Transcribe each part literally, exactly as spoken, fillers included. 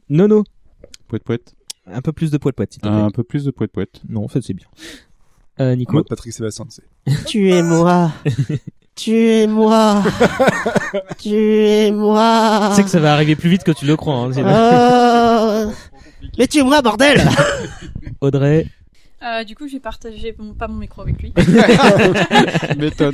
Nono. Poète poète. Un peu plus de poète poète, s'il te plaît. Un peu plus de poète poète. Non, en fait, c'est bien. Euh, Nico. En mode Patrick Sébastien, tu sais. Tu es moi. Tu es moi. Tu es moi. Tu sais que ça va arriver plus vite que tu le crois. Hein, c'est Oh. Mais tu es moi, bordel. Audrey. Euh, du coup, je vais partager mon, pas mon micro avec lui. Méthode.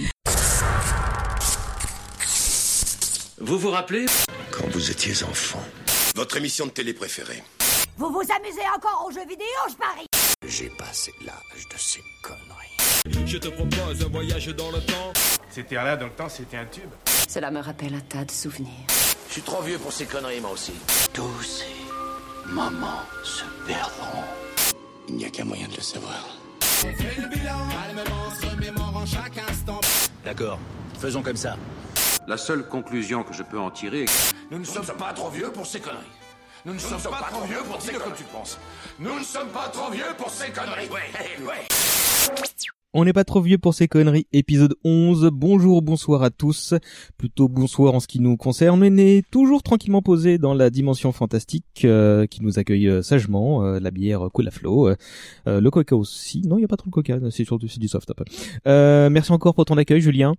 Vous vous rappelez Quand vous étiez enfant, votre émission de télé préférée? Vous vous amusez encore aux jeux vidéo, je parie. j'ai passé l'âge de ces conneries. Je te propose un voyage dans le temps. C'était là dans le temps, c'était un tube. Cela me rappelle un tas de souvenirs. Je suis trop vieux pour ces conneries, moi aussi. Tous ces moments se perdront. Il n'y a qu'un moyen de le savoir. On fait le bilan, calmement, se remémorant chaque instant. D'accord, faisons comme ça. La seule conclusion que je peux en tirer est que Nous ne sommes pas trop vieux pour ces conneries. Nous ne sommes pas trop vieux pour ces conneries. Comme tu penses. Nous ne sommes pas trop vieux pour ces conneries. Ouais, ouais. On n'est pas trop vieux pour ces conneries, épisode onze. Bonjour, bonsoir à tous. Plutôt bonsoir en ce qui nous concerne. On est toujours tranquillement posé dans la dimension fantastique euh, qui nous accueille euh, sagement. Euh, la bière coule à flot. Euh, euh, le coca aussi. Non, il n'y a pas trop de coca, c'est surtout c'est du soft un peu. Euh, merci encore pour ton accueil, Julien.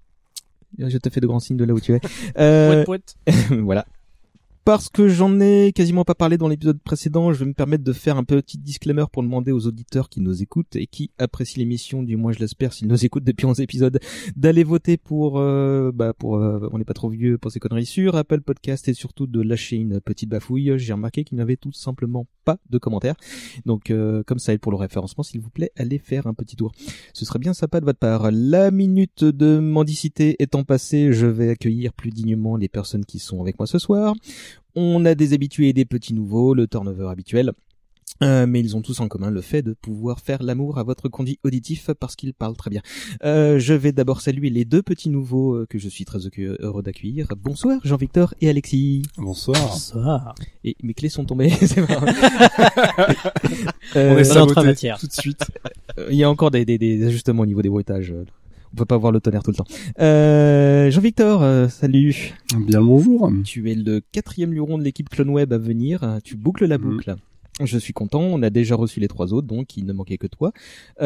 Je te fais de grands signes de là où tu es. Euh, Pouette, pouette. Voilà. Parce que j'en ai quasiment pas parlé dans l'épisode précédent, je vais me permettre de faire un petit disclaimer pour demander aux auditeurs qui nous écoutent et qui apprécient l'émission, du moins je l'espère s'ils nous écoutent depuis onze épisodes, d'aller voter pour, euh, bah pour, euh, on n'est pas trop vieux pour ces conneries sur Apple Podcast et surtout de lâcher une petite bafouille. J'ai remarqué qu'il n'y avait tout simplement pas de commentaires. Donc, euh, comme ça aide pour le référencement, s'il vous plaît, allez faire un petit tour. Ce serait bien sympa de votre part. La minute de mendicité étant passée, je vais accueillir plus dignement les personnes qui sont avec moi ce soir. On a des habitués et des petits nouveaux, le turnover habituel, euh, mais ils ont tous en commun le fait de pouvoir faire l'amour à votre conduit auditif parce qu'ils parlent très bien. Euh, je vais d'abord saluer les deux petits nouveaux euh, que je suis très heureux d'accueillir. Bonsoir Jean-Victor et Alexis. Bonsoir. Bonsoir. Et mes clés sont tombées, c'est marrant. euh, On est saboté en matière. Tout de suite. Il y a encore des, des, des ajustements au niveau des bruitages. On peut pas voir le tonnerre tout le temps. Euh, Jean-Victor, euh, salut. Bien le bonjour. Tu es le quatrième luron de l'équipe CloneWeb à venir. Tu boucles la boucle. Mmh. Je suis content. On a déjà reçu les trois autres, donc il ne manquait que toi.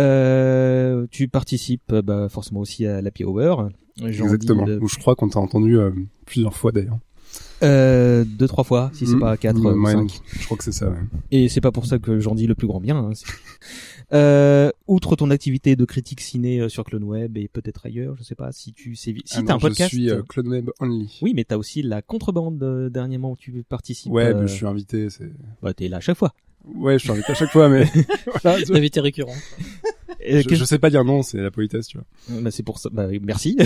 Euh, tu participes bah, forcément aussi à l'Happy Hour. Exactement. De... Je crois qu'on t'a entendu euh, plusieurs fois d'ailleurs. Euh, deux, trois fois, si mmh. c'est pas quatre, mmh, ouais, cinq. Je crois que c'est ça, ouais. Et c'est pas pour ça que j'en dis le plus grand bien, hein. Euh, outre ton activité de critique ciné sur CloneWeb et peut-être ailleurs, je sais pas si tu sais, si ah t'as non, un podcast. Je suis euh, CloneWeb only. Oui, mais t'as aussi la contrebande euh, dernièrement où tu participes. Ouais, euh... mais je suis invité, c'est. Bah, t'es là à chaque fois. Ouais, je suis invité à chaque fois, mais. Voilà, je... Invité récurrent. Et je, je sais pas dire non, c'est la politesse, tu vois. Bah, c'est pour ça. Bah, merci.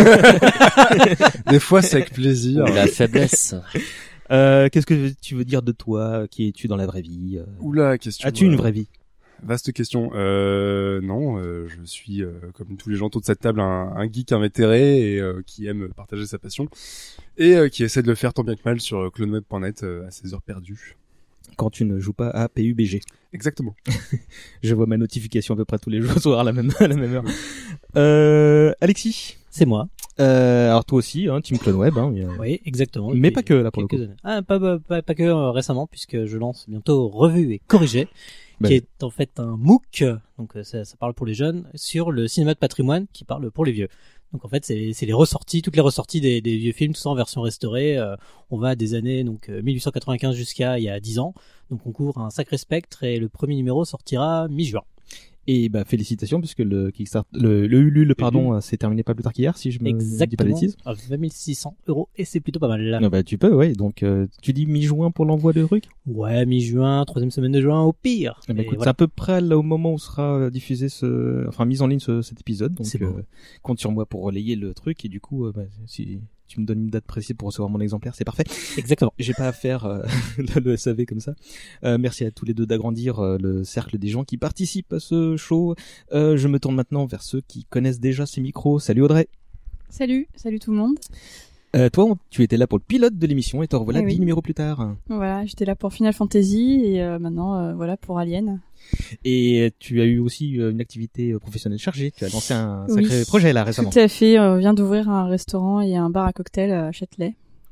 Des fois, c'est avec plaisir. Ou la faiblesse. Euh, qu'est-ce que tu veux dire de toi? Qui es-tu dans la vraie vie? Oula, question. As-tu euh... une vraie vie? Vaste question. Euh, non, euh, je suis, euh, comme tous les gens autour de cette table, un, un geek invétéré et euh, qui aime partager sa passion et euh, qui essaie de le faire tant bien que mal sur cloneweb point net euh, à ses heures perdues. Quand tu ne joues pas à P U B G. Exactement. Je vois ma notification à peu près tous les jours soir à la même à la même heure. Euh, Alexis, c'est moi. Euh, alors toi aussi, hein, Team CloneWeb. Hein, a... Oui, exactement. Mais pas que là pour le coup. Années. Ah, pas pas pas, pas que euh, récemment puisque je lance bientôt Revue et Corrigé. Ben. Qui est en fait un MOOC, donc ça, ça parle pour les jeunes, sur le cinéma de patrimoine qui parle pour les vieux. Donc en fait c'est, c'est les ressorties, toutes les ressorties des, des vieux films, tout ça en version restaurée. Euh, on va des années donc mille huit cent quatre-vingt-quinze jusqu'à il y a dix ans. Donc on couvre un sacré spectre et le premier numéro sortira mi-juin. Et bah félicitations puisque le Kickstarter, le, le Ulule pardon, Ulule. s'est terminé pas plus tard qu'hier si je me Exactement. dis pas de bêtises. À vingt mille six cents euros et c'est plutôt pas mal là. Non bah tu peux ouais donc euh, tu dis mi-juin pour l'envoi de truc. Ouais mi-juin, troisième semaine de juin au pire. Eh ben, écoute, voilà. C'est à peu près là au moment où sera diffusé ce, enfin mis en ligne ce, cet épisode donc c'est euh, bon. Compte sur moi pour relayer le truc et du coup euh, bah, si tu me donnes une date précise pour recevoir mon exemplaire, c'est parfait. Exactement. J'ai pas à faire euh, le S A V comme ça. Euh, merci à tous les deux d'agrandir euh, le cercle des gens qui participent à ce show. Euh, je me tourne maintenant vers ceux qui connaissent déjà ces micros. Salut Audrey. Salut, salut tout le monde. Euh, toi, on, tu étais là pour le pilote de l'émission et te revoilà eh dix oui. numéros plus tard. Voilà, j'étais là pour Final Fantasy et euh, maintenant, euh, voilà, pour Alien. Et tu as eu aussi une activité professionnelle chargée. Tu as lancé un sacré oui, projet là récemment. Tout à fait. On vient d'ouvrir un restaurant et un bar à cocktails à Châtelet.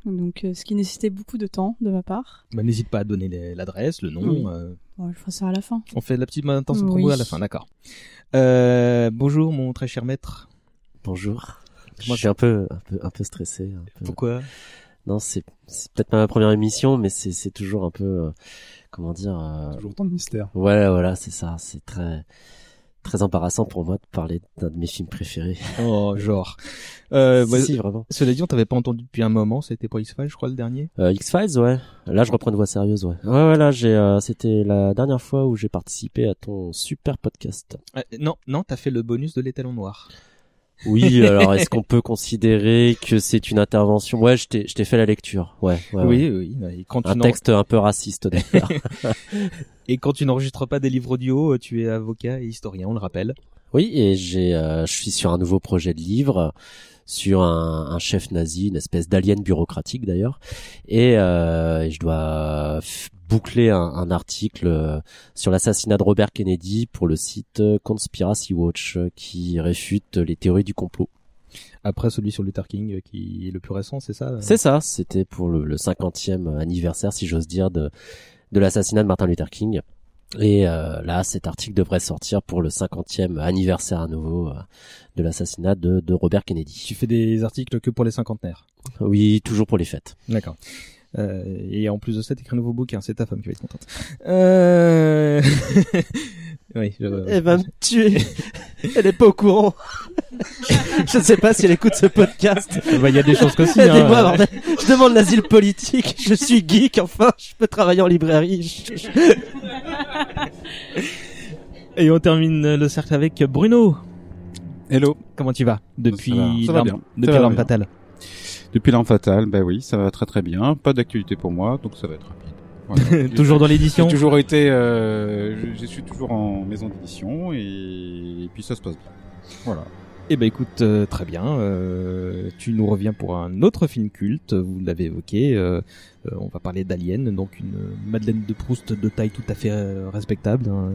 Donc, euh, ce qui nécessitait beaucoup de temps de ma part. Bah, n'hésite pas à donner les, l'adresse, le nom. Oui. Euh... Bon, je ferai ça à la fin. On fait la petite maintenance en Oui. promo à la fin, d'accord. Euh, bonjour, mon très cher maître. Bonjour. Moi, je suis un peu, un peu, un peu stressé. Un peu... Pourquoi? Non, c'est, c'est peut-être pas ma première émission, mais c'est, c'est toujours un peu, euh, comment dire. Euh... Toujours autant de mystère. Ouais, voilà, c'est ça. C'est très, très embarrassant pour moi de parler d'un de mes films préférés. Oh, genre. Euh, si, bah, si, vraiment. Cela dit, on t'avait pas entendu depuis un moment. C'était pour X-Files, je crois, le dernier. Euh, X-Files, ouais. Là, je reprends une voix sérieuse, ouais. Ouais, ouais, là, j'ai, euh, c'était la dernière fois où j'ai participé à ton super podcast. Euh, non, non, t'as fait le bonus de l'étalon noir. Oui, alors est-ce qu'on peut considérer que c'est une intervention? Ouais, je t'ai, je t'ai fait la lecture. Ouais, ouais, oui, ouais. oui. Et quand un tu texte un peu raciste d'ailleurs. Et quand tu n'enregistres pas des livres audio, tu es avocat et historien, on le rappelle. Oui, et j'ai, euh, je suis sur un nouveau projet de livre sur un, un chef nazi, une espèce d'alien bureaucratique d'ailleurs, et, euh, et je dois f- boucler un, un article euh, sur l'assassinat de Robert Kennedy pour le site Conspiracy Watch euh, qui réfute les théories du complot. Après celui sur Luther King qui est le plus récent, c'est ça? C'est ça, c'était pour le, le cinquantième anniversaire, si j'ose dire, de, de l'assassinat de Martin Luther King. Et euh, là, cet article devrait sortir pour le cinquantième anniversaire à nouveau euh, de l'assassinat de, de Robert Kennedy. Tu fais des articles que pour les cinquantenaires? Oui, toujours pour les fêtes. D'accord. Euh, et en plus de ça, t'écris un nouveau bouquin, c'est ta femme qui va être contente. Euh... oui, je... Elle va me tuer. Elle est pas au courant. Je ne sais pas si elle écoute ce podcast. Bah, il y a des chances qu'aussi. Aidez-moi, hein. bordel. Je demande l'asile politique. Je suis geek, enfin. Je peux travailler en librairie. Je- je- Et on termine le cercle avec Bruno. Hello. Comment tu vas? Depuis Ça va, ça va l'arme, bien. depuis Ça va l'arme bien. fatale. Depuis l'arme fatale, ben oui, ça va très très bien. Pas d'actualité pour moi, donc ça va être rapide. Voilà. Toujours dans l'édition? J'ai toujours été, euh, je, je suis toujours en maison d'édition et, et puis ça se passe bien. Voilà. Eh ben écoute, euh, très bien. Euh, tu nous reviens pour un autre film culte. Vous l'avez évoqué. Euh, euh, on va parler d'Alien, donc une Madeleine de Proust de taille tout à fait euh, respectable. Hein.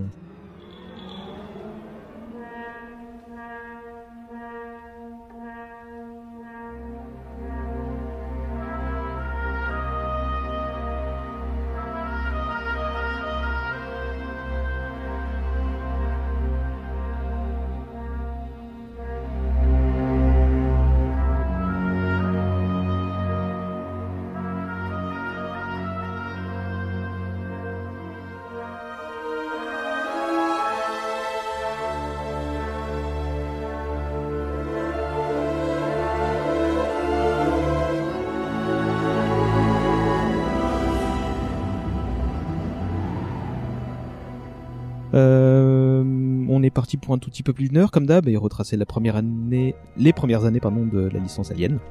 Euh, on est parti pour un tout petit peu plus d'une heure, comme d'hab, et retracer la première année, les premières années, pardon, de la licence Alien.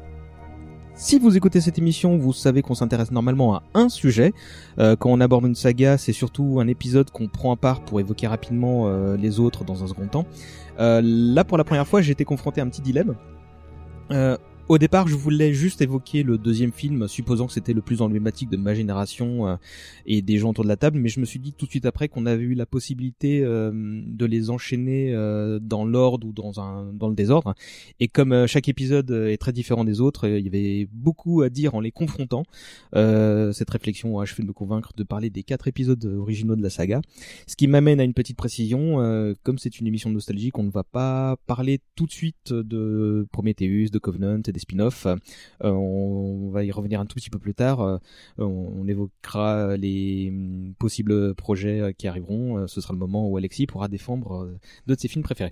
Si vous écoutez cette émission, vous savez qu'on s'intéresse normalement à un sujet. Euh, quand on aborde une saga, c'est surtout un épisode qu'on prend à part pour évoquer rapidement euh, les autres dans un second temps. Euh, là, pour la première fois, j'ai été confronté à un petit dilemme. Euh, Au départ, je voulais juste évoquer le deuxième film, supposant que c'était le plus emblématique de ma génération euh, et des gens autour de la table, mais je me suis dit tout de suite après qu'on avait eu la possibilité euh, de les enchaîner euh, dans l'ordre ou dans un dans le désordre. Et comme euh, chaque épisode est très différent des autres, euh, il y avait beaucoup à dire en les confrontant. Euh, cette réflexion a achevé de me convaincre de parler des quatre épisodes originaux de la saga. Ce qui m'amène à une petite précision, euh, comme c'est une émission nostalgique, on ne va pas parler tout de suite de Prometheus, de Covenant et des spin-offs. Euh, on va y revenir un tout petit peu plus tard. Euh, on, on évoquera les hum, possibles projets qui arriveront. Euh, ce sera le moment où Alexis pourra défendre euh, deux de ses films préférés.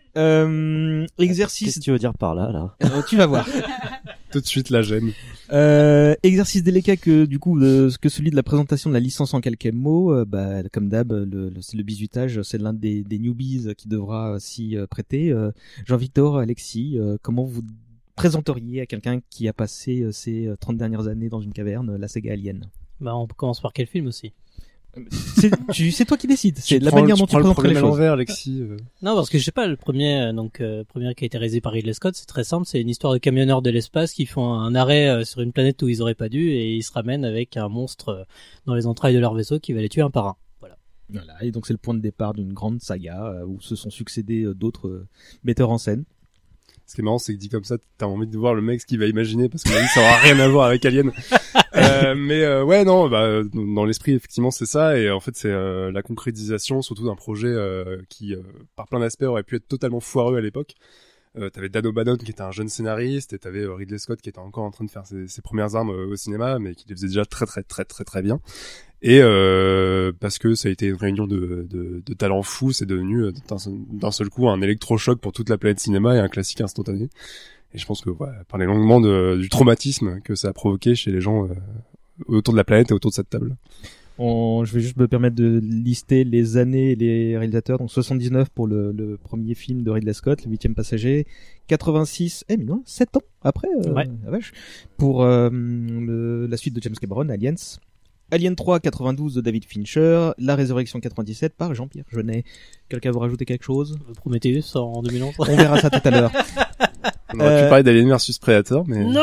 Euh, exercice. Qu'est-ce que tu veux dire par là, là euh, Tu vas voir. Tout de suite la gêne. Euh, exercice délicat que du coup de, que celui de la présentation de la licence en quelques mots. Euh, bah, comme d'hab, le, le, c'est le bisutage, c'est l'un des, des newbies qui devra euh, s'y euh, prêter. Euh, Jean-Victor, Alexis, euh, comment vous présenteriez à quelqu'un qui a passé euh, ces trente dernières années dans une caverne la saga Alien? Bah, on commence par quel film aussi? C'est, tu, c'est toi qui décides. C'est Tu la prends- manière tu dont tu prends le présenterais les problème à choses. l'envers, Alexis. euh. Non, parce que je sais pas, le premier, euh, donc, euh, premier qui a été réalisé par Ridley Scott, c'est très simple, c'est une histoire de camionneurs de l'espace qui font un arrêt euh, sur une planète où ils auraient pas dû et ils se ramènent avec un monstre euh, dans les entrailles de leur vaisseau qui va les tuer un par un. Voilà. Voilà, et donc c'est le point de départ d'une grande saga euh, où se sont succédés euh, d'autres euh, metteurs en scène. Ce qui est marrant, c'est que dit comme ça, t'as envie de voir le mec ce qu'il va imaginer parce que ça aura rien à voir avec Alien. euh, mais euh, ouais, non, bah dans l'esprit effectivement c'est ça et en fait c'est euh, la concrétisation surtout d'un projet euh, qui, euh, par plein d'aspects, aurait pu être totalement foireux à l'époque. Euh, t'avais Dan O'Bannon qui était un jeune scénariste et t'avais euh, Ridley Scott qui était encore en train de faire ses, ses premières armes euh, au cinéma, mais qui les faisait déjà très très très très très bien. Et euh, parce que ça a été une réunion de, de, de talents fous, c'est devenu euh, d'un, d'un seul coup un électrochoc pour toute la planète cinéma et un classique instantané. Et je pense que ouais, parler longuement de, du traumatisme que ça a provoqué chez les gens euh, autour de la planète et autour de cette table. On, je vais juste me permettre de lister les années et les réalisateurs. Donc soixante-dix-neuf pour le, le premier film de Ridley Scott, Le Huitième Passager. quatre-vingt-six, eh mais non, sept ans après, euh, ouais. la vache, pour euh, le, la suite de James Cameron, Aliens. Alien trois, quatre-vingt-douze de David Fincher. La Résurrection, quatre-vingt-dix-sept par Jean-Pierre Jeunet. Quelqu'un veut rajouter quelque chose? Prometheus sort en deux mille onze. On verra ça tout à l'heure. On aurait Euh... pu parler d'Alien versus Predator, mais... Non,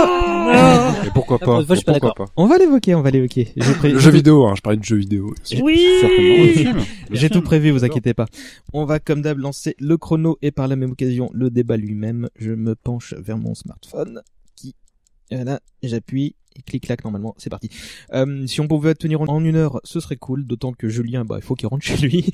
non Et pourquoi pas, fois, je suis pas pourquoi d'accord. pas. On va l'évoquer, on va l'évoquer. J'ai pré... Le jeu vidéo, hein, je parlais de jeu vidéo. Oui, certainement. J'ai tout prévu, vous inquiétez pas. On va comme d'hab lancer le chrono et par la même occasion le débat lui-même. Je me penche vers mon smartphone qui, voilà, j'appuie. Et clic-clac, normalement, c'est parti. Euh, si on pouvait tenir en une heure, ce serait cool, d'autant que Julien, bah, il faut qu'il rentre chez lui.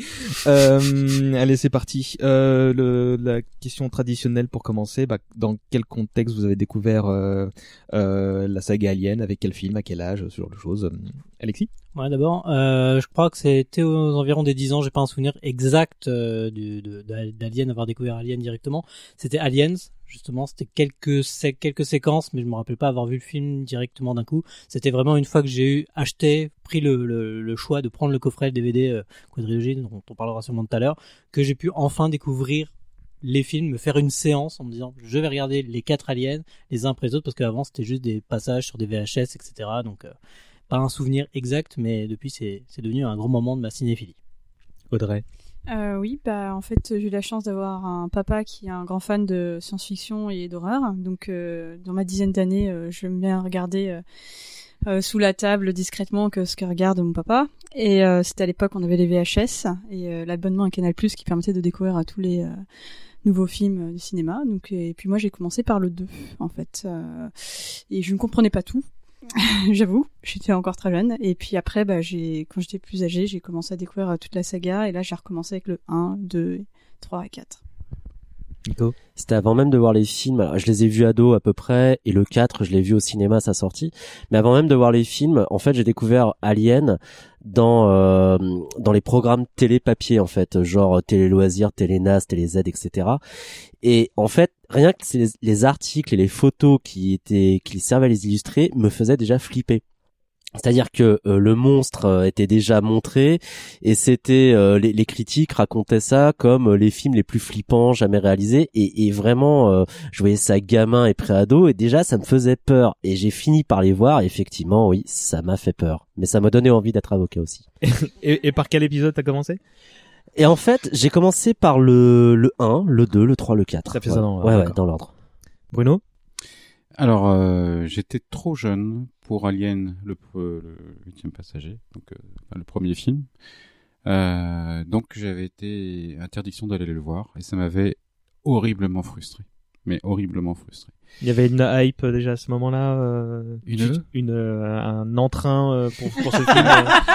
Euh, allez, c'est parti. Euh, le, la question traditionnelle pour commencer, bah, dans quel contexte vous avez découvert euh, euh, la saga Alien, avec quel film, à quel âge, ce genre de choses. Alexis? Ouais, d'abord, euh, je crois que c'était aux environs des dix ans, j'ai pas un souvenir exact euh, du, de, d'Alien, avoir découvert Alien directement. C'était Aliens, justement, c'était quelques sé- quelques séquences, mais je me rappelle pas avoir vu le film directement d'un coup. C'était vraiment une fois que j'ai eu acheté, pris le, le, le choix de prendre le coffret, le D V D euh, quadrilogie, dont on parlera sûrement tout à l'heure, que j'ai pu enfin découvrir les films, me faire une séance en me disant je vais regarder les quatre Aliens les uns après les autres, parce qu'avant c'était juste des passages sur des V H S, et cetera. Donc euh, pas un souvenir exact, mais depuis c'est, c'est devenu un grand moment de ma cinéphilie. Audrey? Euh, oui, bah en fait j'ai eu la chance d'avoir un papa qui est un grand fan de science-fiction et d'horreur. Donc euh, dans ma dizaine d'années, euh, j'aime bien regarder euh, euh, sous la table discrètement que ce que regarde mon papa. Et euh, c'était à l'époque on avait les V H S et euh, l'abonnement à Canal+ qui permettait de découvrir euh, tous les euh, nouveaux films euh, du cinéma. Donc et puis moi j'ai commencé par le deux en fait euh, et je ne comprenais pas tout. J'avoue, j'étais encore très jeune. Et puis après, bah, j'ai, quand j'étais plus âgée, j'ai commencé à découvrir toute la saga. Et là, j'ai recommencé avec le un, deux, trois et quatre. Nico? C'était avant même de voir les films. Alors, je les ai vus ado à peu près, et le quatre, je l'ai vu au cinéma à sa sortie. Mais avant même de voir les films, en fait, j'ai découvert Alien dans euh, dans les programmes télé papier, en fait, genre Télé Loisirs, Télé N A S, Télé Z, et cetera. Et en fait, rien que les, les articles et les photos qui étaient qui servaient à les illustrer me faisaient déjà flipper. C'est-à-dire que euh, le monstre euh, était déjà montré et c'était euh, les, les critiques racontaient ça comme euh, les films les plus flippants jamais réalisés et, et vraiment euh, je voyais ça gamin et pré-ado et déjà ça me faisait peur et j'ai fini par les voir et effectivement oui ça m'a fait peur mais ça m'a donné envie d'être avocat aussi. et, et par quel épisode t'as commencé? Et en fait j'ai commencé par le le un, le deux, le trois, le quatre. Ça fait ouais. ça dans, ouais, ouais, ouais, dans l'ordre. Bruno? Alors, euh, j'étais trop jeune pour Alien, le, le huitième passager, donc euh, enfin, le premier film. Euh, donc, j'avais été interdiction d'aller le voir et ça m'avait horriblement frustré, mais horriblement frustré. Il y avait une hype euh, déjà à ce moment-là, euh, une, une euh, un entrain euh, pour pour ce film.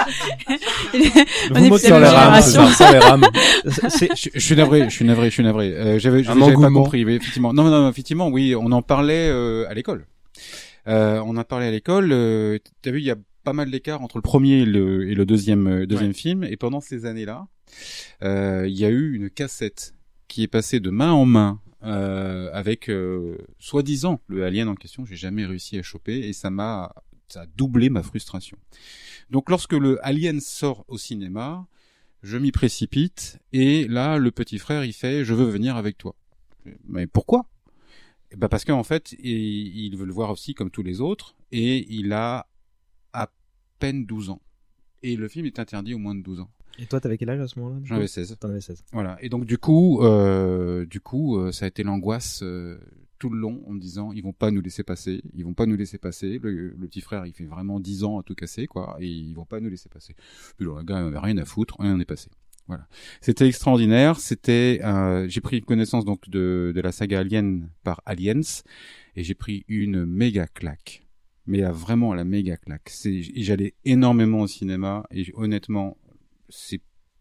Euh... On est sur les rames, sur les rames. C'est, je, je suis navré, je suis navré, je suis navré. Euh, j'avais, j'avais, j'avais pas compris, mais effectivement, non, non, non, effectivement, oui, on en parlait euh, à l'école. Euh, on en a parlé à l'école. Euh, t'as vu, il y a pas mal d'écart entre le premier et le, et le deuxième, euh, deuxième ouais. film. Et pendant ces années-là, euh, il y a eu une cassette qui est passée de main en main. Euh, avec euh, soi-disant le Alien en question, j'ai jamais réussi à choper et ça m'a ça a doublé ma frustration. Donc lorsque le Alien sort au cinéma, je m'y précipite et là le petit frère il fait je veux venir avec toi. Mais pourquoi? Eh ben parce qu'en fait il, il veut le voir aussi comme tous les autres et il a à peine douze ans et le film est interdit aux moins de douze ans. Et toi, t'avais quel âge à ce moment-là? J'en avais seize. T'en avais seize. Voilà. Et donc, du coup, euh, du coup, euh, ça a été l'angoisse euh, tout le long en me disant, ils vont pas nous laisser passer, ils vont pas nous laisser passer. Le, le petit frère, il fait vraiment dix ans à tout casser, quoi, et ils vont pas nous laisser passer. Puis le gars, il avait rien à foutre, rien n'est passé. Voilà. C'était extraordinaire. C'était, euh, j'ai pris connaissance donc de, de la saga Alien par Aliens et j'ai pris une méga claque. Mais là, vraiment la méga claque. C'est, j'allais énormément au cinéma et honnêtement, c'est,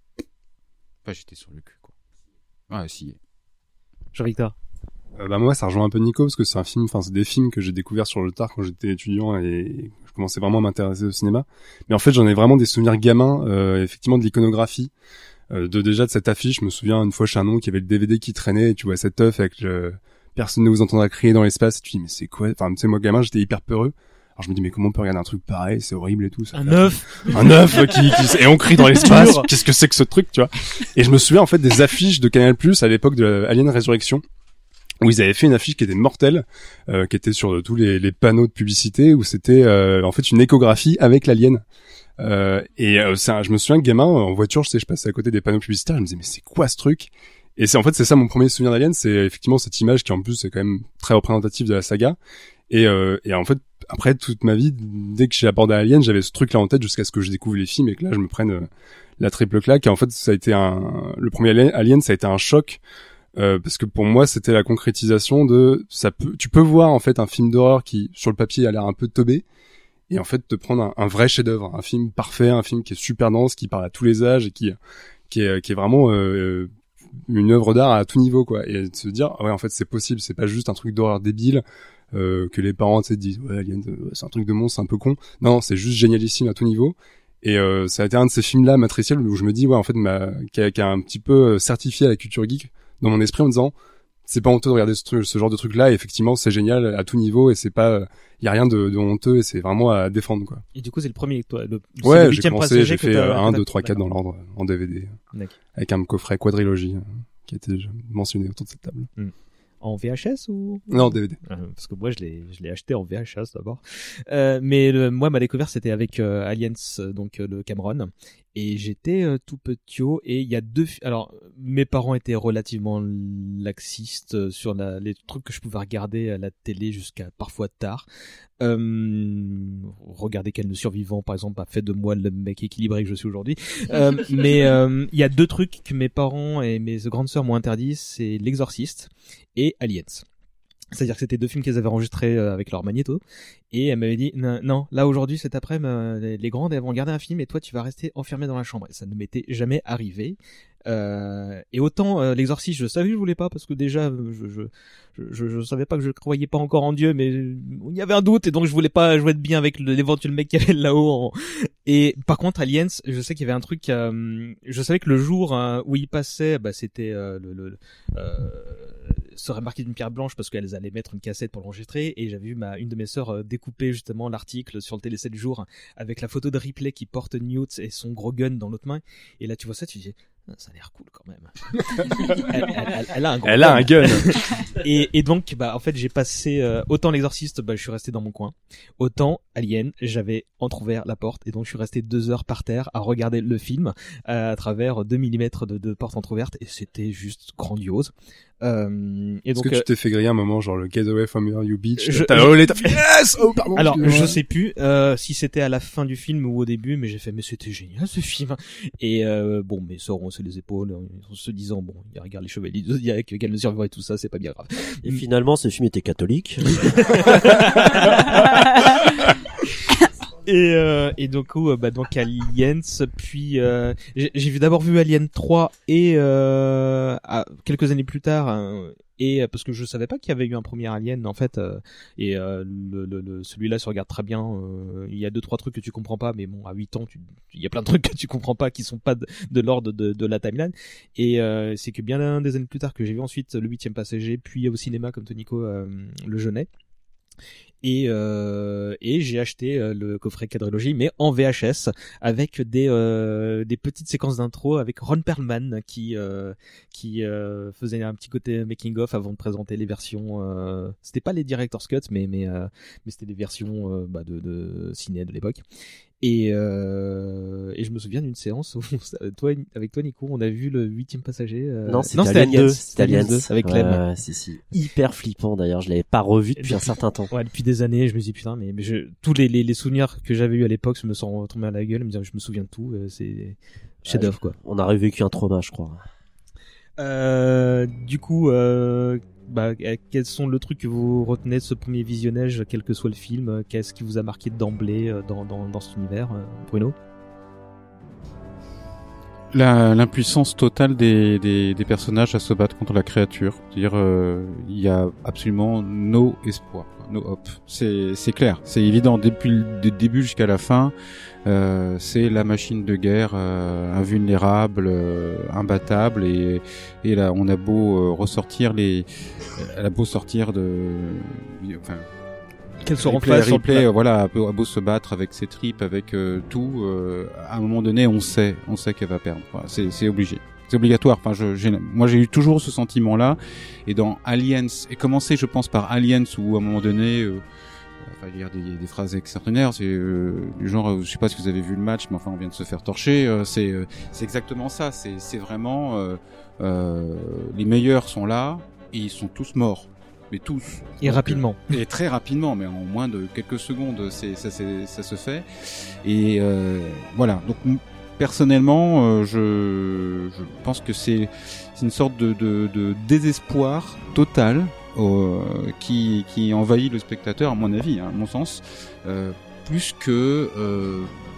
enfin, j'étais sur le cul, quoi. Ah, si. Jean-Victor. Euh, bah moi ça rejoint un peu Nico parce que c'est un film, enfin c'est des films que j'ai découvert sur le tard quand j'étais étudiant et je commençais vraiment à m'intéresser au cinéma. Mais en fait j'en ai vraiment des souvenirs gamins, euh, effectivement de l'iconographie, euh, de déjà de cette affiche. Je me souviens une fois chez un oncle qui avait le D V D qui traînait et tu vois cette œuf avec le... personne ne vous entendra crier dans l'espace et tu dis mais c'est quoi, enfin tu sais moi gamin j'étais hyper peureux. Alors je me dis mais comment on peut regarder un truc pareil, c'est horrible et tout. Ça un œuf, un œuf qui, qui et on crie dans l'espace. Qu'est-ce que c'est que ce truc, tu vois? Et je me souviens en fait des affiches de Canal+ à l'époque de Alien Résurrection, où ils avaient fait une affiche qui était mortelle, euh, qui était sur tous les, les panneaux de publicité, où c'était euh, en fait une échographie avec l'alien. Euh, et euh, c'est un, je me souviens que gamin en voiture, je sais, je passais à côté des panneaux publicitaires, je me disais mais c'est quoi ce truc? Et c'est en fait c'est ça mon premier souvenir d'Alien, c'est effectivement cette image qui en plus est quand même très représentative de la saga. Et, euh, et en fait, après toute ma vie, dès que j'ai abordé Alien, j'avais ce truc-là en tête jusqu'à ce que je découvre les films et que là, je me prenne euh, la triple claque. Et en fait, ça a été un, le premier Alien, ça a été un choc euh, parce que pour moi, c'était la concrétisation de, ça peut, tu peux voir en fait un film d'horreur qui, sur le papier, a l'air un peu teubé, et en fait, te prendre un, un vrai chef-d'œuvre, un film parfait, un film qui est super dense, qui parle à tous les âges et qui, qui est, qui est vraiment euh, une œuvre d'art à tout niveau, quoi. Et de se dire, ouais, en fait, c'est possible, c'est pas juste un truc d'horreur débile. Euh, que les parents tu sais disent ouais Alien euh, c'est un truc de monstre, c'est un peu con. Non, c'est juste génialissime à tout niveau. Et euh, ça a été un de ces films là matriciels où je me dis ouais en fait ma qui a, qui a un petit peu certifié à la culture geek dans mon esprit en me disant c'est pas honteux de regarder ce, truc, ce genre de truc là et effectivement c'est génial à tout niveau et c'est pas il y a rien de, de honteux et c'est vraiment à défendre quoi. Et du coup c'est le premier toi le, le ouais j'ai commencé j'ai fait un deux trois quatre dans l'ordre en D V D. D'accord. Avec un coffret quadrilogie euh, qui a été déjà mentionné autour de cette table. Mm. En V H S ou non D V D euh, parce que moi je l'ai je l'ai acheté en V H S d'abord euh, mais le, moi ma découverte c'était avec euh, Aliens donc euh, le Cameron et j'étais euh, tout petit et il y a deux alors mes parents étaient relativement laxistes sur la, les trucs que je pouvais regarder à la télé jusqu'à parfois tard. Euh, regarder Quel le survivant par exemple a fait de moi le mec équilibré que je suis aujourd'hui. Euh, mais il euh, y a deux trucs que mes parents et mes grandes sœurs m'ont interdit, c'est L'Exorciste et Aliens. C'est-à-dire que c'était deux films qu'elles avaient enregistrés avec leur magnéto et elle m'avait dit non là aujourd'hui cet après-midi les grandes elles vont regarder un film et toi tu vas rester enfermé dans la chambre. Et ça ne m'était jamais arrivé. Euh, et autant euh, L'Exorciste je savais que je voulais pas parce que déjà je je, je je savais pas que je croyais pas encore en Dieu mais il y avait un doute et donc je voulais pas jouer de bien avec le, l'éventuel mec qui avait là-haut en... Et par contre Aliens je sais qu'il y avait un truc euh, je savais que le jour euh, où il passait bah c'était euh, le, le euh, serait marqué d'une pierre blanche parce qu'elles allaient mettre une cassette pour l'enregistrer et j'avais vu ma une de mes sœurs euh, découper justement l'article sur le Télé sept jours avec la photo de Ripley qui porte Newt et son gros gun dans l'autre main et là tu vois ça tu dis ça a l'air cool quand même. elle, elle, elle, elle a un, elle a un gun. et, et donc, bah, en fait, j'ai passé euh, autant L'Exorciste, bah, je suis resté dans mon coin. Autant Alien, j'avais entrouvert la porte et donc je suis resté deux heures par terre à regarder le film euh, à travers deux millimètres de, de porte entrouverte et c'était juste grandiose. Euh, et Est-ce donc, que tu t'es fait griller un moment genre le Get Away From You Beach? Je, t'as roulé, t'as fait yes! Oh pardon. Alors je sais plus euh, si c'était à la fin du film ou au début, mais j'ai fait mais c'était génial ce film. Et euh, bon, mes sœurs ont haussé les épaules en se disant bon, il regarde les Chevaliers du Zodiac, Quel le survivant et tout ça, c'est pas bien grave. Et finalement, ce film était catholique. Et, euh, et donc, euh, bah, donc Aliens, puis euh, j'ai, j'ai vu d'abord vu Alien trois et euh, à, quelques années plus tard, hein, et parce que je savais pas qu'il y avait eu un premier Alien en fait, euh, et euh, le, le, le, celui-là se regarde très bien. Euh, il y a deux trois trucs que tu comprends pas, mais bon, à huit ans, tu, il y a plein de trucs que tu comprends pas qui sont pas de, de l'ordre de, de la timeline. Et euh, c'est que bien des années plus tard que j'ai vu ensuite Le Huitième Passager, puis au cinéma comme Tonico euh, le Jeunet. Et, euh, et j'ai acheté euh, le coffret quadrilogie, mais en V H S, avec des euh, des petites séquences d'intro avec Ron Perlman qui euh, qui euh, faisait un petit côté making of avant de présenter les versions. Euh, c'était pas les director's cut, mais mais euh, mais c'était des versions euh, bah, de, de ciné de l'époque. Et, euh, et et je me souviens d'une séance où toi, avec toi, Nico, on a vu le huitième passager. Euh... Non, c'était, non, c'était Alien deux. C'était Alien deux avec Clem. Ouais, ouais, si, si. Hyper flippant d'ailleurs. Je l'avais pas revu depuis un certain temps. Ouais, depuis des années. Je me dis putain, mais, mais je, tous les, les, les souvenirs que j'avais eu à l'époque, je me sont retombés à la gueule. Je me souviens de tout. Euh, c'est chef-d'œuvre, quoi. On a revécu un trauma, je crois. Euh, du coup, euh, bah, quels sont le truc que vous retenez de ce premier visionnage, quel que soit le film? Qu'est-ce qui vous a marqué d'emblée dans, dans, dans cet univers, Bruno? La, l'impuissance totale des, des, des personnages à se battre contre la créature. C'est-à-dire, euh, il y a absolument no espoir, no hope. C'est, c'est clair, c'est évident depuis le début jusqu'à la fin. Euh, c'est la machine de guerre euh, invulnérable, euh, imbattable, et, et là, on a beau euh, ressortir les, elle a beau sortir de, enfin. Qu'elle soit en face, replay, euh, voilà, a beau, a beau se battre avec ses tripes, avec euh, tout, euh, à un moment donné, on sait, on sait qu'elle va perdre. Voilà, c'est, c'est obligé, c'est obligatoire. Enfin, je, j'ai, moi, j'ai eu toujours ce sentiment-là. Et dans Aliens, et commencer, je pense, par Aliens, où à un moment donné, euh, enfin, il y a des, des phrases extraordinaires. C'est euh, du genre, euh, je sais pas si vous avez vu le match, mais enfin, on vient de se faire torcher. Euh, c'est, euh, c'est exactement ça. C'est, c'est vraiment, euh, euh, les meilleurs sont là et ils sont tous morts. Mais tous. Et donc, rapidement. Euh, et très rapidement, mais en moins de quelques secondes, c'est, ça, c'est, ça se fait. Et euh, voilà. Donc personnellement, euh, je, je pense que c'est, c'est une sorte de, de, de désespoir total euh, qui, qui envahit le spectateur, à mon avis, hein, à mon sens, euh, plus que euh,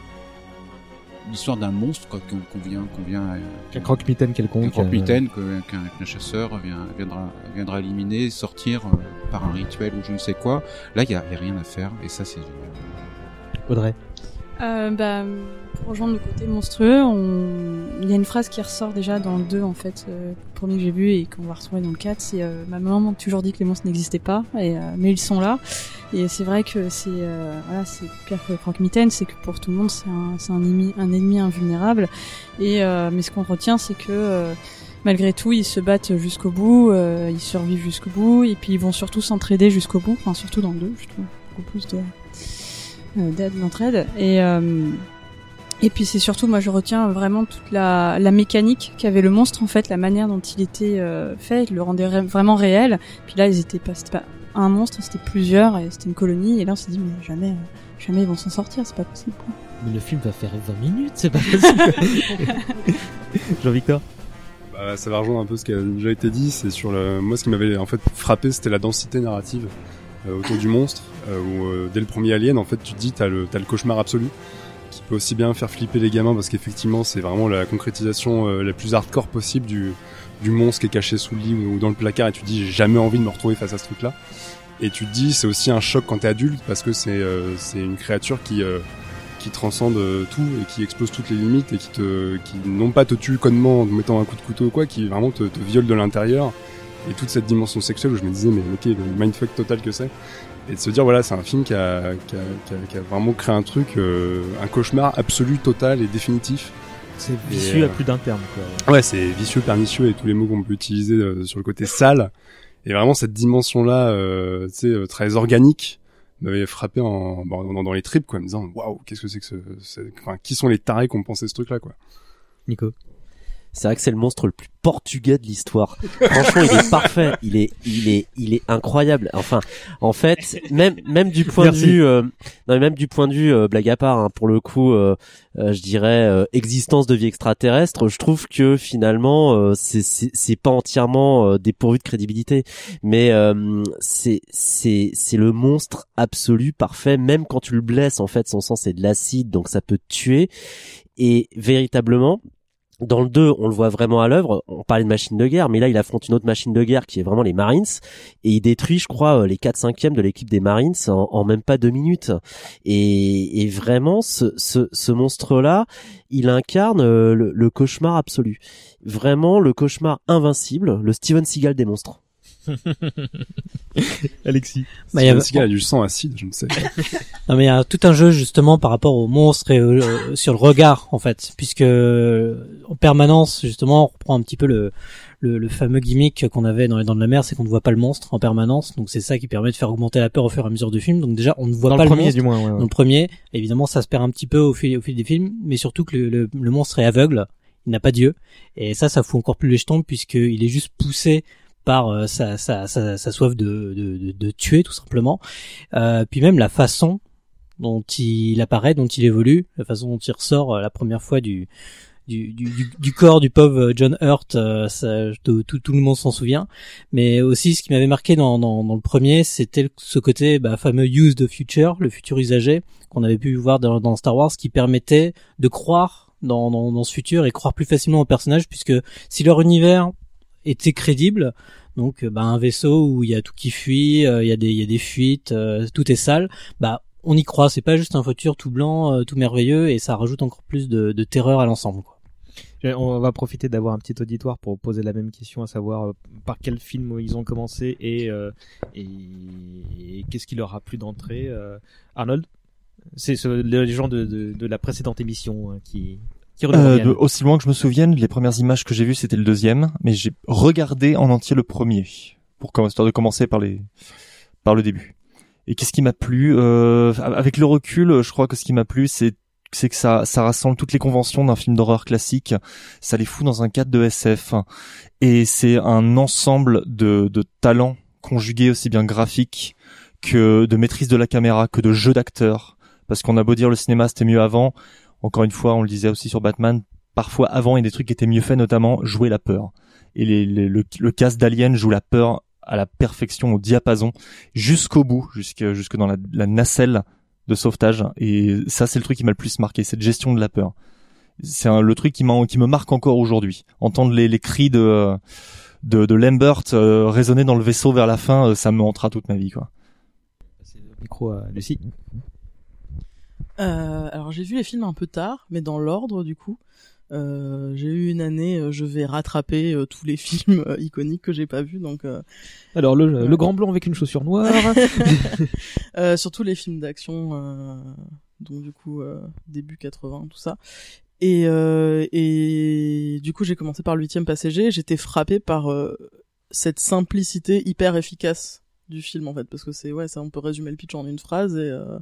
l'histoire d'un monstre quoi, qu'on, qu'on vient, qu'on vient, un croque-mitaine quelconque, un croque-mitaine euh... qu'un, qu'un chasseur vient, viendra, viendra éliminer, sortir euh, par un rituel ou je ne sais quoi. Là, il y a, y a rien à faire, et ça, c'est génial. Audrey. Euh, bah, pour rejoindre le côté monstrueux, on... il y a une phrase qui ressort déjà dans le deux, en fait, euh, le premier que j'ai vu et qu'on va retrouver dans le quatre, c'est euh, ma maman m'a toujours dit que les monstres n'existaient pas, et, euh, mais ils sont là. Et c'est vrai que c'est, euh, voilà, c'est pire que le croque-mitaine, c'est que pour tout le monde, c'est un, c'est un ennemi, un ennemi invulnérable. Et, euh, mais ce qu'on retient, c'est que, euh, malgré tout, ils se battent jusqu'au bout, euh, ils survivent jusqu'au bout, et puis ils vont surtout s'entraider jusqu'au bout, enfin, surtout dans le deux, je trouve, beaucoup plus de, euh, d'aide, d'entraide. Et, euh, et puis c'est surtout, moi je retiens vraiment toute la, la mécanique qu'avait le monstre, en fait, la manière dont il était euh, fait, il le rendait ré- vraiment réel. Puis là, ils étaient pas, c'était pas un monstre, c'était plusieurs, et c'était une colonie, et là on s'est dit, mais jamais, jamais ils vont s'en sortir, c'est pas possible, quoi. Mais le film va faire vingt minutes, c'est pas possible. Jean-Victor? Bah, ça va rejoindre un peu ce qui a déjà été dit, c'est sur le, moi ce qui m'avait en fait frappé, c'était la densité narrative euh, autour du monstre, euh, où euh, dès le premier Alien, en fait, tu te dis, t'as le, t'as le cauchemar absolu, qui peut aussi bien faire flipper les gamins, parce qu'effectivement, c'est vraiment la concrétisation euh, la plus hardcore possible du, du monstre qui est caché sous le lit ou dans le placard, et tu te dis, j'ai jamais envie de me retrouver face à ce truc-là. Et tu te dis, c'est aussi un choc quand t'es adulte, parce que c'est, euh, c'est une créature qui, euh, qui transcende tout et qui explose toutes les limites et qui te, qui non pas te tue connement en te mettant un coup de couteau ou quoi, qui vraiment te, te viole de l'intérieur. Et toute cette dimension sexuelle où je me disais, mais ok, le mindfuck total que c'est. Et de se dire, voilà, c'est un film qui a, qui a, qui a, qui a vraiment créé un truc, euh, un cauchemar absolu, total et définitif. C'est vicieux euh, à plus d'un terme, quoi. Ouais, c'est vicieux, pernicieux et tous les mots qu'on peut utiliser euh, sur le côté sale. Et vraiment, cette dimension-là, euh, tu sais, euh, très organique, m'avait frappé en, bon, dans, dans les tripes, quoi, en me disant, waouh, qu'est-ce que c'est que ce, c'est, enfin, qui sont les tarés qui ont pensé ce truc-là, quoi. Nico. C'est vrai que c'est le monstre le plus portugais de l'histoire. Franchement, il est parfait. Il est, il est, il est incroyable. Enfin, en fait, même, même du point Merci. de vue, euh, non, mais même du point de vue, euh, blague à part, hein, pour le coup, euh, euh, je dirais, euh, existence de vie extraterrestre, je trouve que finalement, euh, c'est, c'est, c'est pas entièrement euh, dépourvu de crédibilité. Mais, euh, c'est, c'est, c'est le monstre absolu, parfait. Même quand tu le blesses, en fait, son sang c'est de l'acide, donc ça peut te tuer. Et véritablement, dans le deux, on le voit vraiment à l'œuvre. On parlait de machine de guerre, mais là, il affronte une autre machine de guerre qui est vraiment les Marines. Et il détruit, je crois, les quatre cinquièmes de l'équipe des Marines en, en même pas deux minutes. Et, et vraiment, ce, ce, ce monstre-là, il incarne le, le cauchemar absolu. Vraiment, le cauchemar invincible, le Steven Seagal des monstres. Alexis. Bah, Steven Seagal a du sang acide, je ne sais. Non, mais il y a tout un jeu justement par rapport aux monstres et euh, sur le regard en fait, puisque en permanence justement on reprend un petit peu le le, le fameux gimmick qu'on avait dans les Dents de la Mer, c'est qu'on ne voit pas le monstre en permanence. Donc c'est ça qui permet de faire augmenter la peur au fur et à mesure du film. Donc déjà, on ne voit dans pas le, le premier, monstre du moins, ouais, ouais. dans le premier. Évidemment, ça se perd un petit peu au fil, au fil des films, mais surtout que le, le, le monstre est aveugle, il n'a pas d'yeux. Et ça, ça fout encore plus les jetons puisqu'il est juste poussé par euh, sa, sa, sa, sa soif de, de, de, de tuer, tout simplement. Euh, puis même la façon dont il apparaît, dont il évolue, la façon dont il ressort euh, la première fois du Du, du, du, du corps du pauvre John Hurt, euh, ça, tout, tout, tout le monde s'en souvient. Mais aussi, ce qui m'avait marqué dans, dans, dans le premier, c'était ce côté bah, fameux use the future, le futur usagé, qu'on avait pu voir dans, dans Star Wars, qui permettait de croire dans, dans, dans ce futur et croire plus facilement aux personnages, puisque si leur univers était crédible, donc bah, un vaisseau où il y a tout qui fuit, il euh, y a des, il y a des fuites, euh, tout est sale, bah on y croit. C'est pas juste un futur tout blanc, euh, tout merveilleux, et ça rajoute encore plus de, de terreur à l'ensemble, quoi. On va profiter d'avoir un petit auditoire pour poser la même question, à savoir euh, par quel film ils ont commencé et, euh, et, et qu'est-ce qui leur a plu d'entrée. Euh, Arnold, c'est ce, les gens de, de, de la précédente émission hein, qui, qui euh, de, aussi loin que je me souvienne, les premières images que j'ai vues c'était le deuxième, mais j'ai regardé en entier le premier pour histoire de commencer par les par le début. Et qu'est-ce qui m'a plu euh, avec le recul, je crois que ce qui m'a plu c'est c'est que ça, ça rassemble toutes les conventions d'un film d'horreur classique, ça les fout dans un cadre de S F, et c'est un ensemble de, de talents conjugués aussi bien graphiques que de maîtrise de la caméra, que de jeu d'acteurs, parce qu'on a beau dire le cinéma c'était mieux avant, encore une fois on le disait aussi sur Batman, parfois avant il y a des trucs qui étaient mieux faits, notamment jouer la peur, et les, les, le, le cast d'Alien joue la peur à la perfection, au diapason, jusqu'au bout, jusque, jusque dans la, la nacelle de sauvetage, et ça c'est le truc qui m'a le plus marqué, cette gestion de la peur. C'est un, le truc qui m'a qui me marque encore aujourd'hui. Entendre les, les cris de de, de Lambert euh, résonner dans le vaisseau vers la fin, euh, ça me hantera toute ma vie, quoi. C'est le micro à Lucie. Euh, alors j'ai vu les films un peu tard, mais dans l'ordre du coup. Euh, j'ai eu une année, euh, je vais rattraper euh, tous les films euh, iconiques que j'ai pas vus, donc. Euh, Alors le, euh, le grand blanc avec une chaussure noire. euh, surtout les films d'action, euh, donc du coup euh, début quatre-vingts, tout ça. Et euh, et du coup j'ai commencé par le huitième passager. J'étais frappé par euh, cette simplicité hyper efficace du film en fait, parce que c'est ouais, ça on peut résumer le pitch en une phrase et euh,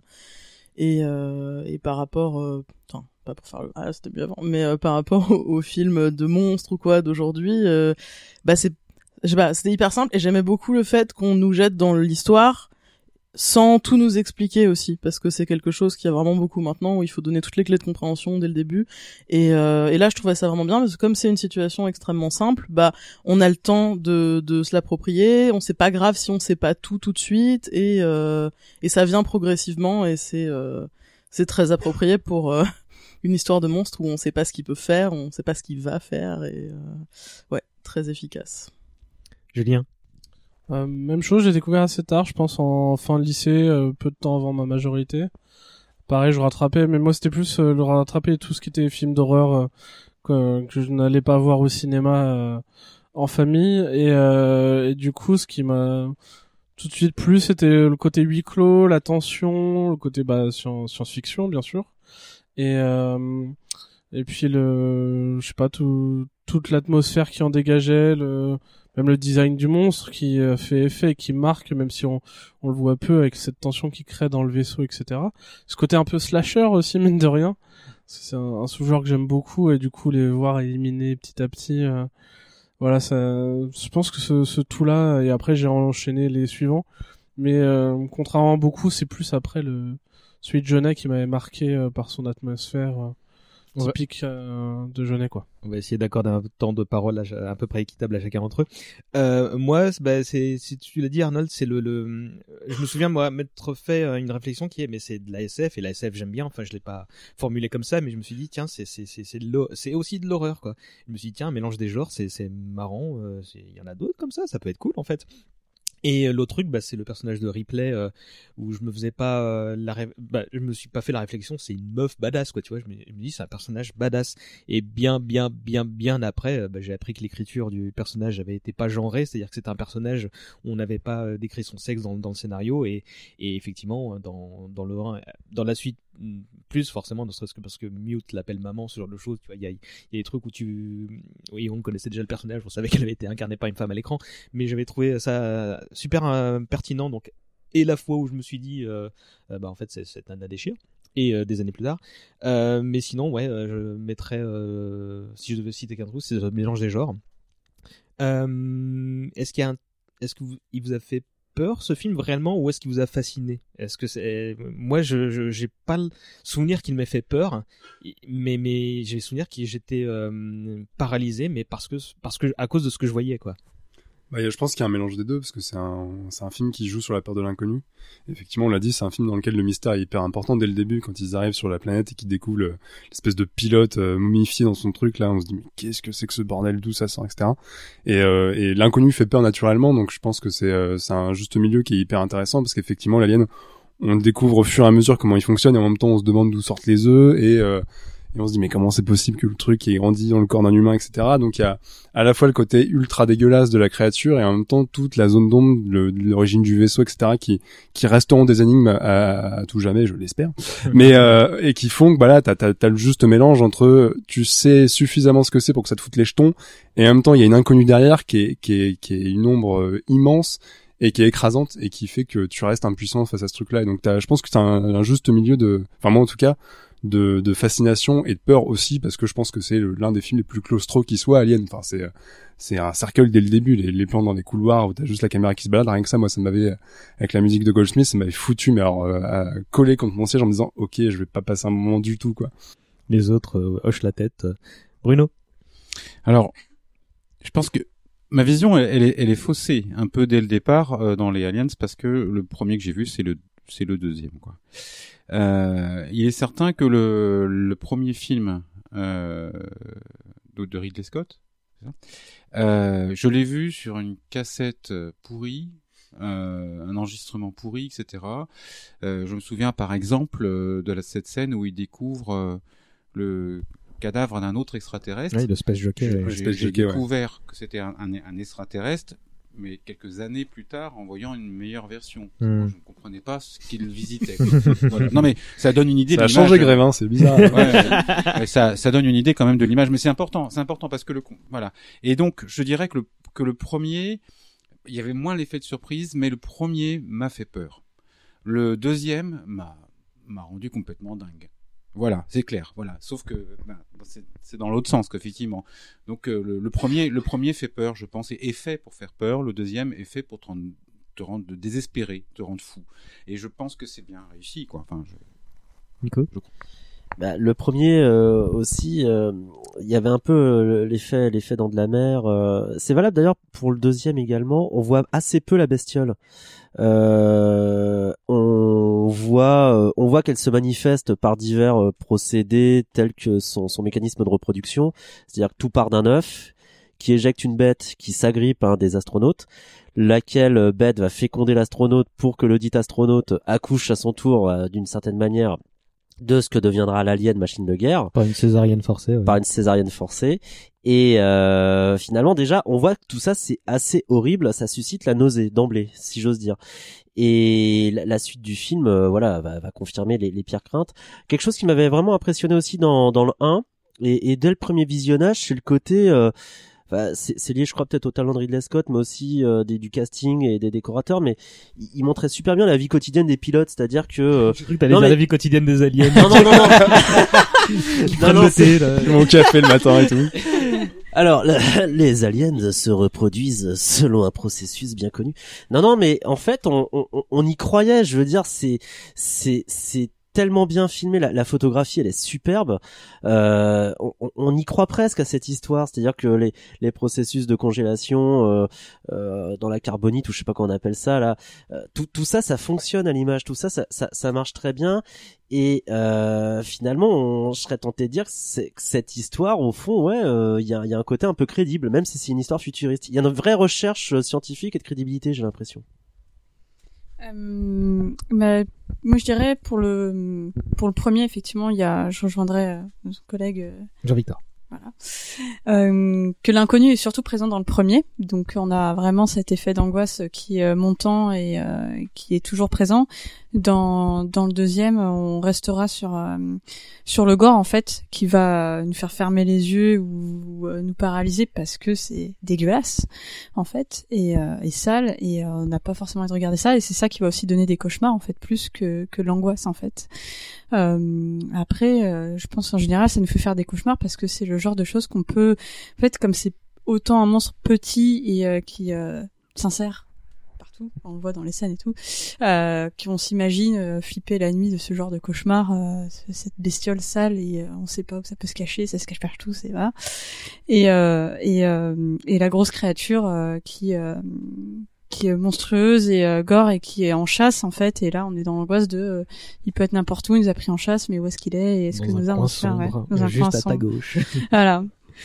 et euh, et par rapport, euh, enfin. Pas pour faire le ah c'était mieux avant, mais euh, par rapport au, au film de monstres ou quoi d'aujourd'hui, euh, bah c'est je sais pas, c'était hyper simple et j'aimais beaucoup le fait qu'on nous jette dans l'histoire sans tout nous expliquer aussi, parce que c'est quelque chose qui a vraiment beaucoup maintenant où il faut donner toutes les clés de compréhension dès le début, et euh, et là je trouvais ça vraiment bien parce que comme c'est une situation extrêmement simple, bah on a le temps de de se l'approprier, on sait pas grave si on sait pas tout tout de suite, et euh, et ça vient progressivement, et c'est euh, c'est très approprié pour euh, une histoire de monstre où on sait pas ce qu'il peut faire, on sait pas ce qu'il va faire, et euh, ouais, très efficace. Julien. Euh, même chose, j'ai découvert assez tard, je pense en fin de lycée, euh, peu de temps avant ma majorité. Pareil, je rattrapais, mais moi c'était plus euh, le rattraper tout ce qui était film d'horreur euh, que, que je n'allais pas voir au cinéma euh, en famille, et, euh, et du coup ce qui m'a tout de suite plu c'était le côté huis clos, la tension, le côté bah, science-fiction bien sûr. Et euh, et puis le je sais pas tout toute l'atmosphère qui en dégageait, le même le design du monstre qui fait effet et qui marque, même si on on le voit peu, avec cette tension qui crée dans le vaisseau, et cetera. Ce côté un peu slasher aussi, mine de rien, c'est un, un sous-genre que j'aime beaucoup, et du coup les voir éliminer petit à petit, euh, voilà, ça je pense que ce, ce tout là, et après j'ai enchaîné les suivants, mais euh, contrairement à beaucoup, c'est plus après le celui de Jeunet qui m'avait marqué euh, par son atmosphère euh, typique euh, de Jeunet, quoi. On va essayer d'accorder un temps de parole à, à peu près équitable à chacun d'entre eux. Euh, moi, bah, c'est, si tu l'as dit, Arnold, c'est le, le, je me souviens, moi, m'être fait une réflexion qui est, mais c'est de la S F, et la S F, j'aime bien, enfin, je l'ai pas formulé comme ça, mais je me suis dit, tiens, c'est, c'est, c'est, c'est, de c'est aussi de l'horreur, quoi. Je me suis dit, tiens, un mélange des genres, c'est, c'est marrant, euh, il y en a d'autres comme ça, ça peut être cool, en fait. Et l'autre truc, bah, c'est le personnage de Ripley, euh, où je me faisais pas euh, la, ré... bah, je me suis pas fait la réflexion, c'est une meuf badass, quoi, tu vois. Je me, je me dis, c'est un personnage badass. Et bien, bien, bien, bien après, euh, bah, j'ai appris que l'écriture du personnage avait été pas genrée, c'est-à-dire que c'était un personnage où on n'avait pas euh, décrit son sexe dans, dans le scénario, et, et effectivement, dans, dans le dans la suite plus forcément, ne serait-ce que parce que Mute l'appelle maman, ce genre de choses. Tu vois, il y a, il y a des trucs où tu, oui, on connaissait déjà le personnage, on savait qu'elle avait été incarnée par une femme à l'écran, mais j'avais trouvé ça super euh, pertinent. Donc, et la fois où je me suis dit, euh, euh, bah en fait, c'est, c'est Anna Déchire. Et euh, des années plus tard. Euh, mais sinon, ouais, euh, je mettrais, euh, si je devais citer qu'un truc, c'est le mélange des genres. Euh, est-ce qu'il y a un, est-ce que vous, il vous a fait peur ce film réellement, ou est-ce qu'il vous a fasciné? Est-ce que c'est, moi, je, je j'ai pas le souvenir qu'il m'ait fait peur, mais mais j'ai le souvenir que j'étais euh, paralysé, mais parce que parce que à cause de ce que je voyais, quoi. Bah, je pense qu'il y a un mélange des deux, parce que c'est un, c'est un film qui joue sur la peur de l'inconnu. Effectivement, on l'a dit, c'est un film dans lequel le mystère est hyper important dès le début, quand ils arrivent sur la planète et qu'ils découvrent le, l'espèce de pilote euh, momifié dans son truc, là, on se dit, mais qu'est-ce que c'est que ce bordel, d'où ça sort, et cetera. Et, euh, et l'inconnu fait peur naturellement, donc je pense que c'est, euh, c'est un juste milieu qui est hyper intéressant, parce qu'effectivement, l'alien, on découvre au fur et à mesure comment il fonctionne, et en même temps, on se demande d'où sortent les œufs, et, euh, et on se dit mais comment c'est possible que le truc ait grandi dans le corps d'un humain, et cetera. Donc il y a à la fois le côté ultra dégueulasse de la créature et en même temps toute la zone d'ombre, le, l'origine du vaisseau, et cetera. qui qui resteront des énigmes à, à, à tout jamais, je l'espère. Mais euh, et qui font que bah là t'as t'as t'as le juste mélange entre tu sais suffisamment ce que c'est pour que ça te foute les jetons et en même temps il y a une inconnue derrière qui est qui est qui est une ombre immense et qui est écrasante et qui fait que tu restes impuissant face à ce truc-là. Et donc t'as, je pense que c'est un, un juste milieu de, enfin moi en tout cas, de, de fascination et de peur aussi, parce que je pense que c'est le, l'un des films les plus claustro qui soit, Alien. Enfin c'est c'est un cercle dès le début, les, les plans dans des couloirs où t'as juste la caméra qui se balade. Rien que ça, moi ça m'avait, avec la musique de Goldsmith, ça m'avait foutu, mais alors euh, à coller contre mon siège en me disant ok, je vais pas passer un moment du tout, quoi. Les autres euh, hochent la tête. Bruno. Alors, je pense que ma vision, elle, elle, est, elle est faussée un peu dès le départ euh, dans les Aliens, parce que le premier que j'ai vu, c'est le, c'est le deuxième, quoi. Euh, il est certain que le, le premier film euh, de, de Ridley Scott, c'est ça euh, je l'ai vu sur une cassette pourrie, euh, un enregistrement pourri, et cetera. Euh, je me souviens par exemple euh, de la, cette scène où il découvre euh, le cadavre d'un autre extraterrestre. Oui, le Space Jockey. J'ai, ouais. j'ai, Space j'ai Jockey, découvert ouais. que c'était un, un, un extraterrestre, mais quelques années plus tard, en voyant une meilleure version. Mm. Moi, je ne comprenais pas ce qu'il visitait. Voilà. Non, mais ça donne une idée ça de l'image. Ça a changé Grévin, c'est bizarre. Ouais, ouais, ouais, ça, ça donne une idée quand même de l'image, mais c'est important. C'est important parce que le, voilà. Et donc, je dirais que le, que le premier, il y avait moins l'effet de surprise, mais le premier m'a fait peur. Le deuxième m'a, m'a rendu complètement dingue. Voilà, c'est clair. Voilà, sauf que ben, c'est, c'est dans l'autre sens qu'effectivement. Donc euh, le, le premier, le premier fait peur, je pense, et est fait pour faire peur. Le deuxième est fait pour te rendre, te rendre désespéré, te rendre fou. Et je pense que c'est bien réussi, quoi. Enfin, je... Nico. Je... Bah, le premier euh, aussi, il euh, y avait un peu euh, l'effet, l'effet dans de la mer. Euh, c'est valable d'ailleurs pour le deuxième également. On voit assez peu la bestiole. Euh, on voit, euh, on voit qu'elle se manifeste par divers euh, procédés tels que son, son mécanisme de reproduction, c'est-à-dire que tout part d'un œuf qui éjecte une bête qui s'agrippe à un des astronautes, laquelle euh, bête va féconder l'astronaute pour que le dit astronaute accouche à son tour euh, d'une certaine manière de ce que deviendra l'alien machine de guerre. Par une césarienne forcée. Ouais. Par une césarienne forcée. Et euh, finalement, déjà, on voit que tout ça, c'est assez horrible. Ça suscite la nausée d'emblée, si j'ose dire. Et la, la suite du film, euh, voilà, va, va confirmer les, les pires craintes. Quelque chose qui m'avait vraiment impressionné aussi dans, dans le un, et, et dès le premier visionnage, c'est le côté... Euh, Enfin, c'est, c'est lié, je crois, peut-être au talent de Ridley Scott, mais aussi euh, des, du casting et des décorateurs. Mais il, il montrait super bien la vie quotidienne des pilotes, c'est-à-dire que. Euh... J'ai cru que t'allais dire mais... la vie quotidienne des aliens. Non, non, non, non. Qui prennent le thé, là. Mon café le matin et tout. Alors, la, les aliens se reproduisent selon un processus bien connu. Non, non, mais en fait, on, on, on y croyait. Je veux dire, c'est, c'est, c'est tellement bien filmé, la, la photographie elle est superbe, euh, on, on y croit presque à cette histoire, c'est-à-dire que les, les processus de congélation euh, euh, dans la carbonite ou je sais pas comment on appelle ça là, euh, tout, tout ça ça fonctionne à l'image, tout ça ça, ça, ça marche très bien et euh, finalement on, je serais tenté de dire que, c'est, que cette histoire au fond ouais il euh, y, a, y a un côté un peu crédible même si c'est une histoire futuriste, il y a une vraie recherche scientifique et de crédibilité j'ai l'impression. Euh, bah, moi je dirais pour le pour le premier effectivement il y a je rejoindrais euh, notre collègue euh, Jean-Victor. Voilà. Euh, que l'inconnu est surtout présent dans le premier, donc on a vraiment cet effet d'angoisse qui est montant et euh, qui est toujours présent. Dans dans le deuxième, on restera sur euh, sur le gore en fait, qui va nous faire fermer les yeux ou, ou euh, nous paralyser parce que c'est dégueulasse en fait et, euh, et sale et euh, on n'a pas forcément envie de regarder ça et c'est ça qui va aussi donner des cauchemars en fait plus que que l'angoisse en fait. Euh, après, euh, je pense en général ça nous fait faire des cauchemars parce que c'est le genre de choses qu'on peut en fait comme c'est autant un monstre petit et euh, qui euh, s'insère partout, on le voit dans les scènes et tout, euh, qu'on s'imagine euh, flipper la nuit de ce genre de cauchemar, euh, cette bestiole sale et euh, on sait pas où ça peut se cacher, ça se cache partout, c'est voilà. Et euh, et euh, et la grosse créature euh, qui euh, qui est monstrueuse et euh, gore et qui est en chasse en fait et là on est dans l'angoisse de euh, il peut être n'importe où, il nous a pris en chasse mais où est-ce qu'il est et est-ce dans que nous avons faire ouais, dans un juste coin à ta gauche. Voilà.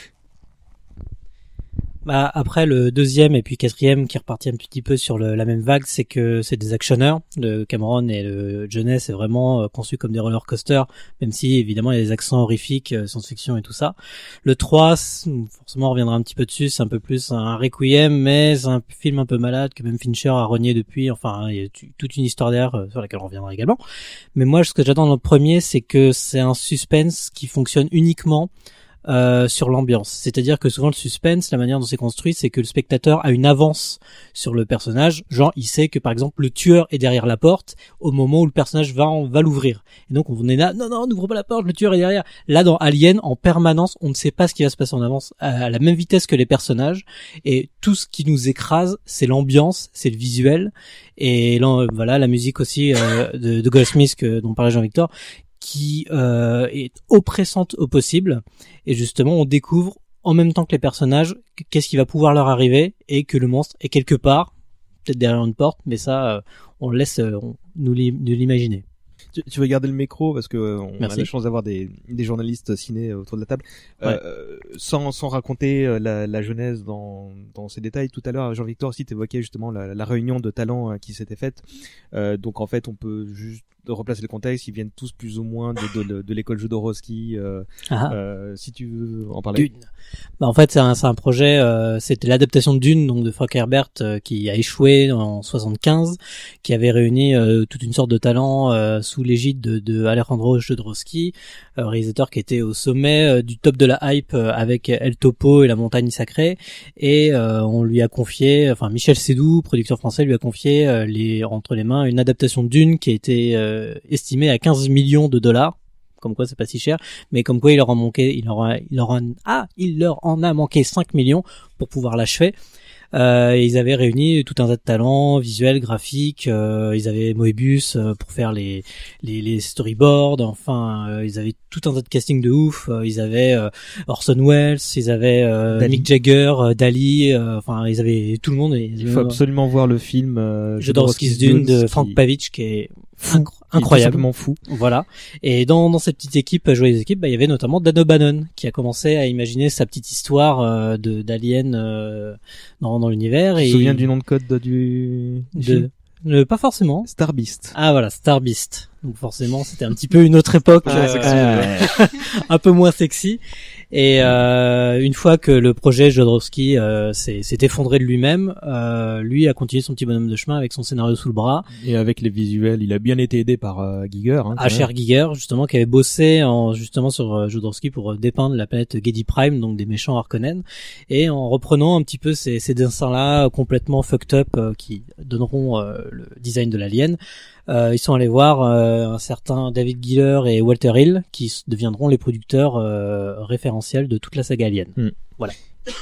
Bah, après le deuxième et puis quatrième qui repartit un petit peu sur le, la même vague, c'est que c'est des actionneurs. Le Cameron et le Jeunet, c'est vraiment euh, conçu comme des roller coasters, même si évidemment il y a des accents horrifiques, euh, science-fiction et tout ça. Le trois, forcément on reviendra un petit peu dessus, c'est un peu plus un requiem, mais c'est un film un peu malade que même Fincher a renié depuis. Enfin, il y a t- toute une histoire derrière euh, sur laquelle on reviendra également. Mais moi, ce que j'adore dans le premier, c'est que c'est un suspense qui fonctionne uniquement Euh, sur l'ambiance. C'est-à-dire que souvent le suspense, la manière dont c'est construit, c'est que le spectateur a une avance sur le personnage. Genre, il sait que par exemple le tueur est derrière la porte au moment où le personnage va va l'ouvrir. Et donc on est là, non non, n'ouvre pas la porte, le tueur est derrière. Là dans Alien, en permanence, on ne sait pas ce qui va se passer en avance à la même vitesse que les personnages. Et tout ce qui nous écrase, c'est l'ambiance, c'est le visuel. Et là, voilà, la musique aussi euh, de, de Goldsmith que dont parlait Jean-Victor, qui euh, est oppressante au possible et justement on découvre en même temps que les personnages qu'est-ce qui va pouvoir leur arriver et que le monstre est quelque part peut-être derrière une porte mais ça euh, on laisse euh, on, nous, li- nous l'imaginer. Tu, tu veux garder le micro parce que euh, on Merci. a la chance d'avoir des, des journalistes ciné autour de la table. Ouais. Euh, sans, sans raconter euh, la, la genèse dans, dans ces détails. Tout à l'heure, Jean-Victor aussi t'évoquait justement la, la réunion de talents euh, qui s'était faite. Euh, donc en fait, on peut juste replacer le contexte. Ils viennent tous plus ou moins de, de, de, de l'école Jodorowsky. Euh, Ah. euh, si tu veux en parler. Dune. Bah en fait c'est un c'est un projet euh, c'était l'adaptation de Dune donc de Frank Herbert euh, qui a échoué en soixante-quinze, qui avait réuni euh, toute une sorte de talents euh, sous l'égide de, de Alejandro Jodorowsky, euh, réalisateur qui était au sommet euh, du top de la hype euh, avec El Topo et La Montagne Sacrée et euh, on lui a confié, enfin Michel Sédou, producteur français, lui a confié euh, les entre les mains une adaptation de Dune qui a été euh, estimée à quinze millions de dollars. Comme quoi c'est pas si cher, mais comme quoi il leur en manquait, il leur a, il leur en, ah, il leur en a manqué cinq millions pour pouvoir l'achever. Euh, et ils avaient réuni tout un tas de talents visuels, graphiques. Euh, ils avaient Moebius euh, pour faire les les, les storyboards. Enfin, euh, ils avaient tout un tas de casting de ouf. Euh, ils avaient euh, Orson Welles, ils avaient euh, Mick Jagger, euh, Dali. Euh, enfin, ils avaient tout le monde. Et, Il faut absolument voir le film euh, Jodorowsky's Dune de Frank Pavich qui est fou, incroyable, simplement fou. Voilà. Et dans dans cette petite équipe, joyeuse équipe, bah il y avait notamment Dan O'Bannon qui a commencé à imaginer sa petite histoire euh, de d'alien euh, dans dans l'univers. Tu te et souviens du nom de code du, du de film le, pas forcément. Star Beast. Ah voilà, Star Beast. Donc forcément, c'était un petit peu une autre époque, Ah, euh, sexy, euh, un peu moins sexy. Et euh, une fois que le projet Jodorowsky euh, s'est, s'est effondré de lui-même, euh, lui a continué son petit bonhomme de chemin avec son scénario sous le bras. Et avec les visuels, il a bien été aidé par euh, Giger. Hein, H R Giger, justement, qui avait bossé en, justement sur euh, Jodorowsky pour euh, dépeindre la planète Gedi Prime, donc des méchants Harkonnen, et en reprenant un petit peu ces, ces dessins-là euh, complètement fucked up euh, qui donneront euh, le design de l'alien. Euh, ils sont allés voir euh, un certain David Giller et Walter Hill qui s- deviendront les producteurs euh, référentiels de toute la saga Alien. Hmm. Voilà.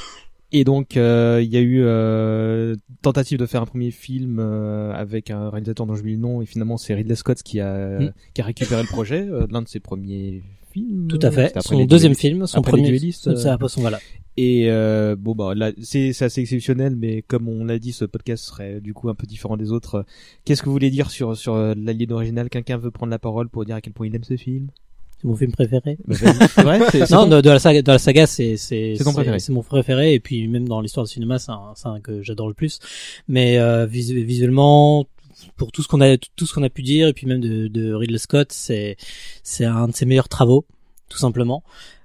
Et donc euh, il y a eu euh, tentative de faire un premier film euh, avec un réalisateur dont j'oublie le nom et finalement c'est Ridley Scott qui a Mm. qui a récupéré le projet, euh, l'un de ses premiers films. Tout à fait. C'était après Son les deuxième Duelistes- film, son après premier. les Duelistes, Ça, euh, son, voilà. Et euh, bon bah là c'est c'est assez exceptionnel, mais comme on l'a dit, ce podcast serait du coup un peu différent des autres. Qu'est-ce que vous voulez dire sur sur euh, l'Alien original? Quelqu'un veut prendre la parole pour dire à quel point il aime ce film? C'est mon film préféré. Bah, vas-y. C'est vrai, c'est- c'est non, ton- de, de la saga, de la saga, c'est c'est C'est ton préféré. C'est mon préféré et puis même dans l'histoire du cinéma, c'est un, c'est un que j'adore le plus. Mais euh, visu- visuellement, pour tout ce qu'on a tout ce qu'on a pu dire et puis même de, de Ridley Scott, c'est c'est un de ses meilleurs travaux, tout simplement.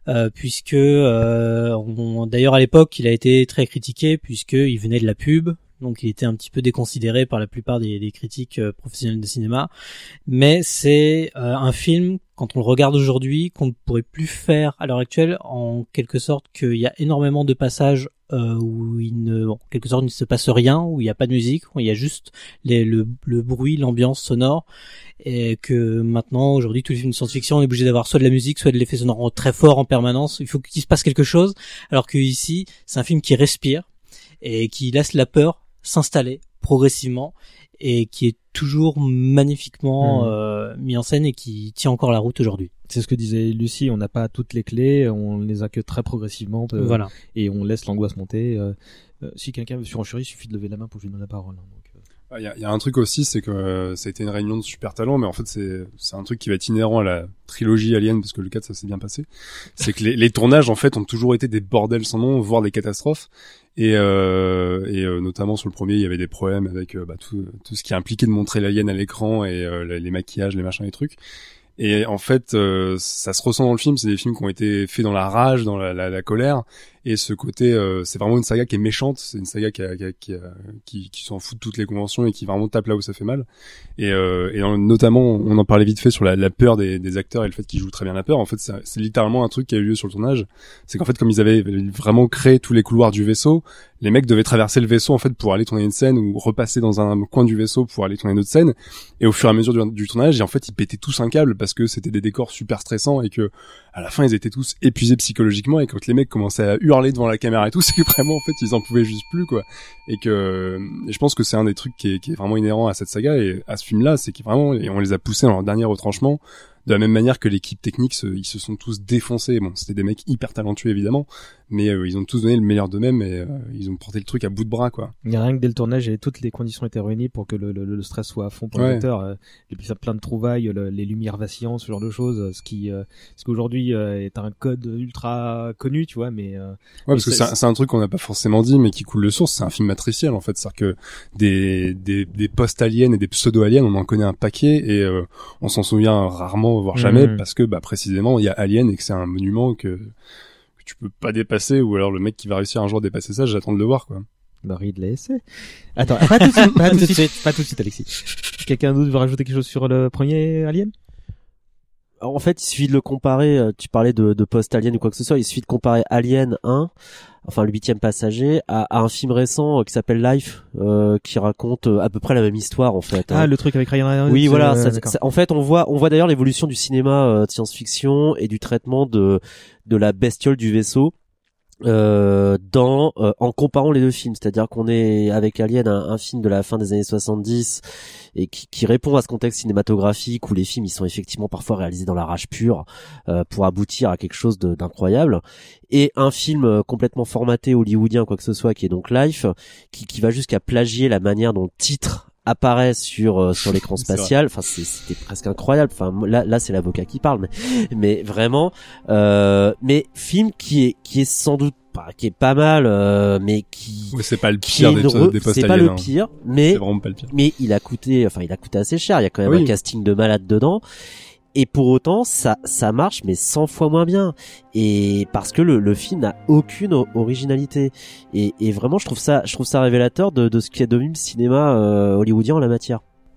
euh, puisque euh, on, d'ailleurs à l'époque il a été très critiqué puisque il venait de la pub, donc il était un petit peu déconsidéré par la plupart des, des critiques euh, professionnels de cinéma. Mais c'est euh, un film, quand on le regarde aujourd'hui, qu'on ne pourrait plus faire à l'heure actuelle, en quelque sorte qu'il y a énormément de passages euh, où il ne, bon, en quelque sorte, il ne se passe rien, où il n'y a pas de musique, où il y a juste les, le, le bruit, l'ambiance sonore, et que maintenant, aujourd'hui, tous les films de science-fiction, on est obligé d'avoir soit de la musique, soit de l'effet sonore très fort en permanence. Il faut qu'il se passe quelque chose, alors que ici, c'est un film qui respire et qui laisse la peur s'installer progressivement et qui est toujours magnifiquement mmh. euh, mis en scène et qui tient encore la route aujourd'hui. C'est ce que disait Lucie, on n'a pas toutes les clés, on les a que très progressivement euh, voilà. Et on laisse l'angoisse monter. Euh, euh, si quelqu'un veut surenchérir, il suffit de lever la main pour que je lui donne la parole. Hein, donc, euh... Il y a, il y a un truc aussi, c'est que euh, ça a été une réunion de super talents, mais en fait c'est c'est un truc qui va être inhérent à la trilogie Alien, parce que le quatre ça s'est bien passé. C'est que les, les tournages en fait ont toujours été des bordels sans nom, voire des catastrophes. Et, euh, et euh, notamment sur le premier, il y avait des problèmes avec euh, bah, tout, tout ce qui impliquait de montrer l'alien à l'écran et euh, les maquillages, les machins, les trucs. Et en fait, euh, ça se ressent dans le film. C'est des films qui ont été faits dans la rage, dans la, la, la colère. Et ce côté, euh, c'est vraiment une saga qui est méchante. C'est une saga qui, a, qui, a, qui, a, qui, qui s'en fout de toutes les conventions et qui vraiment tape là où ça fait mal. Et, euh, et dans, notamment, on en parlait vite fait sur la, la peur des, des acteurs et le fait qu'ils jouent très bien la peur. En fait, c'est, c'est littéralement un truc qui a eu lieu sur le tournage. C'est qu'en fait, comme ils avaient vraiment créé tous les couloirs du vaisseau, les mecs devaient traverser le vaisseau en fait pour aller tourner une scène ou repasser dans un coin du vaisseau pour aller tourner une autre scène. Et au fur et à mesure du, du tournage, et en fait, ils pétaient tous un câble parce que c'était des décors super stressants et que à la fin, ils étaient tous épuisés psychologiquement. Et quand les mecs commençaient à hurler devant la caméra et tout, c'est que vraiment en fait, ils en pouvaient juste plus quoi. Et que et je pense que c'est un des trucs qui est, qui est vraiment inhérent à cette saga et à ce film-là, c'est qu'ils vraiment et on les a poussés dans leur dernier retranchement. De la même manière que l'équipe technique, se, ils se sont tous défoncés. Bon, c'était des mecs hyper talentueux évidemment, mais euh, ils ont tous donné le meilleur d'eux-mêmes et euh, ils ont porté le truc à bout de bras quoi. Il y a rien que dès le tournage, et toutes les conditions étaient réunies pour que le, le, le stress soit à fond pour ouais. l'acteur. Euh, et puis ça plein de trouvailles, le, les lumières vacillantes, ce genre de choses, ce qui, euh, ce qu'aujourd'hui euh, est un code ultra connu, tu vois. Mais euh, ouais, parce que c'est un, c'est un truc qu'on n'a pas forcément dit, mais qui coule de source. C'est un film matriciel en fait, c'est-à-dire que des des, des post-aliens et des pseudo-aliens, on en connaît un paquet et euh, on s'en souvient rarement, voire jamais, mmh. parce que bah précisément il y a Alien et que c'est un monument que, que tu peux pas dépasser, ou alors le mec qui va réussir un jour à dépasser ça, j'attends de le voir quoi. Bah Ridley essaie. Attends, pas tout de suite, pas tout de suite, pas tout de suite Alexis. Quelqu'un d'autre veut rajouter quelque chose sur le premier Alien? En fait, il suffit de le comparer, tu parlais de, de post-Alien ou quoi que ce soit, il suffit de comparer Alien un, enfin le huitième passager, à, à un film récent euh, qui s'appelle Life, euh, qui raconte euh, à peu près la même histoire en fait. Ah, hein. le truc avec Ryan Reynolds. Oui, voilà. Euh, ça, ça, en fait, on voit, on voit d'ailleurs l'évolution du cinéma euh, de science-fiction et du traitement de de la bestiole du vaisseau. Euh, dans euh, en comparant les deux films, c'est-à-dire qu'on est avec Alien un, un film de la fin des années soixante-dix et qui, qui répond à ce contexte cinématographique où les films ils sont effectivement parfois réalisés dans la rage pure euh, pour aboutir à quelque chose de, d'incroyable, et un film euh, complètement formaté hollywoodien quoi que ce soit qui est donc Life, qui, qui va jusqu'à plagier la manière dont le titre apparaît sur euh, sur l'écran spatial. Enfin c'est, c'était presque incroyable. Enfin là là c'est l'avocat qui parle, mais mais vraiment euh, mais film qui est qui est sans doute pas qui est pas mal, euh, mais qui ouais, c'est pas le pire des, re... des post-aliens. C'est pas le pire, mais c'est vraiment pas le pire. Mais il a coûté enfin il a coûté assez cher. Il y a quand même oui. un casting de malade dedans. Et pour autant, ça, ça marche, mais cent fois moins bien. Et parce que le, le film n'a aucune originalité. Et, et vraiment, je trouve ça, je trouve ça révélateur de, de ce qui est devenu le cinéma euh, hollywoodien en la matière.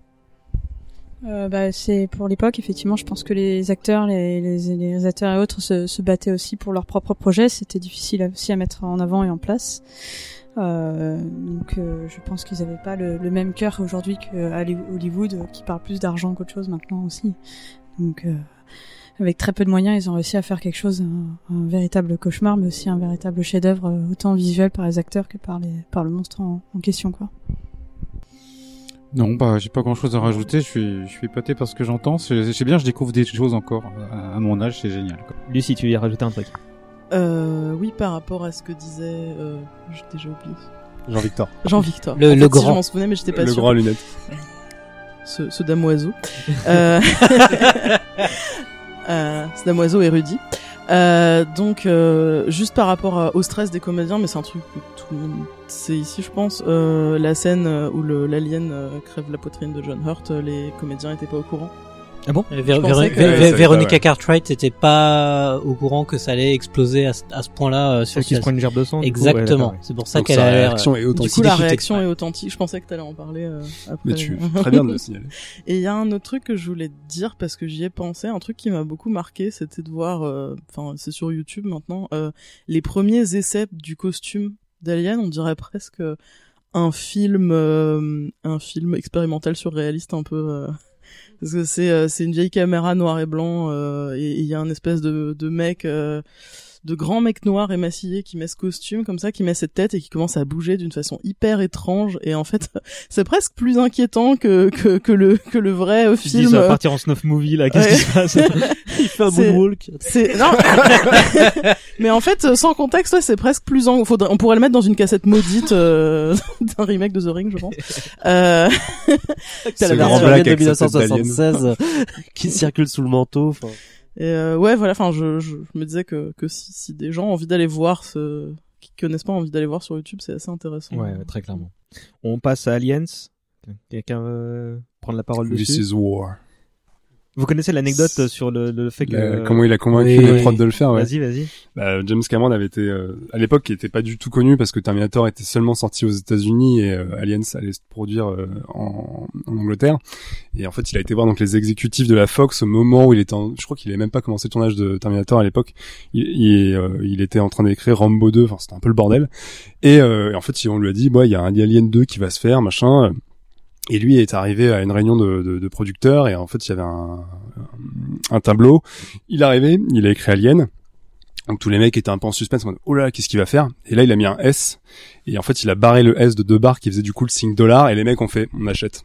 Euh, bah, c'est pour l'époque, effectivement, je pense que les acteurs, les, les, les réalisateurs et autres se, se battaient aussi pour leurs propres projets. C'était difficile aussi à mettre en avant et en place. Euh, donc, euh, je pense qu'ils n'avaient pas le, le même cœur aujourd'hui qu'à Hollywood, qui parle plus d'argent qu'autre chose maintenant aussi. Donc, euh, avec très peu de moyens, ils ont réussi à faire quelque chose, un, un véritable cauchemar, mais aussi un véritable chef-d'œuvre, autant visuel par les acteurs que par les, par le monstre en, en question, quoi. Non, bah, j'ai pas grand chose à rajouter, je suis, je suis épaté par ce que j'entends. C'est, c'est bien, je découvre des choses encore. À, à mon âge, c'est génial, quoi. Lucie, tu veux y rajouter un truc? Euh, oui, par rapport à ce que disait, euh, j'ai déjà oublié. Jean-Victor. Jean-Victor. Le, en fait, le si grand. je m'en souvenais, mais j'étais pas le sûre. Le grand à lunettes. Ce, ce damoiseau. euh... euh, ce damoiseau érudit. Euh, donc, euh, juste par rapport à, au stress des comédiens, mais c'est un truc que tout le monde sait ici, je pense, euh, la scène où le, l'alien euh, crève la poitrine de John Hurt, les comédiens étaient pas au courant. Ah bon? Vé- Vé- que... ouais, Véronica ouais. Cartwright n'était pas au courant que ça allait exploser à ce, à ce point-là euh, sur Celle qui se prend une gerbe de sang. Exactement. Ouais, ouais. C'est pour ça Donc qu'elle sa a l'air. réaction est authentique. Du coup, la réaction est authentique. Je pensais que t'allais en parler euh, après. Mais tu fais très bien de le signaler. Et il y a un autre truc que je voulais te dire parce que j'y ai pensé. Un truc qui m'a beaucoup marqué, c'était de voir, enfin, euh, c'est sur YouTube maintenant, euh, les premiers essais du costume d'Alien. On dirait presque un film, euh, un film expérimental surréaliste un peu. Euh... Parce que c'est euh, c'est une vieille caméra noir et blanc euh, et il y a un espèce de de mec euh, de grand mec noir émacié qui met ce costume comme ça, qui met cette tête et qui commence à bouger d'une façon hyper étrange et en fait c'est presque plus inquiétant que que que le que le vrai euh, film. Dis, ça va partir en snuff movie là, qu'est-ce ouais. qui se passe? Il fait un moonwalk. C'est non. Mais en fait sans contexte, ouais, c'est presque plus en... Faudrait... on pourrait le mettre dans une cassette maudite euh, d'un remake de The Ring, je pense. Euh... T'as la version de mille neuf cent soixante-seize qui circule sous le manteau. Enfin. Et euh, ouais, voilà. Enfin, je, je, je me disais que que si, si des gens ont envie d'aller voir ce, qui connaissent pas, ont envie d'aller voir sur YouTube, c'est assez intéressant. Ouais, très clairement. On passe à Aliens. Quelqu'un veut prendre la parole This dessus? is war. Vous connaissez l'anecdote sur le, le fait que... Euh, comment il a convaincu oui, les oui. prods de le faire, ouais. Vas-y, vas-y. Bah, James Cameron avait été, euh, à l'époque, il était pas du tout connu parce que Terminator était seulement sorti aux États-Unis et euh, Aliens allait se produire euh, en, en Angleterre. Et en fait, il a été voir donc les exécutifs de la Fox au moment où il était en, je crois qu'il avait même pas commencé le tournage de Terminator à l'époque. Il, il, euh, il était en train d'écrire Rambo deux, enfin, c'était un peu le bordel. Et, euh, et en fait, on lui a dit, bah, il y a un Alien deux qui va se faire, machin. Et lui est arrivé à une réunion de, de, de producteurs et en fait il y avait un, un, un tableau. Il est arrivé, il a écrit Alien. Donc tous les mecs étaient un peu en suspense, en mode, oh là, qu'est-ce qu'il va faire? Et là il a mis un S et en fait il a barré le S de deux barres qui faisait du coup le signe dollar et les mecs ont fait, on achète.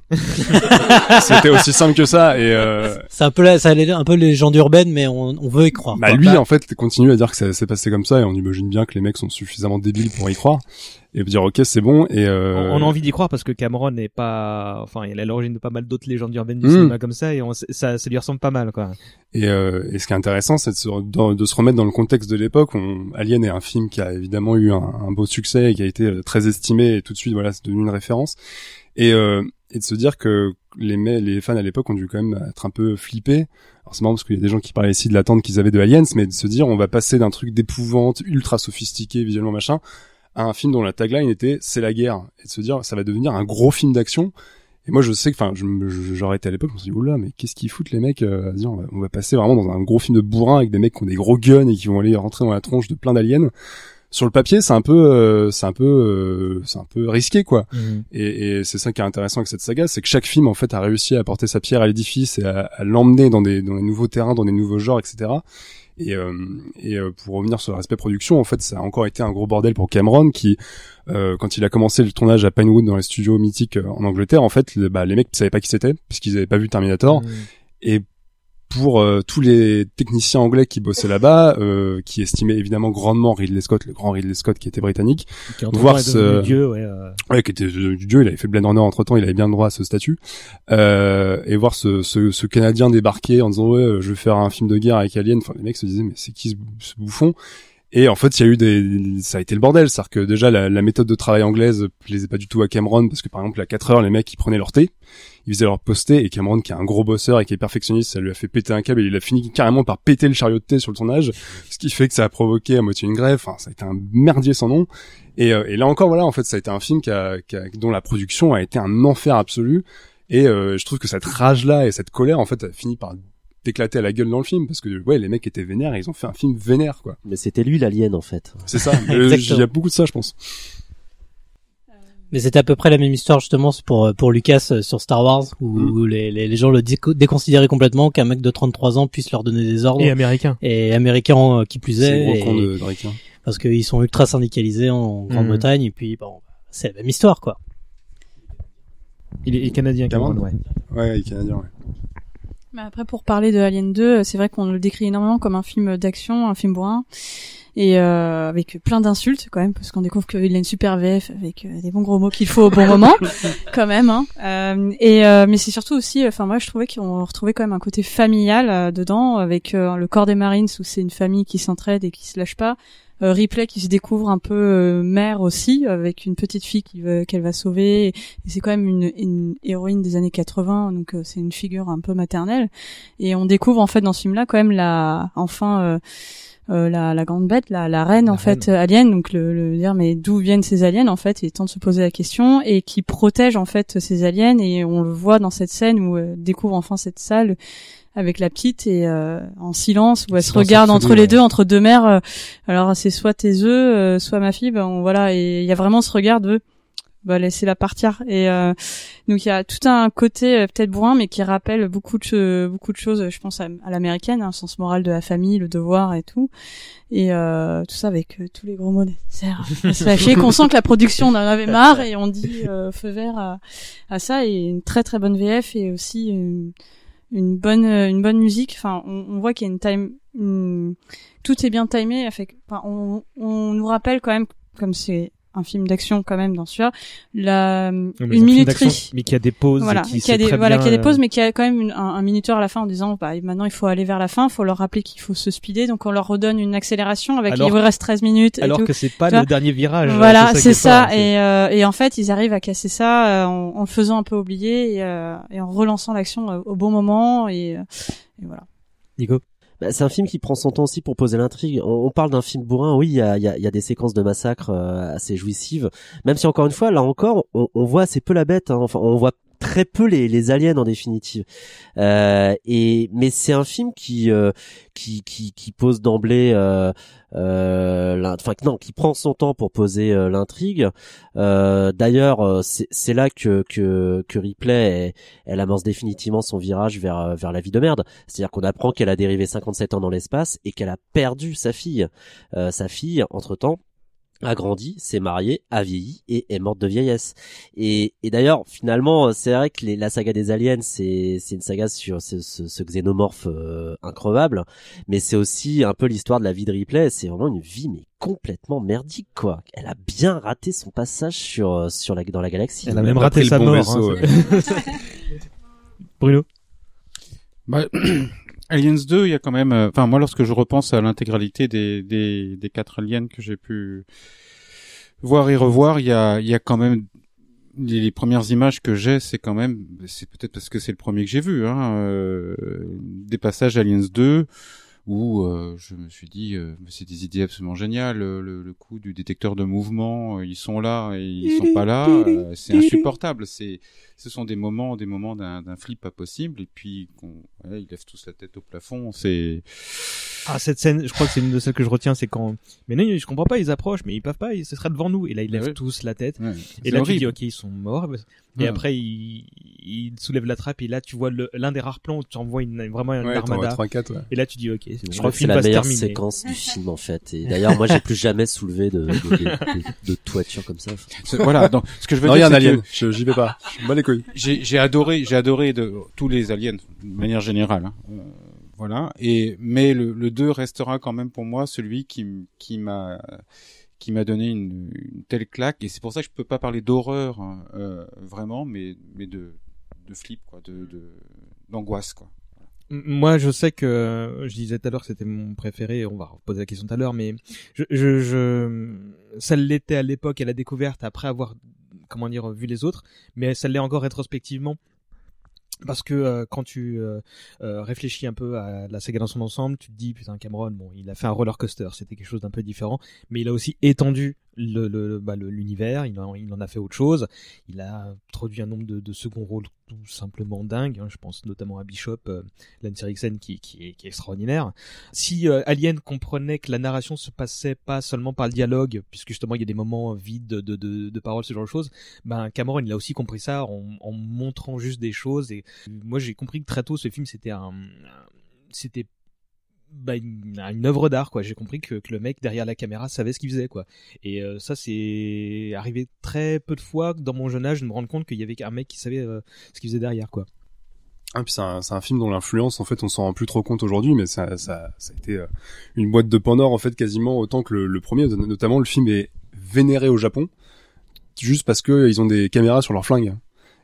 C'était aussi simple que ça et euh... c'est un peu là, ça allait un peu légende urbaine mais on, on veut y croire. Bah quoi. lui en fait continue à dire que ça s'est passé comme ça et on imagine bien que les mecs sont suffisamment débiles pour y croire. Et dire ok c'est bon et euh... on a envie d'y croire parce que Cameron n'est pas, enfin il est à l'origine de pas mal d'autres légendes urbaines du mmh. cinéma comme ça et on, ça, ça lui ressemble pas mal quoi. Et, euh, et ce qui est intéressant c'est de se, de, de se remettre dans le contexte de l'époque. On, Alien est un film qui a évidemment eu un, un beau succès et qui a été très estimé et tout de suite voilà c'est devenu une référence. Et, euh, et de se dire que les, les fans à l'époque ont dû quand même être un peu flippés. Alors c'est marrant parce qu'il y a des gens qui parlaient ici de l'attente qu'ils avaient de Aliens, mais de se dire on va passer d'un truc d'épouvante ultra sophistiqué visuellement machin à un film dont la tagline était c'est la guerre et de se dire ça va devenir un gros film d'action. Et moi je sais que enfin je, je, j'aurais été à l'époque je me suis dit oula mais qu'est-ce qu'ils foutent les mecs euh, à dire on va, on va passer vraiment dans un gros film de bourrin avec des mecs qui ont des gros guns et qui vont aller rentrer dans la tronche de plein d'aliens. Sur le papier c'est un peu euh, c'est un peu euh, c'est un peu risqué quoi. Mmh. Et, et c'est ça qui est intéressant avec cette saga, c'est que chaque film en fait a réussi à apporter sa pierre à l'édifice et à, à l'emmener dans des dans des nouveaux terrains, dans des nouveaux genres, et cetera. Et, euh, et euh, pour revenir sur l'aspect production, en fait, ça a encore été un gros bordel pour Cameron qui, euh, quand il a commencé le tournage à Pinewood dans les studios mythiques en Angleterre, en fait, le, bah, les mecs ne savaient pas qui c'était puisqu'ils n'avaient pas vu Terminator. Mmh. Et pour euh, tous les techniciens anglais qui bossaient là-bas, euh, qui estimaient évidemment grandement Ridley Scott, le grand Ridley Scott qui était britannique, qui voir ce dieu, ouais, euh... ouais, qui était du dieu, il avait fait Blade Runner entre temps, il avait bien le droit à ce statut, euh, et voir ce, ce, ce Canadien débarquer en disant ouais, je vais faire un film de guerre avec Alien, enfin les mecs se disaient mais c'est qui ce, ce bouffon? Et en fait, il y a eu des, ça a été le bordel, c'est-à-dire que déjà la, la méthode de travail anglaise plaisait pas du tout à Cameron parce que par exemple à quatre heures les mecs ils prenaient leur thé, ils faisaient leur poster et Cameron qui est un gros bosseur et qui est perfectionniste, ça lui a fait péter un câble et il a fini carrément par péter le chariot de thé sur le tournage, ce qui fait que ça a provoqué à moitié une grève. Enfin, ça a été un merdier sans nom. Et, euh, et là encore voilà, en fait, ça a été un film qui a, qui a, dont la production a été un enfer absolu. Et euh, je trouve que cette rage là et cette colère en fait a fini par d'éclater à la gueule dans le film parce que ouais les mecs étaient vénères et ils ont fait un film vénère quoi. Mais c'était lui l'alien en fait. C'est ça. Il y a beaucoup de ça je pense. Mais c'était à peu près la même histoire justement pour pour Lucas sur Star Wars où, mmh. où les, les les gens le déconsidéraient complètement qu'un mec de trente-trois ans puisse leur donner des ordres. Et américain. Et américain qui plus est. C'est gros et, con de, de Ricain. Parce qu'ils sont ultra syndicalisés en Grande-Bretagne mmh. et puis bon c'est la même histoire quoi. Il est, il est canadien Cameron, ouais. Ouais, il est canadien ouais. Mais après, pour parler de Alien deux, c'est vrai qu'on le décrit énormément comme un film d'action, un film bourrin, et euh, avec plein d'insultes quand même, parce qu'on découvre qu'il a une super V F avec euh, des bons gros mots qu'il faut au bon moment, quand même. Hein. Euh, et euh, mais c'est surtout aussi, enfin moi je trouvais qu'on retrouvait quand même un côté familial euh, dedans, avec euh, le corps des Marines où c'est une famille qui s'entraide et qui se lâche pas. euh, Ripley qui se découvre un peu euh, mère aussi, avec une petite fille qui veut, qu'elle va sauver. Et, et c'est quand même une, une héroïne des années quatre-vingts, donc euh, c'est une figure un peu maternelle. Et on découvre en fait dans ce film-là quand même la, enfin euh, euh, la, la grande bête, la, la reine la en reine. fait alien. Donc le, le dire mais d'où viennent ces aliens en fait, il est temps de se poser la question, et qui protège en fait ces aliens. Et on le voit dans cette scène où euh, découvre enfin cette salle avec la petite et euh, en silence où elle se regarde entre les deux, entre deux mères. Euh, alors c'est soit tes œufs, euh, soit ma fille. Ben on, voilà, et il y a vraiment ce regard de bah laissez-la partir. Et euh, donc il y a tout un côté euh, peut-être bourrin, mais qui rappelle beaucoup de beaucoup de choses. Je pense à, à l'américaine, un hein, sens moral de la famille, le devoir et tout. Et euh, tout ça avec euh, tous les gros mots nécessaires. Sachez qu'on sent que la production en avait marre et on dit euh, feu vert à, à ça. Et une très très bonne V F et aussi une une bonne une bonne musique. Enfin on, on voit qu'il y a une time une... tout est bien timé. Fait, enfin, on, on nous rappelle quand même, comme c'est un film d'action quand même dans celui-là, la oui, une minuterie, mais qui a des pauses, voilà, qui, qui a des voilà, bien, qui a des euh... pauses, mais qui a quand même une, un, un minuteur à la fin en disant bah maintenant il faut aller vers la fin, il faut leur rappeler qu'il faut se speeder, donc on leur redonne une accélération avec alors, il vous reste treize minutes. Alors et tout. que c'est pas le dernier virage. Voilà, c'est ça, c'est ça. et euh, et en fait ils arrivent à casser ça euh, en, en le faisant un peu oublier et, euh, et en relançant l'action euh, au bon moment et, euh, et voilà. Nico. Bah, c'est un film qui prend son temps aussi pour poser l'intrigue. On, on parle d'un film bourrin, oui, il y a, y, a, y a des séquences de massacre euh, assez jouissives. Même si encore une fois, là encore, on, on voit assez peu la bête. Hein. Enfin, on voit très peu les, les aliens en définitive. Euh, et mais c'est un film qui euh, qui, qui qui pose d'emblée, euh, euh, enfin non, qui prend son temps pour poser euh, l'intrigue. Euh, d'ailleurs, c'est, c'est là que que que Ripley elle, elle amorce définitivement son virage vers vers la vie de merde. C'est-à-dire qu'on apprend qu'elle a dérivé cinquante-sept ans dans l'espace et qu'elle a perdu sa fille. Euh, sa fille, entre-temps, a grandi, s'est mariée, a vieilli et est morte de vieillesse. Et, et d'ailleurs, finalement, c'est vrai que les, la saga des aliens, c'est, c'est une saga sur ce, ce, ce xénomorphe euh, increvable, mais c'est aussi un peu l'histoire de la vie de Ripley. C'est vraiment une vie mais complètement merdique, quoi. Elle a bien raté son passage sur sur la dans la galaxie. Elle a même raté sa mort. Vaisseau, hein, ouais. Bruno. Bah, Aliens deux, il y a quand même, enfin euh, moi lorsque je repense à l'intégralité des des des quatre aliens que j'ai pu voir et revoir, il y a il y a quand même les, les premières images que j'ai, c'est quand même, c'est peut-être parce que c'est le premier que j'ai vu, hein, euh, des passages Aliens deux où euh, je me suis dit euh, c'est des idées absolument géniales, le, le coup du détecteur de mouvement, euh, ils sont là et ils sont pas là, euh, c'est insupportable, c'est ce sont des moments des moments d'un d'un flip pas possible, et puis qu'on, ouais, ils lèvent tous la tête au plafond, c'est ah cette scène, je crois que c'est une de celles que je retiens, c'est quand mais non, je comprends pas, ils approchent mais ils peuvent pas, ce serait devant nous, et là ils lèvent ouais. tous la tête, ouais, et là horrible. Tu dis ok ils sont morts, et ouais. après ils ils soulèvent la trappe, et là tu vois le, l'un des rares plans où tu en vois une, vraiment une ouais, armada trois, quatre, ouais. Et là tu dis ok c'est bon, je crois que c'est la meilleure séquence du film en fait, et d'ailleurs moi j'ai plus jamais soulevé de, de, de, de, de toiture comme ça. Voilà, donc ce que je veux non, dire c'est alien. que je, j'y vais pas, je me bats les couilles. J'ai, j'ai adoré, j'ai adoré de tous les aliens de manière générale. Hein. Euh, voilà. Et mais le, le deux restera quand même pour moi celui qui qui m'a qui m'a donné une, une telle claque. Et c'est pour ça que je peux pas parler d'horreur hein, euh, vraiment, mais mais de de flip quoi, de, de d'angoisse quoi. Moi, je sais que je disais tout à l'heure que c'était mon préféré. On va reposer la question tout à l'heure, mais je, je, je, ça l'était à l'époque à la découverte après avoir, comment dire, vu les autres, mais ça l'est encore rétrospectivement. Parce que euh, quand tu euh, euh, réfléchis un peu à la saga dans son ensemble, tu te dis putain Cameron, bon, il a fait un roller coaster, c'était quelque chose d'un peu différent, mais il a aussi étendu le, le, bah, le l'univers, il en, il en a fait autre chose, il a introduit un nombre de, de second rôles tout simplement dingue, hein, je pense notamment à Bishop, euh, Lance Henriksen qui, qui, est, qui est extraordinaire. Si euh, Alien comprenait que la narration se passait pas seulement par le dialogue, puisque justement il y a des moments vides de, de, de, de paroles, ce genre de choses, ben Cameron il a aussi compris ça en, en montrant juste des choses. Et moi j'ai compris que très tôt ce film c'était un, c'était bah, une, une œuvre d'art quoi. J'ai compris que, que le mec derrière la caméra savait ce qu'il faisait quoi. Et euh, ça c'est arrivé très peu de fois dans mon jeune âge de me rendre compte qu'il y avait un mec qui savait euh, ce qu'il faisait derrière quoi. Ah, puis c'est un, c'est un film dont l'influence en fait on s'en rend plus trop compte aujourd'hui, mais ça, ça, ça a été euh, une boîte de Pandore en fait quasiment autant que le, le premier. Notamment le film est vénéré au Japon juste parce que ils ont des caméras sur leurs flingues.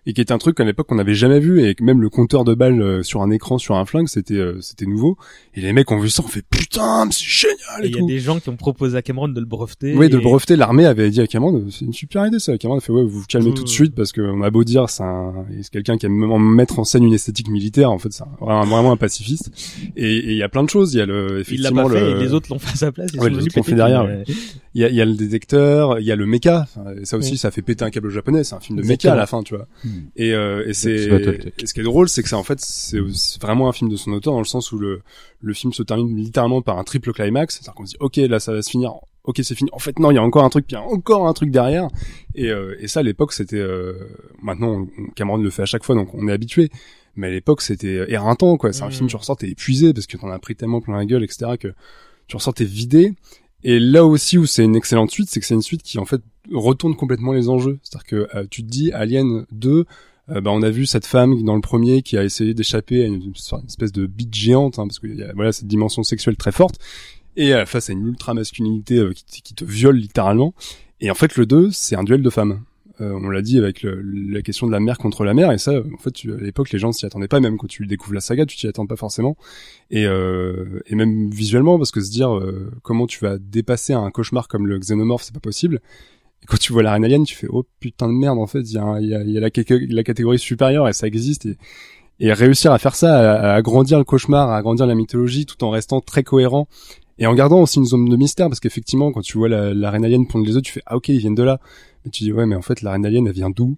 et qui était un truc qu'à l'époque on n'avait jamais vu, et que même le compteur de balles euh, sur un écran sur un flingue, c'était euh, c'était nouveau. Et les mecs ont vu ça, on fait putain, mais c'est génial. Et il y a des gens qui ont proposé à Cameron de le breveter. Oui, et... de le breveter. L'armée avait dit à Cameron, c'est une super idée ça. Cameron a fait ouais, vous vous calmez mmh. tout de suite parce que on a beau dire c'est un, c'est quelqu'un qui aime mettre en scène une esthétique militaire. En fait, c'est un, vraiment un pacifiste. Et il y a plein de choses. Il y a le effectivement il l'a pas le... fait et les autres l'ont fait à sa place. Ils ouais, sont les autres l'ont fait derrière. Il ouais. y a il y a le détecteur, il y a le méca. Et ça aussi, mmh. ça fait péter un câble japonais. C'est un film de méca à la fin, tu vois. Mmh. Et, euh, et c'est et ce qui est drôle, c'est que ça en fait c'est vraiment un film de son auteur dans le sens où le le film se termine littéralement par un triple climax. C'est-à-dire qu'on se dit ok là ça va se finir. Ok, c'est fini. En fait, non, il y a encore un truc, puis il y a encore un truc derrière. Et, euh, et ça, à l'époque, c'était... Euh, maintenant, Cameron le fait à chaque fois, donc on est habitué. Mais à l'époque, c'était éreintant, quoi. C'est mmh. un film, tu ressors, t'es épuisé, parce que t'en as pris tellement plein la gueule, et cetera, que tu ressors, t'es vidé. Et là aussi où c'est une excellente suite, c'est que c'est une suite qui, en fait, retourne complètement les enjeux. C'est-à-dire que euh, tu te dis, Alien deux... Euh, bah, on a vu cette femme dans le premier qui a essayé d'échapper à une, une espèce de bite géante, hein, parce qu'il y a voilà, cette dimension sexuelle très forte. Et euh, face à une ultra masculinité euh, qui, qui te viole littéralement. Et en fait, le deux, c'est un duel de femmes. Euh, on l'a dit avec le, la question de la mère contre la mère. Et ça, en fait, tu, à l'époque, les gens s'y attendaient pas. Même quand tu découvres la saga, tu t'y attends pas forcément. Et, euh, et même visuellement, parce que se dire euh, comment tu vas dépasser un cauchemar comme le Xenomorph, c'est pas possible. Et quand tu vois la reine alien, tu fais oh putain de merde. En fait, il y a, y a, y a la, la catégorie supérieure et ça existe. Et, et réussir à faire ça, à, à agrandir le cauchemar, à agrandir la mythologie, tout en restant très cohérent. Et en gardant aussi une zone de mystère, parce qu'effectivement, quand tu vois la, la reine alien pondre les œufs, tu fais ah ok, ils viennent de là. Mais tu dis ouais, mais en fait la reine alien elle vient d'où?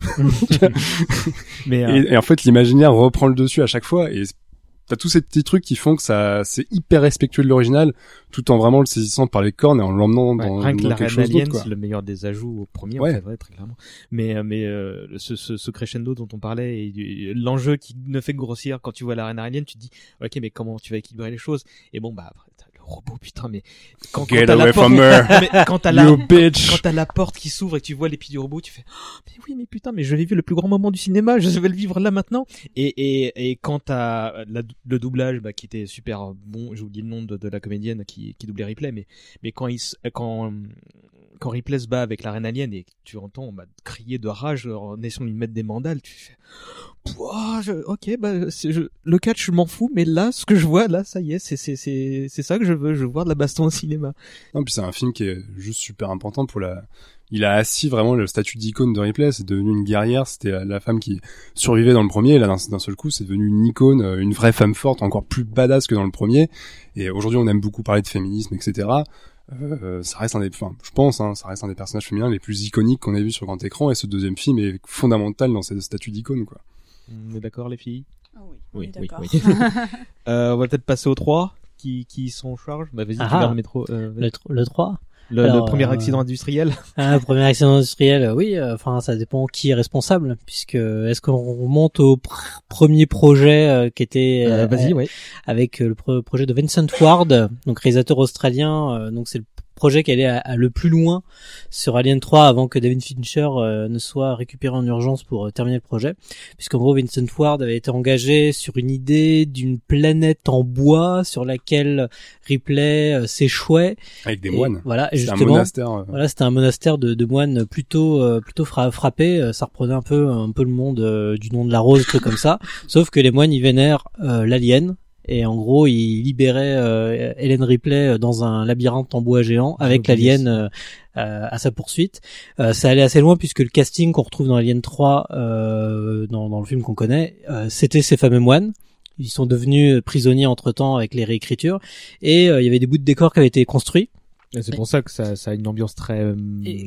mais euh... et, et en fait l'imaginaire reprend le dessus à chaque fois. Et t'as tous ces petits trucs qui font que ça c'est hyper respectueux de l'original, tout en vraiment le saisissant par les cornes et en l'emmenant ouais, dans, rien que dans la quelque reine chose alien, d'autre. C'est le meilleur des ajouts au premier, ouais. en fait, ouais, très clairement. Mais mais euh, ce, ce, ce crescendo dont on parlait et, et l'enjeu qui ne fait que grossir quand tu vois la reine alien, tu te dis ok, mais comment tu vas équilibrer les choses? Et bon bah après robot putain mais quand, quand t'as la porte mais quand t'as la quand t'as la porte qui s'ouvre et que tu vois les pieds du robot tu fais oh, mais oui mais putain mais je l'ai vu le plus grand moment du cinéma, je vais le vivre là maintenant. Et et et quand t'as la, le doublage bah qui était super bon, j'ai oublié le nom de, de la comédienne qui qui doublait Ripley, mais mais quand il quand quand Ripley se bat avec la reine alien et tu entends bah, crier de rage en essayant de lui mettre des mandales, tu fais Pouah, je, ok, bah, c'est, je, le catch, je m'en fous, mais là, ce que je vois, là, ça y est, c'est, c'est, c'est, c'est ça que je veux, je veux voir de la baston au cinéma. Non, puis c'est un film qui est juste super important pour la, il a assis vraiment le statut d'icône de Ripley, c'est devenu une guerrière, c'était la, la femme qui survivait dans le premier, et là, d'un, d'un seul coup, c'est devenu une icône, une vraie femme forte, encore plus badass que dans le premier, et aujourd'hui, on aime beaucoup parler de féminisme, et cetera. Euh, ça reste un des, enfin, je pense, hein, ça reste un des personnages féminins les plus iconiques qu'on ait vu sur grand écran, et ce deuxième film est fondamental dans ce statut d'icône, quoi. On est d'accord, les filles? Ah oui, oui, oui, oui, oui. euh, on va peut-être passer aux trois qui, qui sont en charge. Bah, vas-y, ah, tu vas le métro. Euh, le, tr- le trois? Le, Alors, le premier euh, accident industriel. Ah, le premier accident industriel, oui. Enfin, euh, ça dépend qui est responsable, puisque est-ce qu'on remonte au pr- premier projet euh, qui était euh, vas-y, ouais. avec le pro- projet de Vincent Ward, donc réalisateur australien. Euh, donc c'est le projet qui allait à, à le plus loin sur Alien trois avant que David Fincher euh, ne soit récupéré en urgence pour euh, terminer le projet, puisqu'en gros Vincent Ward avait été engagé sur une idée d'une planète en bois sur laquelle Ripley euh, s'échouait avec des et, moines. Voilà, et c'était justement, un monastère. Euh... Voilà, c'était un monastère de, de moines plutôt euh, plutôt fra- frappés. Ça reprenait un peu un peu le monde euh, du nom de la rose, truc comme ça. Sauf que les moines ils vénèrent euh, l'alien. Et en gros, il libérait euh, Ellen Ripley dans un labyrinthe en bois géant avec oh, l'alien euh, euh, à sa poursuite. Euh, ça allait assez loin puisque le casting qu'on retrouve dans Alien trois, euh, dans, dans le film qu'on connaît, euh, c'était ces fameux moines. Ils sont devenus prisonniers entre-temps avec les réécritures. Et euh, il y avait des bouts de décor qui avaient été construits. Et c'est pour ça que ça, ça a une ambiance très euh,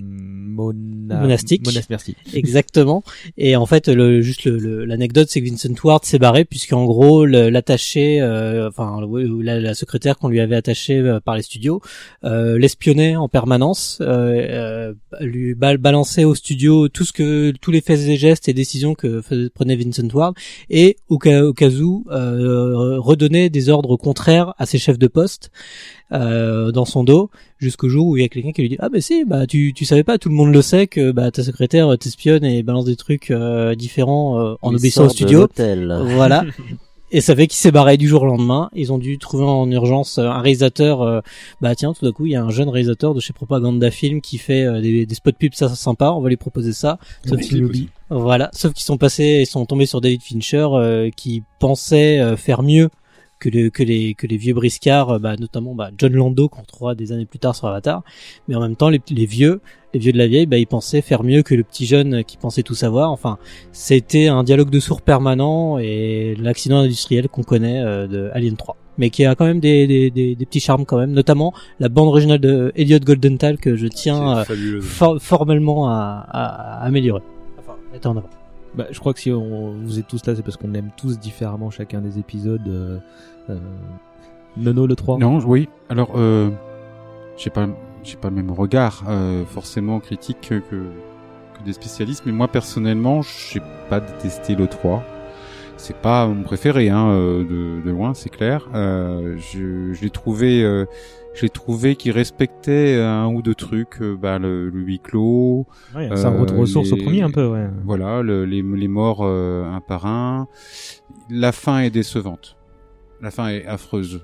mona... monastique. Monas, merci. Exactement. Et en fait, le, juste le, le, l'anecdote, c'est que Vincent Ward s'est barré puisqu'en gros, le, l'attaché, euh, enfin la, la secrétaire qu'on lui avait attachée euh, par les studios, euh, l'espionnait en permanence, euh, euh, lui balançait au studio tout ce que, tous les faits et gestes et décisions que faisait, prenait Vincent Ward, et au cas, au cas où euh, redonnait des ordres contraires à ses chefs de poste. Euh, dans son dos, jusqu'au jour où il y a quelqu'un qui lui dit ah bah si, bah tu tu savais pas, tout le monde le sait que bah ta secrétaire t'espionne et balance des trucs euh, différents euh, en il obéissant au studio. Voilà. Et ça fait qu'il s'est barré du jour au lendemain. Ils ont dû trouver en urgence un réalisateur. Euh, bah tiens, tout d'un coup, il y a un jeune réalisateur de chez Propaganda Film qui fait euh, des, des spots pubs ça, ça sympa. On va lui proposer ça. Sauf oui, qu'ils oublient. Voilà. Sauf qu'ils sont passés, ils sont tombés sur David Fincher euh, qui pensait euh, faire mieux que, le, que les que les vieux briscards, euh, bah, notamment bah, John Lando qu'on retrouvera des années plus tard sur Avatar. Mais en même temps, les, les vieux. Les vieux de la vieille, bah, ils pensaient faire mieux que le petit jeune qui pensait tout savoir. Enfin, c'était un dialogue de sourds permanent et l'accident industriel qu'on connaît euh, de Alien trois. Mais qui a quand même des, des, des, des petits charmes quand même, notamment la bande originale de Elliot Goldenthal que je tiens euh, for- formellement à, à, à améliorer. Enfin, mettre en avant. Bah, je crois que si on, vous êtes tous là, c'est parce qu'on aime tous différemment chacun des épisodes. Euh, euh, Nono, le trois. Non, oui. Alors, euh, j'ai pas... j'ai pas le même regard euh, forcément critique que, que que des spécialistes, mais moi personnellement j'ai pas détesté le trois. C'est pas mon préféré hein, euh, de, de loin, c'est clair. Euh, je, je l'ai trouvé euh, je l'ai trouvé qu'il respectait un ou deux trucs, euh, bah le, le huis clos. Ouais, ça euh, retour aux sources au premier un peu, ouais. Voilà, le, les les morts euh, un par un. La fin est décevante. La fin est affreuse.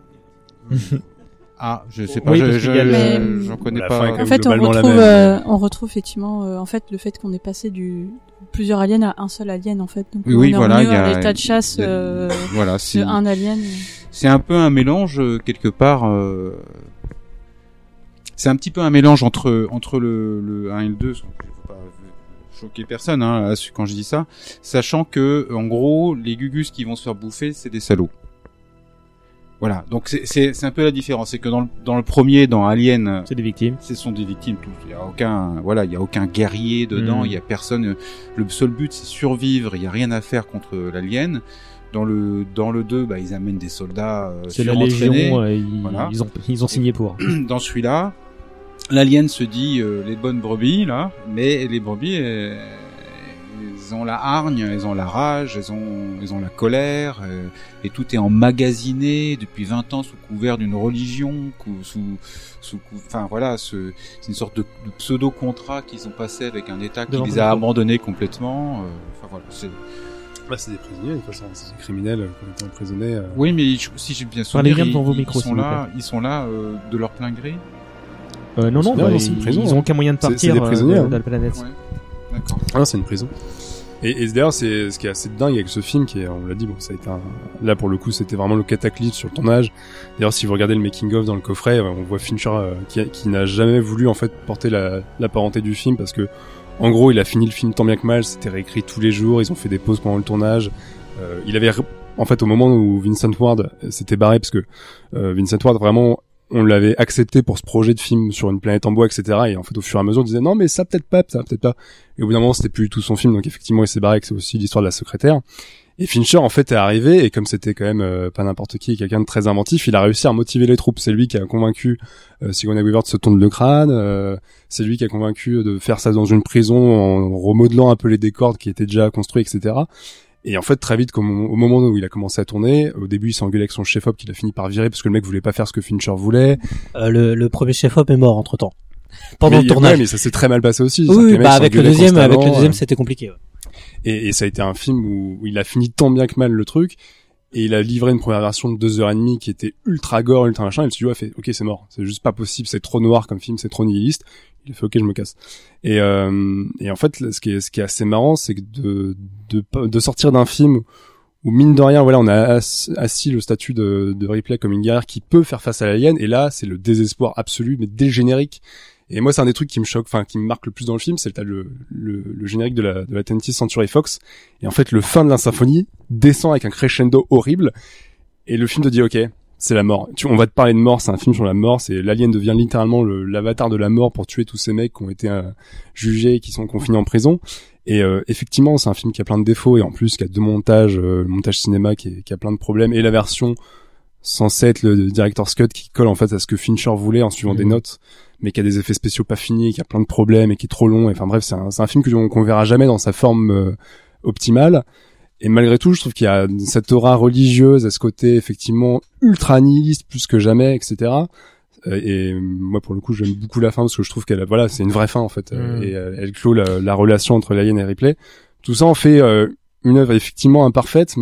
Ah, je sais pas, oui, je, je, mais... je, j'en connais pas. En fait, on retrouve, euh, on retrouve effectivement, euh, en fait, le fait qu'on est passé du plusieurs aliens à un seul alien, en fait. Donc, oui, on oui, est voilà, il y a à l'état de chasse, euh, voilà, c'est de un alien. C'est un peu un mélange quelque part. Euh... C'est un petit peu un mélange entre entre le, le un et le deux. Je veux pas choquer personne, hein, quand je dis ça, sachant que en gros, les Gugus qui vont se faire bouffer, c'est des salauds. Voilà, donc c'est c'est c'est un peu la différence, c'est que dans le dans le premier, dans Alien, c'est des victimes. Ce sont des victimes tous. Il y a aucun voilà, il y a aucun guerrier dedans, mmh. il y a personne. Le seul but c'est survivre. Il y a rien à faire contre l'alien. Dans le dans le deux, bah ils amènent des soldats. Euh, c'est la Légion. Euh, ils, voilà. ils ont ils ont signé pour. Dans celui-là, l'alien se dit euh, les bonnes brebis là, mais les brebis. Euh, Elles ont la hargne, elles ont la rage, elles ont, elles ont la colère, euh, et tout est emmagasiné depuis vingt ans sous couvert d'une religion, sous, sous, enfin voilà, ce, c'est une sorte de, de pseudo-contrat qu'ils ont passé avec un État qui les a abandonnés complètement. Euh, enfin voilà, c'est. Bah, c'est des prisonniers, de toute façon, c'est des criminels qui ont été emprisonnés. Euh... Oui, mais si j'ai bien souvenir, ils, ils sont là, ils sont là euh, de leur plein gré. Euh, non, non, bah, ils, ils, prison, ils ont aucun moyen de partir c'est, c'est des prisonniers, euh, hein. de la planète. Ouais. D'accord. Ah, c'est une prison. Et, et d'ailleurs, c'est ce qui est assez dingue avec ce film, qui est, on l'a dit, bon, ça a été un, là pour le coup, c'était vraiment le cataclysme sur le tournage. D'ailleurs, si vous regardez le making of dans le coffret, on voit Fincher euh, qui, qui n'a jamais voulu en fait porter la, la parenté du film parce que, en gros, il a fini le film tant bien que mal, c'était réécrit tous les jours, ils ont fait des pauses pendant le tournage. Euh, il avait, en fait, au moment où Vincent Ward s'était barré, parce que euh, Vincent Ward vraiment on l'avait accepté pour ce projet de film sur une planète en bois, et cetera. Et en fait, au fur et à mesure, on disait non, mais ça peut-être pas, ça peut-être pas. Et au bout d'un moment, c'était plus du tout son film, donc effectivement, il s'est barré, que c'est aussi l'histoire de la secrétaire. Et Fincher, en fait, est arrivé, et comme c'était quand même euh, pas n'importe qui, quelqu'un de très inventif, il a réussi à motiver les troupes. C'est lui qui a convaincu euh, Sigourney Weaver de se tondre le crâne, euh, c'est lui qui a convaincu de faire ça dans une prison en remodelant un peu les décors qui étaient déjà construits, et cetera. Et en fait, très vite, comme au moment où il a commencé à tourner, au début, il s'est engueulé avec son chef-op qu'il a fini par virer parce que le mec voulait pas faire ce que Fincher voulait. Euh, le, le premier chef-op est mort entre-temps. Pendant mais, le tournage. Ouais, mais ça s'est très mal passé aussi. Oui, bah avec le deuxième, avec le deuxième, c'était compliqué. Ouais. Et, et ça a été un film où, où il a fini tant bien que mal le truc. Et il a livré une première version de deux heures et demie qui était ultra gore, ultra machin. Et le studio a fait, ok, c'est mort. C'est juste pas possible. C'est trop noir comme film. C'est trop nihiliste. Il a fait, ok, je me casse. Et, euh, et en fait, ce qui est, ce qui est assez marrant, c'est que de, de, de sortir d'un film où, mine de rien, voilà, on a assis le statut de, de Ripley comme une guerrière qui peut faire face à l'alien. Et là, c'est le désespoir absolu, mais dès le générique. Et moi, c'est un des trucs qui me choque, enfin, qui me marque le plus dans le film, c'est le, le, le, le générique de la, de la twentieth Century Fox. Et en fait, le fin de la symphonie descend avec un crescendo horrible. Et le film te dit, ok, c'est la mort. Tu, on va te parler de mort, c'est un film sur la mort, c'est l'alien devient littéralement le, l'avatar de la mort pour tuer tous ces mecs qui ont été euh, jugés et qui sont confinés en prison. Et euh, effectivement, c'est un film qui a plein de défauts et en plus qui a deux montages, euh, le montage cinéma qui, est, qui a plein de problèmes et la version censée être le director's cut qui colle en fait à ce que Fincher voulait en suivant mmh. des notes, mais qui a des effets spéciaux pas finis, qui a plein de problèmes et qui est trop long. Et enfin bref, c'est un, c'est un film que qu'on verra jamais dans sa forme euh, optimale. Et malgré tout, je trouve qu'il y a cette aura religieuse à ce côté effectivement ultra nihiliste plus que jamais, et cetera. Et moi, pour le coup, j'aime beaucoup la fin parce que je trouve qu'elle, voilà, c'est une vraie fin en fait, mmh. et elle clôt la, la relation entre l'alien et Ripley. Tout ça en fait euh, une œuvre effectivement imparfaite, mais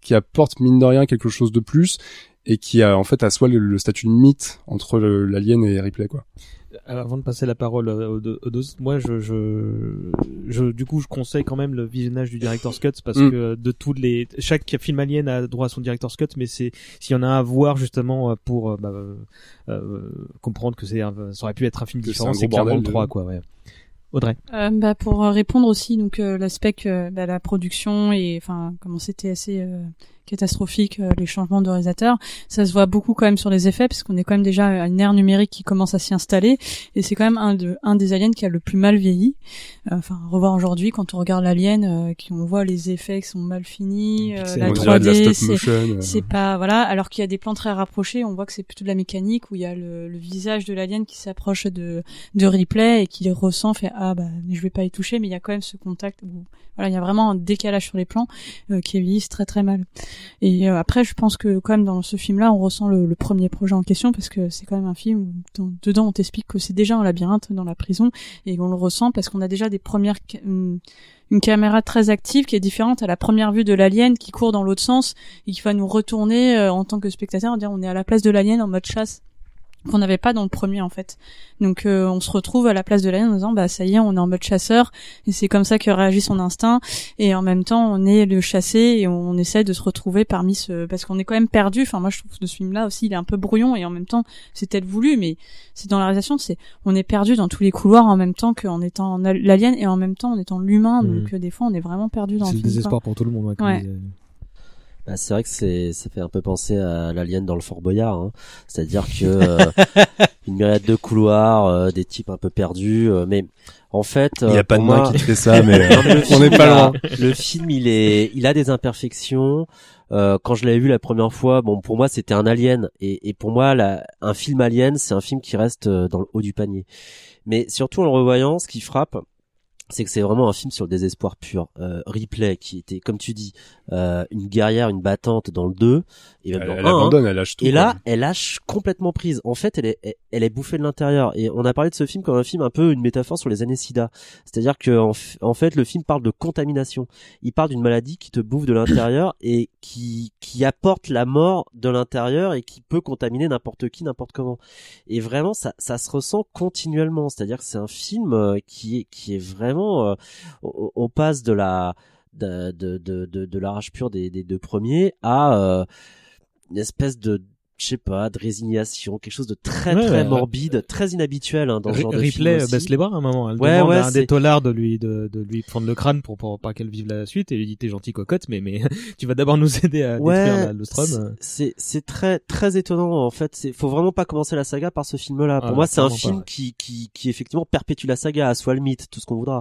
qui apporte mine de rien quelque chose de plus et qui a en fait à soi le, le statut de mythe entre le, l'alien et Ripley, quoi. Alors, avant de passer la parole aux deux, aux deux moi, je, je, je, du coup, je conseille quand même le visionnage du Director's Cut parce mm. que de tous les, chaque film Alien a droit à son Director's Cut, mais c'est, s'il y en a un à voir justement pour bah, euh, comprendre que c'est, un, ça aurait pu être un film que différent, c'est, c'est clairement le trois, quoi, ouais. Audrey. Euh, bah pour répondre aussi donc euh, l'aspect que bah, la production et enfin comment c'était assez euh, catastrophique euh, les changements de réalisateur, ça se voit beaucoup quand même sur les effets parce qu'on est quand même déjà à une ère numérique qui commence à s'y installer et c'est quand même un de un des aliens qui a le plus mal vieilli. Euh, enfin revoir aujourd'hui quand on regarde l'alien euh, qui on voit les effets qui sont mal finis, euh, la trois D c'est motion, euh... c'est pas voilà alors qu'il y a des plans très rapprochés, on voit que c'est plutôt de la mécanique où il y a le, le visage de l'alien qui s'approche de de Ripley et qui les ressent fait ah bah je vais pas y toucher mais il y a quand même ce contact où voilà il y a vraiment un décalage sur les plans euh, qui vieillissent très très mal et euh, après je pense que quand même dans ce film là on ressent le, le premier projet en question parce que c'est quand même un film où dans, dedans on t'explique que c'est déjà un labyrinthe dans la prison et on le ressent parce qu'on a déjà des premières une, une caméra très active qui est différente à la première vue de l'alien qui court dans l'autre sens et qui va nous retourner euh, en tant que spectateur dire on est à la place de l'alien en mode chasse qu'on n'avait pas dans le premier en fait. Donc euh, on se retrouve à la place de l'alien en disant bah ça y est, on est en mode chasseur et c'est comme ça que réagit son instinct et en même temps on est le chassé et on, on essaie de se retrouver parmi ce parce qu'on est quand même perdu. Enfin moi je trouve que ce film là aussi il est un peu brouillon et en même temps c'est peut-être voulu mais c'est dans la réalisation c'est on est perdu dans tous les couloirs en même temps qu'en étant l'alien et en même temps en étant l'humain mmh. donc euh, des fois on est vraiment perdu dans c'est le film. C'est le désespoir pour tout le monde. Ouais. ouais. Les... Bah, c'est vrai que c'est, ça fait un peu penser à l'alien dans le Fort Boyard, hein. C'est-à-dire que euh, une myriade de couloirs, euh, des types un peu perdus, euh, mais en fait, il y a euh, pas de moi, main qui te fait ça, mais non, mais on n'est pas loin. Le film, il est, il a des imperfections. Euh, quand je l'avais vu la première fois, bon, pour moi, c'était un alien, et, et pour moi, la, un film alien, c'est un film qui reste dans le haut du panier. Mais surtout en le revoyant, ce qui frappe, c'est que c'est vraiment un film sur le désespoir pur. Euh, Ripley, qui était, comme tu dis, euh, une guerrière, une battante dans le deux, et même elle, dans elle un, abandonne, elle lâche tout. Et là, quoi. elle lâche complètement prise. En fait, elle est, elle, elle est bouffée de l'intérieur. Et on a parlé de ce film comme un film un peu une métaphore sur les années SIDA. C'est-à-dire que, en, f- en fait, le film parle de contamination. Il parle d'une maladie qui te bouffe de l'intérieur et qui, qui apporte la mort de l'intérieur et qui peut contaminer n'importe qui, n'importe comment. Et vraiment, ça, ça se ressent continuellement. C'est-à-dire que c'est un film euh, qui est, qui est vraiment, euh, on, on passe de la, de, de, de, de, de la rage pure des, des deux premiers à, euh, une espèce de, je sais pas, de résignation, quelque chose de très ouais, très ouais, morbide, ouais. très inhabituel hein, dans ce R- genre de film. Ripley baisse les bras à un moment. Elle ouais, demande ouais, à un c'est... des tolards de lui de, de lui prendre le crâne pour pour pas qu'elle vive la suite et lui dit t'es gentil cocotte mais mais tu vas d'abord nous aider à ouais, détruire la, le Strom. C'est, c'est c'est très très étonnant en fait. C'est faut vraiment pas commencer la saga par ce film-là. Pour ah, moi, c'est un film pas, ouais. qui qui qui effectivement perpétue la saga, soit le mythe, tout ce qu'on voudra.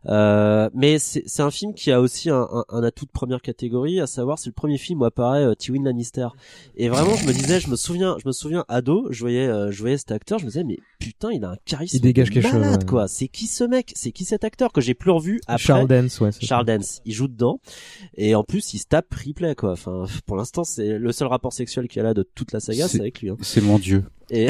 Euh, mais c'est c'est un film qui a aussi un, un, un atout de première catégorie, à savoir c'est le premier film où apparaît euh, Tywin Lannister. Et vraiment, je me disais, je me souviens, je me Je me souviens ado, je voyais, euh, je voyais cet acteur, je me disais mais putain il a un charisme. Il dégage quelque malade, chose. Ouais. Quoi. C'est qui ce mec? C'est qui cet acteur que j'ai plus revu après? Charles Dance, ouais. Charles Dance, il joue dedans et en plus il se tape Ripley quoi. Enfin pour l'instant c'est le seul rapport sexuel qu'il y a là de toute la saga, c'est, c'est avec lui. Hein. C'est mon dieu. Et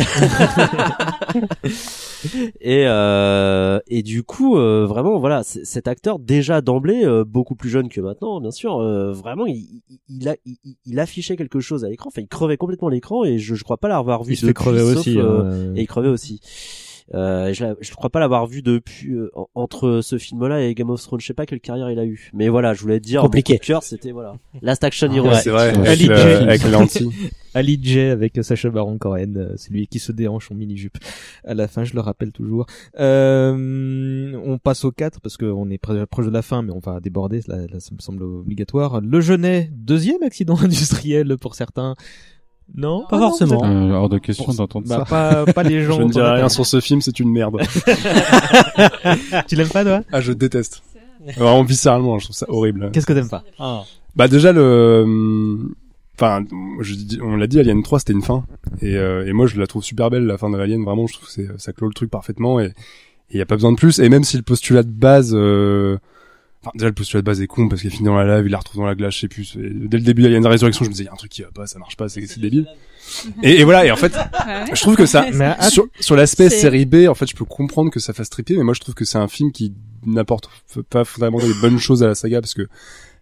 et euh, et du coup euh, vraiment voilà c- cet acteur déjà d'emblée euh, beaucoup plus jeune que maintenant bien sûr euh, vraiment il, il, il a il, il affichait quelque chose à l'écran, enfin il crevait complètement l'écran et je je crois pas l'avoir vu il depuis, se fait crever sauf, aussi euh, hein. Et il crevait aussi. Euh, je, je crois pas l'avoir vu depuis euh, entre ce film-là et Game of Thrones. Je sais pas quelle carrière il a eu, mais voilà, je voulais te dire. Compliqué. Mon coup de cœur, c'était voilà. Last Action Hero. Ouais, c'est vrai. Ali J avec l'anti. Ali J avec Sacha Baron Cohen, c'est lui qui se déhanche en mini-jupe. À la fin, je le rappelle toujours. Euh, on passe au quatre parce qu'on est proche de la fin, mais on va déborder. Là, là, ça me semble obligatoire. Le Genet, deuxième accident industriel pour certains. Non, pas ah forcément. Euh, hors de question d'entendre bah, ça. Pas, pas les gens. Je ne dirai rien sur ce film, c'est une merde. Tu l'aimes pas, toi? Ah, je déteste. Vraiment viscéralement, je trouve ça horrible. Qu'est-ce que t'aimes pas? Ah. Bah déjà le, enfin, je dis, on l'a dit, Alien trois c'était une fin, et, euh, et moi je la trouve super belle la fin de Alien. Vraiment, je trouve que c'est, ça clôt le truc parfaitement et il y a pas besoin de plus. Et même si le postulat de base euh, Enfin, déjà, le postulat de base est con parce qu'il finit dans la lave, il la retrouve dans la glace, je sais plus. Dès le début, il y a une résurrection, je me disais, il y a un truc qui va pas, ça marche pas, c'est, c'est débile. Et, et voilà, et en fait, je trouve que ça, sur, sur l'aspect c'est... série B, en fait, je peux comprendre que ça fasse triper, mais moi, je trouve que c'est un film qui n'apporte pas fondamentalement des bonnes choses à la saga parce que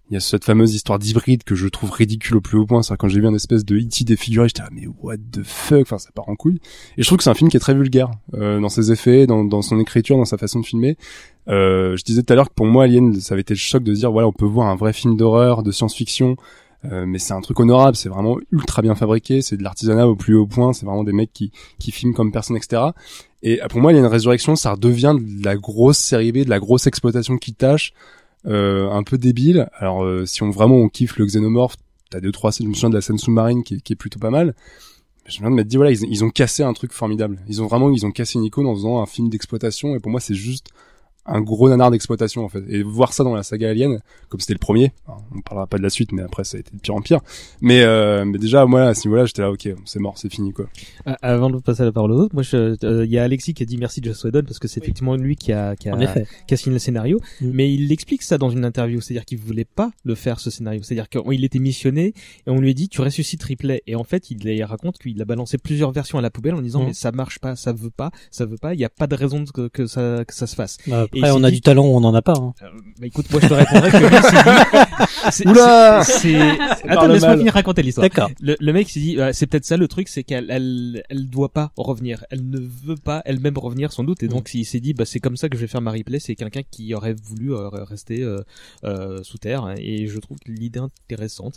Il y a cette fameuse histoire d'hybride que je trouve ridicule au plus haut point. C'est quand j'ai vu un espèce de E T défiguré, j'étais ah mais what the fuck, enfin ça part en couille. Et je trouve que c'est un film qui est très vulgaire euh, dans ses effets, dans, dans son écriture, dans sa façon de filmer. Euh, je disais tout à l'heure que pour moi Alien, ça avait été le choc de dire voilà on peut voir un vrai film d'horreur, de science-fiction, euh, mais c'est un truc honorable, c'est vraiment ultra bien fabriqué, c'est de l'artisanat au plus haut point, c'est vraiment des mecs qui qui filment comme personne, et cetera. Et pour moi, il y a une résurrection, ça redevient de la grosse série B, de la grosse exploitation qui tâche. Euh, un peu débile. Alors euh, si on vraiment on kiffe le xénomorphe, t'as deux trois scènes, je me souviens de la scène sous-marine qui est, qui est plutôt pas mal. Mais je me viens de m'être dit voilà, ils, ils ont cassé un truc formidable. Ils ont vraiment ils ont cassé une icône en faisant un film d'exploitation et pour moi c'est juste un gros nanar d'exploitation en fait. Et voir ça dans la saga Alien, comme c'était le premier, alors, on parlera pas de la suite, mais après ça a été de pire en pire. Mais euh, mais déjà moi à ce niveau-là, j'étais là ok, c'est mort, c'est fini quoi. Ah, avant de passer la parole aux autres, moi il euh, y a Alexis qui a dit merci Joss Whedon parce que c'est oui. effectivement lui qui a qui a, qui a signé le scénario, mmh. mais il explique ça dans une interview, c'est-à-dire qu'il voulait pas le faire ce scénario, c'est-à-dire qu'il était missionné et on lui a dit tu ressuscites Ripley et en fait il, il raconte qu'il a balancé plusieurs versions à la poubelle en disant mmh. mais ça marche pas, ça veut pas, ça veut pas, il y a pas de raison que, que ça que ça se fasse. Bah, après on a dit, du talent. On n'en a pas. Hein. Euh, bah écoute, moi je te répondrais que lui s'est dit. Oula c'est, c'est... Attends, laisse-moi finir raconter l'histoire. D'accord. Le, le mec s'est dit, euh, c'est peut-être ça le truc, c'est qu'elle, elle, elle doit pas revenir, elle ne veut pas elle-même revenir sans doute, et donc mmh. il s'est dit, bah c'est comme ça que je vais faire ma Ripley, c'est quelqu'un qui aurait voulu euh, rester euh, euh, sous terre, hein, et je trouve l'idée intéressante.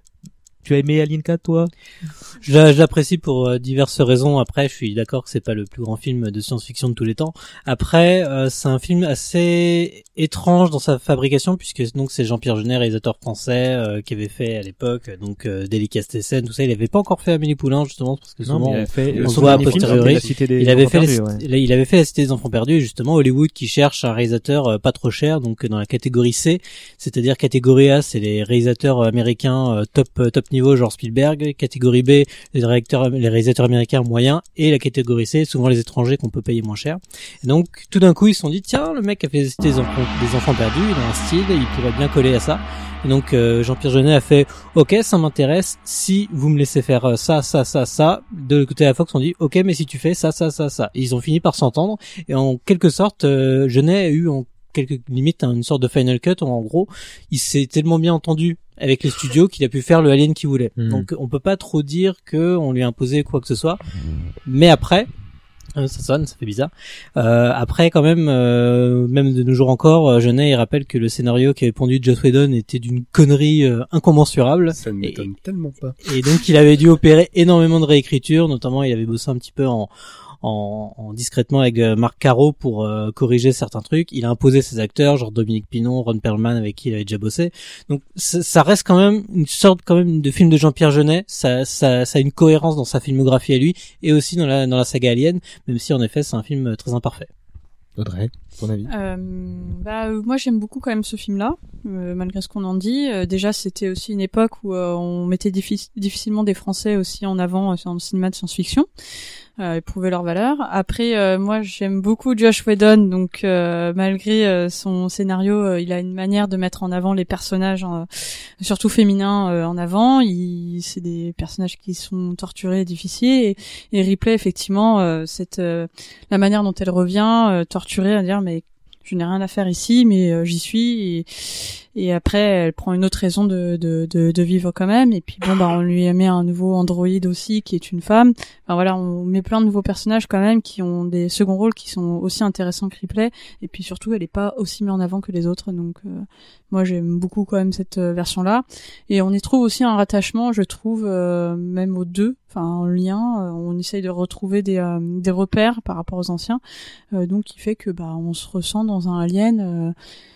Tu as aimé Alien quatre, toi? Je, je l'apprécie pour euh, diverses raisons. Après, je suis d'accord que c'est pas le plus grand film de science-fiction de tous les temps. Après, euh, c'est un film assez étrange dans sa fabrication, puisque donc c'est Jean-Pierre Jeunet, réalisateur français, euh, qui avait fait à l'époque donc euh, Délicatessen, tout ça. Il avait pas encore fait Amélie Poulain, justement, parce que souvent non, on, fait, on se voit a posteriori. Il avait fait, perdus, les, ouais. il avait fait La Cité des Enfants Perdus, et justement Hollywood qui cherche un réalisateur euh, pas trop cher, donc dans la catégorie C, c'est-à-dire catégorie A, c'est les réalisateurs américains euh, top euh, top niveau genre Spielberg, catégorie B les réalisateurs les réalisateurs américains moyens, et la catégorie C souvent les étrangers qu'on peut payer moins cher. Et donc tout d'un coup ils se sont dit tiens, le mec a fait des enfants, des enfants perdus, il a un style, il pourrait bien coller à ça. Et donc euh, Jean-Pierre Jeunet a fait ok, ça m'intéresse si vous me laissez faire ça ça ça ça. De l'autre côté de la Fox on dit ok, mais si tu fais ça ça ça ça. Et ils ont fini par s'entendre, et en quelque sorte euh, Jeunet a eu en quelque limite une sorte de final cut. En gros il s'est tellement bien entendu avec les studios qu'il a pu faire le Alien qu'il voulait. Mmh. Donc on peut pas trop dire que on lui a imposé quoi que ce soit. Mais après, euh, ça sonne, ça fait bizarre. Euh, après quand même, euh, même de nos jours encore, Jeunet il rappelle que le scénario qui avait pondu Joss Whedon était d'une connerie euh, incommensurable. Ça ne m'étonne et, tellement pas. Et donc il avait dû opérer énormément de réécriture, notamment il avait bossé un petit peu en En, en discrètement avec euh, Marc Caro pour euh, corriger certains trucs. Il a imposé ses acteurs, genre Dominique Pinon, Ron Perlman, avec qui il avait déjà bossé. Donc ça reste quand même une sorte quand même de film de Jean-Pierre Jeunet. Ça, ça, ça a une cohérence dans sa filmographie à lui, et aussi dans la dans la saga Alien, même si en effet c'est un film très imparfait. Audrey, ton avis? euh, bah moi j'aime beaucoup quand même ce film-là, euh, malgré ce qu'on en dit. Euh, déjà c'était aussi une époque où euh, on mettait diffi- difficilement des Français aussi en avant euh, dans le cinéma de science-fiction. Euh, prouver leur valeur. Après, euh, moi, j'aime beaucoup Joss Whedon, donc euh, malgré euh, son scénario, euh, il a une manière de mettre en avant les personnages, euh, surtout féminins, euh, en avant. Il, c'est des personnages qui sont torturés et difficiles. Et, et Ripley, effectivement, euh, cette euh, la manière dont elle revient, euh, torturée, à dire mais je n'ai rien à faire ici, mais euh, j'y suis. Et, et après, elle prend une autre raison de, de, de, de vivre quand même. Et puis bon, bah, on lui met un nouveau androïde aussi, qui est une femme. Enfin voilà, on met plein de nouveaux personnages quand même, qui ont des seconds rôles qui sont aussi intéressants que Ripley. Et puis surtout, elle est pas aussi mise en avant que les autres. Donc euh, moi, j'aime beaucoup quand même cette euh, version-là. Et on y trouve aussi un rattachement, je trouve, euh, même aux deux. Enfin, en lien, euh, on essaye de retrouver des, euh, des repères par rapport aux anciens. Euh, donc, qui fait que bah, on se ressent dans un Alien. Euh,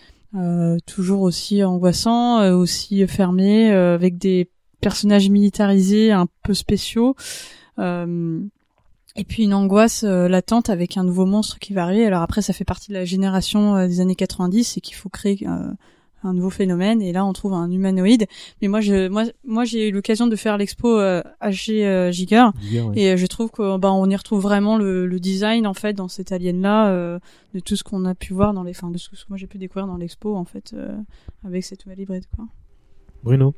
Euh, toujours aussi angoissant, euh, aussi fermé, euh, avec des personnages militarisés un peu spéciaux, euh, et puis une angoisse euh, latente avec un nouveau monstre qui va arriver. Alors après, ça fait partie de la génération euh, des années quatre-vingt-dix, et qu'il faut créer euh, un nouveau phénomène, et là on trouve un humanoïde. Mais moi je moi moi j'ai eu l'occasion de faire l'expo euh, H G euh, Giger, Giger ouais. Et euh, je trouve que bah on y retrouve vraiment le, le design en fait dans cet alien là, euh, de tout ce qu'on a pu voir dans les enfin de tout ce que moi j'ai pu découvrir dans l'expo en fait, euh, avec cette nouvelle hybride quoi. Bruno.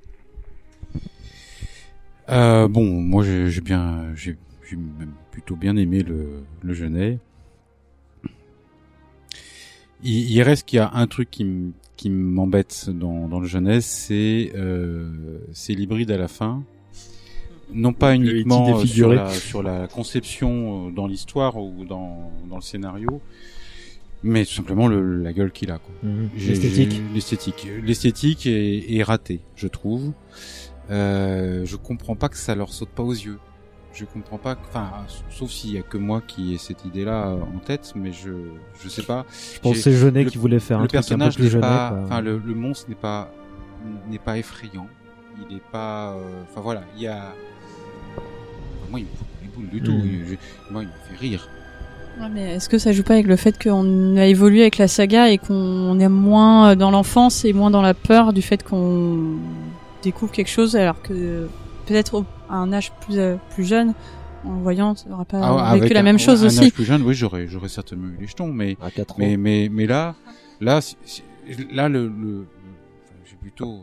Euh, bon, moi j'ai, j'ai bien j'ai, j'ai même plutôt bien aimé le le Jeunet. Il, il reste qu'il y a un truc qui me qui m'embête dans, dans le jeunesse, c'est euh, c'est l'hybride à la fin. Non pas uniquement euh, sur, la, sur la conception euh, dans l'histoire ou dans, dans le scénario, mais tout simplement le, la gueule qu'il a. Quoi. Mmh. L'esthétique. L'esthétique. L'esthétique est, est ratée, je trouve. Euh, je comprends pas que ça leur saute pas aux yeux. Je comprends pas, enfin, sauf s'il y a que moi qui ai cette idée-là en tête, mais je, je sais pas. Je pense que c'est Jeunet qui voulait faire un truc un peu plus Jeunet. Enfin, le, le monstre n'est pas, n'est pas effrayant. Il est pas, enfin euh, voilà, il y a, moi il me fout les boules du tout. Mm. Je, moi il me fait rire. Ouais, mais est-ce que ça joue pas avec le fait qu'on a évolué avec la saga et qu'on est moins dans l'enfance et moins dans la peur du fait qu'on découvre quelque chose alors que peut-être à un âge plus euh, plus jeune, en voyant, on n'aura pas ah, vécu la même un, chose un aussi. Un âge plus jeune, oui, j'aurais j'aurais certainement eu les jetons, mais à quatre ans. mais mais mais là, là, c'est, c'est, là le le, enfin, j'ai plutôt.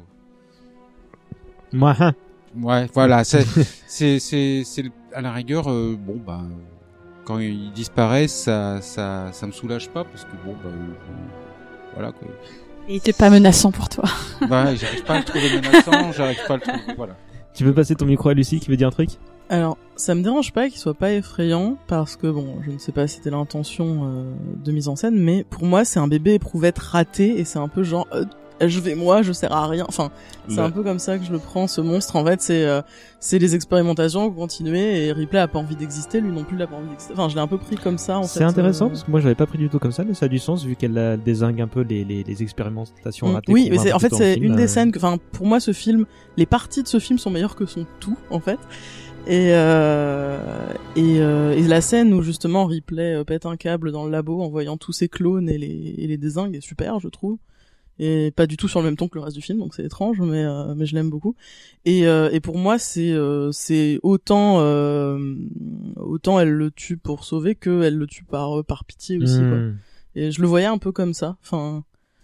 Moi. Hein. Ouais, voilà, c'est c'est c'est c'est à la rigueur, euh, bon bah quand il disparaît, ça ça ça me soulage pas parce que bon bah euh, voilà quoi. Il était pas menaçant pour toi. Bah, j'arrive pas à le trouver menaçant, j'arrive pas à le trouver, voilà. Tu veux passer ton micro à Lucie qui veut dire un truc ? Alors, ça me dérange pas qu'il soit pas effrayant, parce que bon, je ne sais pas si c'était l'intention euh, de mise en scène, mais pour moi, c'est un bébé éprouvette raté, et c'est un peu genre, euh, je vais moi, je sers à rien. Enfin, c'est le... un peu comme ça que je le prends, ce monstre. En fait, c'est euh, c'est les expérimentations continuées, et Ripley a pas envie d'exister, lui non plus il a pas envie d'exister. Enfin, je l'ai un peu pris comme ça, en c'est fait. C'est intéressant, euh... parce que moi, je l'avais pas pris du tout comme ça, mais ça a du sens, vu qu'elle a dézingue un peu les, les, les expérimentations mmh. ratées. Oui, mais c'est, en fait, c'est film, une euh... des scènes que, enfin, pour moi, ce film, les parties de ce film sont meilleures que son tout, en fait. Et, euh, et, euh, et la scène où justement Ripley euh, pète un câble dans le labo en voyant tous ses clones et les, et les dézingues est super, je trouve. Et pas du tout sur le même ton que le reste du film, donc c'est étrange, mais euh, mais je l'aime beaucoup. Et euh, et pour moi, c'est euh, c'est autant euh, autant elle le tue pour sauver que elle le tue par par pitié aussi, mmh. quoi. Et je le voyais un peu comme ça. Enfin,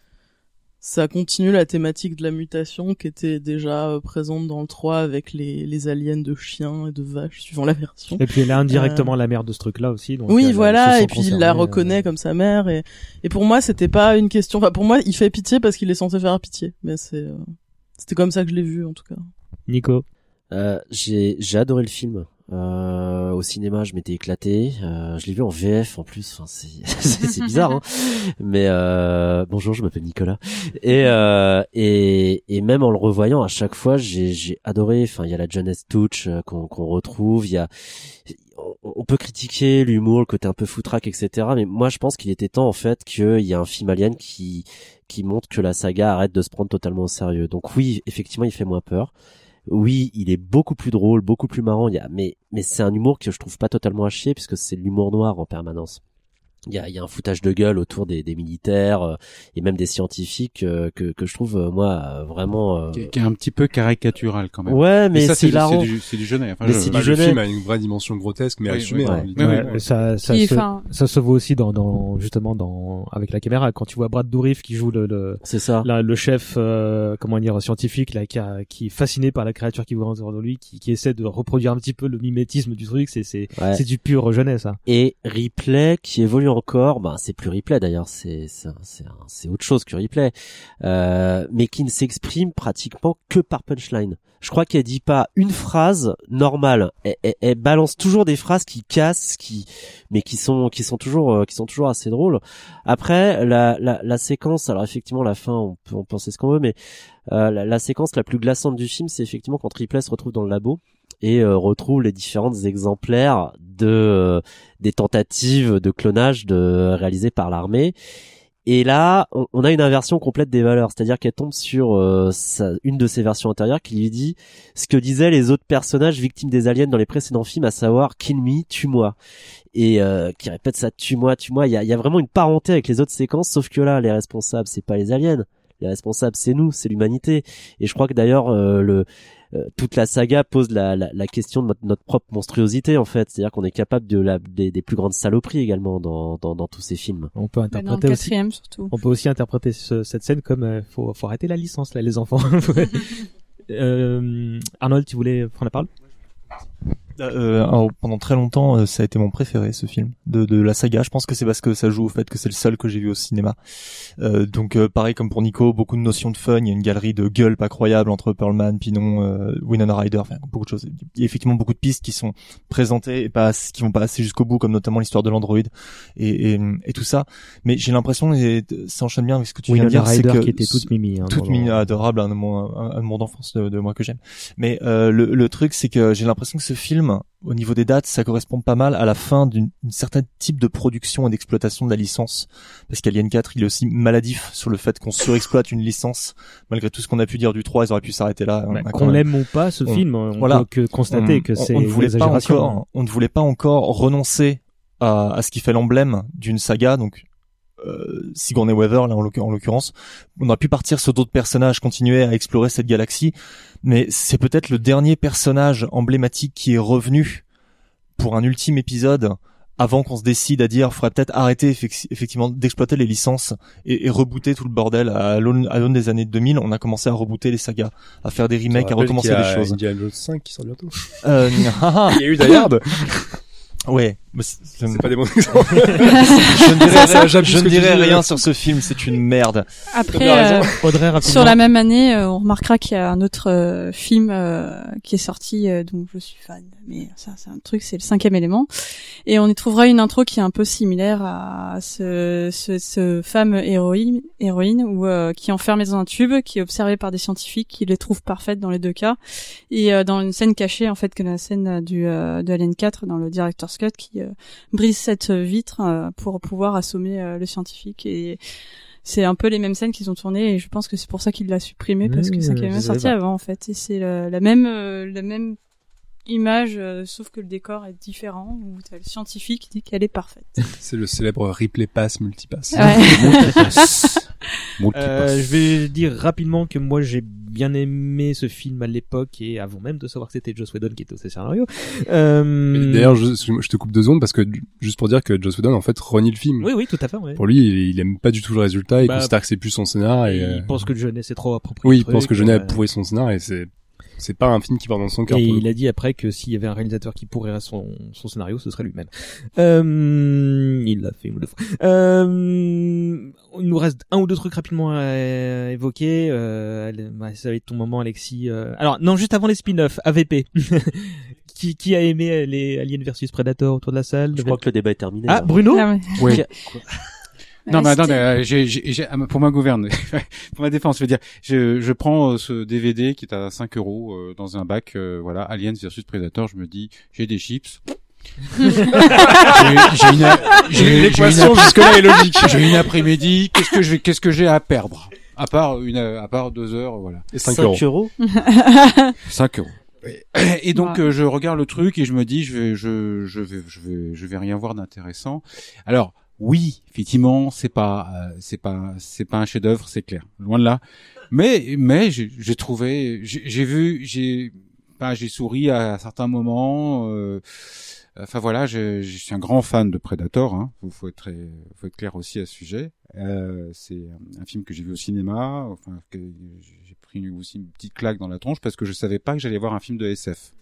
ça continue la thématique de la mutation qui était déjà euh, présente dans le trois avec les les aliens de chiens et de vaches suivant la version. Et puis elle est indirectement euh... la mère de ce truc-là aussi. Donc oui, elle, voilà. elle et puis il la reconnaît euh... comme sa mère. Et et pour moi, c'était pas une question. Enfin, pour moi, il fait pitié parce qu'il est censé faire pitié. Mais c'est euh... c'était comme ça que je l'ai vu en tout cas. Nico, euh, j'ai j'ai adoré le film. Euh, au cinéma, je m'étais éclaté. Euh, je l'ai vu en V F en plus. Enfin, c'est c'est, c'est bizarre, hein. Mais euh, bonjour, je m'appelle Nicolas. Et euh, et et même en le revoyant, à chaque fois, j'ai j'ai adoré. Enfin, il y a la jeunesse touch euh, qu'on qu'on retrouve. Il y a on, on peut critiquer l'humour, le côté un peu foutraque, et cetera. Mais moi, je pense qu'il était temps en fait qu'il y a un film Alien qui qui montre que la saga arrête de se prendre totalement au sérieux. Donc oui, effectivement, il fait moins peur. Oui, il est beaucoup plus drôle, beaucoup plus marrant. Il y a, mais, mais c'est un humour que je trouve pas totalement à chier puisque c'est l'humour noir en permanence. Il y a, il y a un foutage de gueule autour des, des militaires euh, et même des scientifiques euh, que, que je trouve euh, moi euh, vraiment euh... qui, qui est un petit peu caricatural quand même. Ouais, mais, mais ça, c'est, c'est hilarant. C'est du, c'est du Jeunet. Enfin, mais je... c'est bah, du le film a une vraie dimension grotesque, mais oui, assumée. Oui, hein, oui, oui, oui. Ça, ça, se, fin... ça se voit aussi dans, dans justement dans avec la caméra quand tu vois Brad Dourif qui joue le, le c'est ça, là, le chef euh, comment dire scientifique là qui, a, qui est fasciné par la créature qui voit autour de lui, qui, qui essaie de reproduire un petit peu le mimétisme du truc. C'est c'est ouais. c'est du pur Jeunet ça. Et Ripley qui évolue encore, bah c'est plus Ripley d'ailleurs, c'est c'est c'est, c'est autre chose que Ripley, euh, mais qui ne s'exprime pratiquement que par punchline. Je crois qu'elle dit pas une phrase normale. Elle, elle, elle balance toujours des phrases qui cassent, qui mais qui sont qui sont toujours euh, qui sont toujours assez drôles. Après la la, la séquence, alors effectivement la fin, on peut en penser ce qu'on veut, mais euh, la, la séquence la plus glaçante du film, c'est effectivement quand Ripley se retrouve dans le labo et euh, retrouve les différentes exemplaires de euh, des tentatives de clonage de réalisées par l'armée. Et là, on, on a une inversion complète des valeurs, c'est-à-dire qu'elle tombe sur euh, sa, une de ses versions antérieures qui lui dit ce que disaient les autres personnages victimes des aliens dans les précédents films, à savoir kill me, tue-moi, et euh, qui répète ça, tue-moi, tue-moi. Il y a, il y a vraiment une parenté avec les autres séquences, sauf que là, les responsables, c'est pas les aliens. Les responsables, c'est nous, c'est l'humanité. Et je crois que d'ailleurs, euh, le euh, toute la saga pose la, la, la question de notre, notre propre monstruosité, en fait. C'est-à-dire qu'on est capable de la, des, des plus grandes saloperies également dans, dans, dans tous ces films. On peut interpréter aussi. Surtout. On peut aussi interpréter ce, cette scène comme euh, faut, faut arrêter la licence là, les enfants. euh, Arnold, tu voulais prendre la parole? Euh, alors, pendant très longtemps, euh, ça a été mon préféré, ce film de, de la saga. Je pense que c'est parce que ça joue au fait que c'est le seul que j'ai vu au cinéma. Euh, donc, euh, pareil comme pour Nico, beaucoup de notions de fun. Il y a une galerie de gulp incroyable entre Perlman, Pinon, euh, Winona Ryder, enfin beaucoup de choses. Il y a effectivement beaucoup de pistes qui sont présentées et pas qui vont pas assez jusqu'au bout, comme notamment l'histoire de l'android et, et, et tout ça. Mais j'ai l'impression, et ça enchaîne bien avec ce que tu Winona viens de dire, Ryder c'est que qui était toute mimi, hein, toute mimi, adorable, un amour, un amour d'enfance de, de moi que j'aime. Mais euh, le, le truc, c'est que j'ai l'impression que ce film, au niveau des dates, ça correspond pas mal à la fin d'une certain type de production et d'exploitation de la licence. Parce qu'Alien quatre, il est aussi maladif sur le fait qu'on surexploite une licence. Malgré tout ce qu'on a pu dire du trois, ils auraient pu s'arrêter là. Bah, qu'on l'aime ou pas, ce on, film, on voilà. peut que constater on, que c'est on ne voulait pas exagération. encore, on ne voulait pas encore renoncer à, à ce qui fait l'emblème d'une saga, donc Euh, Sigourney Weaver là en l'occurrence. On aurait pu partir sur d'autres personnages, continuer à explorer cette galaxie, mais c'est peut-être le dernier personnage emblématique qui est revenu pour un ultime épisode avant qu'on se décide à dire faudrait peut-être arrêter effecti- effectivement d'exploiter les licences et, et rebooter tout le bordel. À l'aune, à l'aune des années deux mille, on a commencé à rebooter les sagas, à faire des remakes, à recommencer des choses. Il y a Indiana Jones cinq qui sort bientôt. Euh, il y a eu Die Hard. Ouais, mais c'est, c'est pas des bons exemples. je ne dirais, ça, rien, je ne dirais dis, rien euh... sur ce film, c'est une merde. Après, euh, Audrey, rapidement. sur la même année, euh, on remarquera qu'il y a un autre euh, film euh, qui est sorti, euh, dont je suis fan, mais ça c'est un truc, c'est le Cinquième Élément, et on y trouvera une intro qui est un peu similaire à ce, ce, ce femme héroïne, héroïne où, euh, qui est enfermée dans un tube, qui est observée par des scientifiques, qui les trouvent parfaites dans les deux cas, et euh, dans une scène cachée en fait que la scène du euh, de Alien quatre dans le Director's Cut qui euh, brise cette vitre euh, pour pouvoir assommer euh, le scientifique, et c'est un peu les mêmes scènes qu'ils ont tournées, et je pense que c'est pour ça qu'il l'a supprimé, parce mmh, que ça est sorti avant en fait, et c'est la, la même euh, la même image, euh, sauf que le décor est différent, où t'as le scientifique qui dit qu'elle est parfaite. C'est le célèbre replay pass multipass. Ouais. multipass. multipass. Euh, je vais dire rapidement que moi j'ai bien aimé ce film à l'époque et avant même de savoir que c'était Joss Whedon qui était au scénario. Euh... D'ailleurs, je, je te coupe deux secondes parce que juste pour dire que Joss Whedon en fait renie le film. Oui, oui, tout à fait. Ouais. Pour lui, il, il aime pas du tout le résultat. Il bah, considère que c'est plus son scénar. Et, il euh... pense que Jeunet c'est trop approprié. Oui, il pense que Jeunet a pourri son scénar et c'est c'est pas un film qui va dans son cœur. Et il a dit après que s'il y avait un réalisateur qui pourrirait son, son scénario, ce serait lui-même. Euh, il l'a fait une ou deux fois. Euh, il nous reste un ou deux trucs rapidement à évoquer. Euh, ça va être ton moment, Alexis. Euh, alors, non, juste avant les spin-offs, A V P. qui, qui a aimé les Alien versus Predator autour de la salle? Je crois que le débat est terminé. Ah, Bruno? Ah ouais. Oui. Non, mais attends, euh, j'ai, j'ai, j'ai, pour ma gouverne, pour ma défense, je veux dire, je, je prends euh, ce D V D qui est à cinq euros euh, dans un bac, euh, voilà, Aliens versus Predator, je me dis, j'ai des chips. j'ai, j'ai une, j'ai, l'équation jusque-là est logique. J'ai une après-midi, qu'est-ce que j'ai, qu'est-ce que j'ai à perdre? À part une, à part deux heures, voilà. Et cinq euros. cinq euros. Et donc ouais. euh, je regarde le truc et je me dis, je vais, je, je vais, je vais, je vais rien voir d'intéressant. Alors, oui, effectivement, c'est pas, euh, c'est pas, c'est pas un chef-d'œuvre, c'est clair, loin de là. Mais, mais j'ai, j'ai trouvé, j'ai, j'ai vu, j'ai, bah, j'ai souri à, à certains moments. Euh, enfin voilà, je, je suis un grand fan de Predator. Hein. Faut être, très, faut être clair aussi à ce sujet. Euh, c'est un film que j'ai vu au cinéma. Enfin, que j'ai pris aussi une petite claque dans la tronche parce que je savais pas que j'allais voir un film de S F.